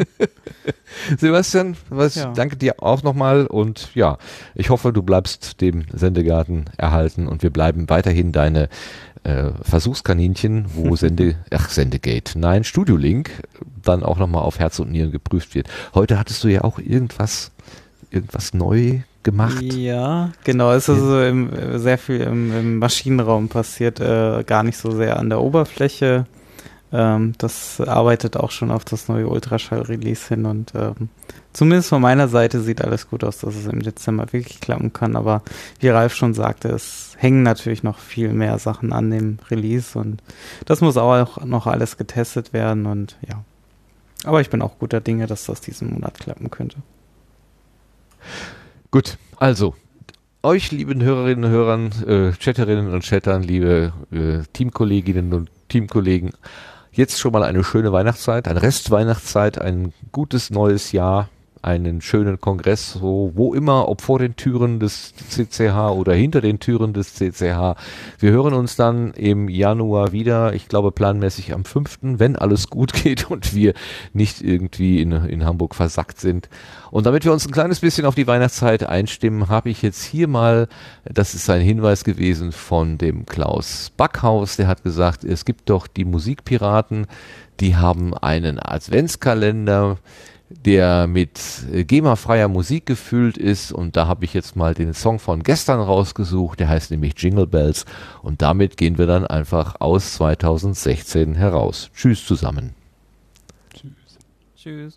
Sebastian, was, ja. danke dir auch nochmal und ja, ich hoffe, du bleibst dem Sendegarten erhalten und wir bleiben weiterhin deine äh, Versuchskaninchen, wo Sende, ach Sendegate, nein, Studio Link dann auch nochmal auf Herz und Nieren geprüft wird. Heute hattest du ja auch irgendwas, irgendwas neu gemacht. Ja, genau, es ist so im, sehr viel im, im Maschinenraum passiert, äh, gar nicht so sehr an der Oberfläche. Das arbeitet auch schon auf das neue Ultraschall-Release hin und ähm, zumindest von meiner Seite sieht alles gut aus, dass es im Dezember wirklich klappen kann, aber wie Ralf schon sagte, es hängen natürlich noch viel mehr Sachen an dem Release und das muss auch noch alles getestet werden und ja, aber ich bin auch guter Dinge, dass das diesen Monat klappen könnte. Gut, also euch, lieben Hörerinnen und Hörern, äh, Chatterinnen und Chattern, liebe äh, Teamkolleginnen und Teamkollegen, jetzt schon mal eine schöne Weihnachtszeit, eine Restweihnachtszeit, ein gutes neues Jahr, einen schönen Kongress, so, wo immer, ob vor den Türen des C C H oder hinter den Türen des C C H. Wir hören uns dann im Januar wieder, ich glaube planmäßig am fünften, wenn alles gut geht und wir nicht irgendwie in, in Hamburg versackt sind. Und damit wir uns ein kleines bisschen auf die Weihnachtszeit einstimmen, habe ich jetzt hier mal, das ist ein Hinweis gewesen von dem Klaus Backhaus, der hat gesagt, es gibt doch die Musikpiraten, die haben einen Adventskalender, der mit GEMA-freier Musik gefüllt ist, und da habe ich jetzt mal den Song von gestern rausgesucht, der heißt nämlich Jingle Bells, und damit gehen wir dann einfach aus zweitausendsechzehn heraus. Tschüss zusammen. Tschüss. Tschüss.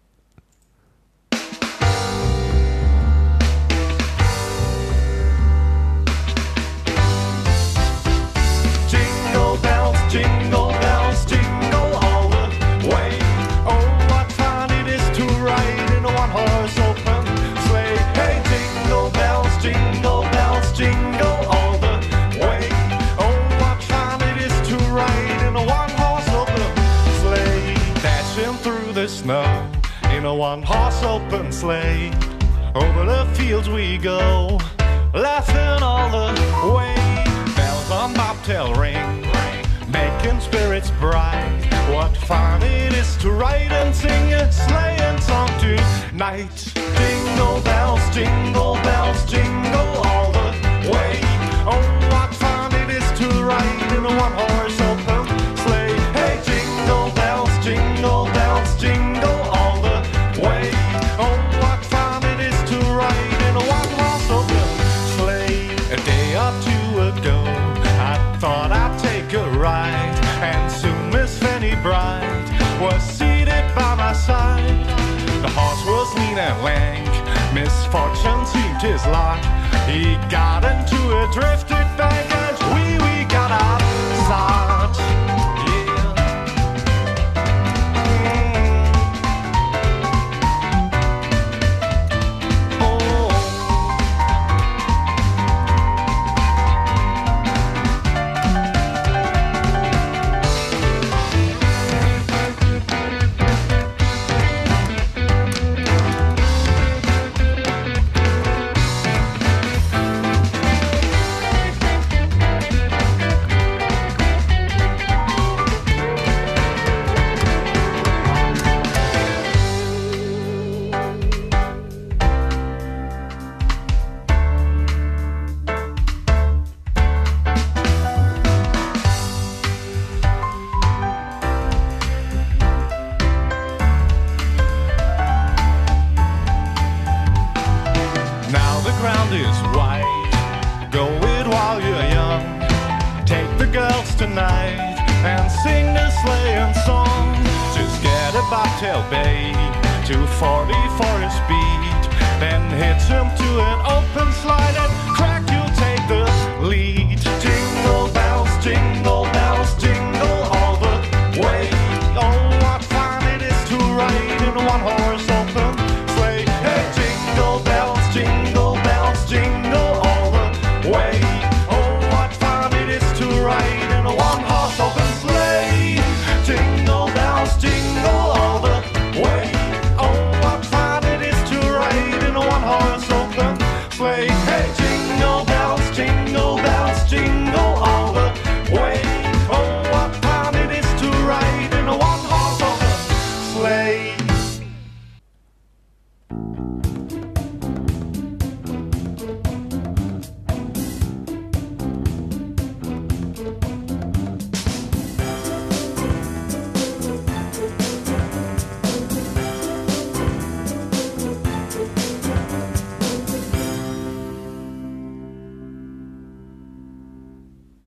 Jingle bells, jingle bells, jingle all the way. Horse open sleigh. Hey, jingle bells, jingle bells, jingle all the way. Oh, what fun it is to ride in a one-horse open sleigh. Dashing through the snow in a one-horse open sleigh. Over the fields we go, laughing all the way. Bells on bobtail ring, making spirits bright. What fun it is to ride and sing a sleighing song tonight. Jingle bells, jingle bells, jingle all the way. Oh, what fun it is to ride in a one-horse open sleigh. Hey, jingle bells, jingle bells, jingle all the way. Oh, what fun it is to ride in a one-horse open sleigh. A day or two ago, I thought I'd take a ride, and soon Miss Fanny Bright was seated by my side. The horse was lean and lank, misfortune seemed his lot. He got into a drifted bank and we, we got outside. Yeah. Mm. Oh. Bobtail Bay, two forty for his speed, then hits him to an open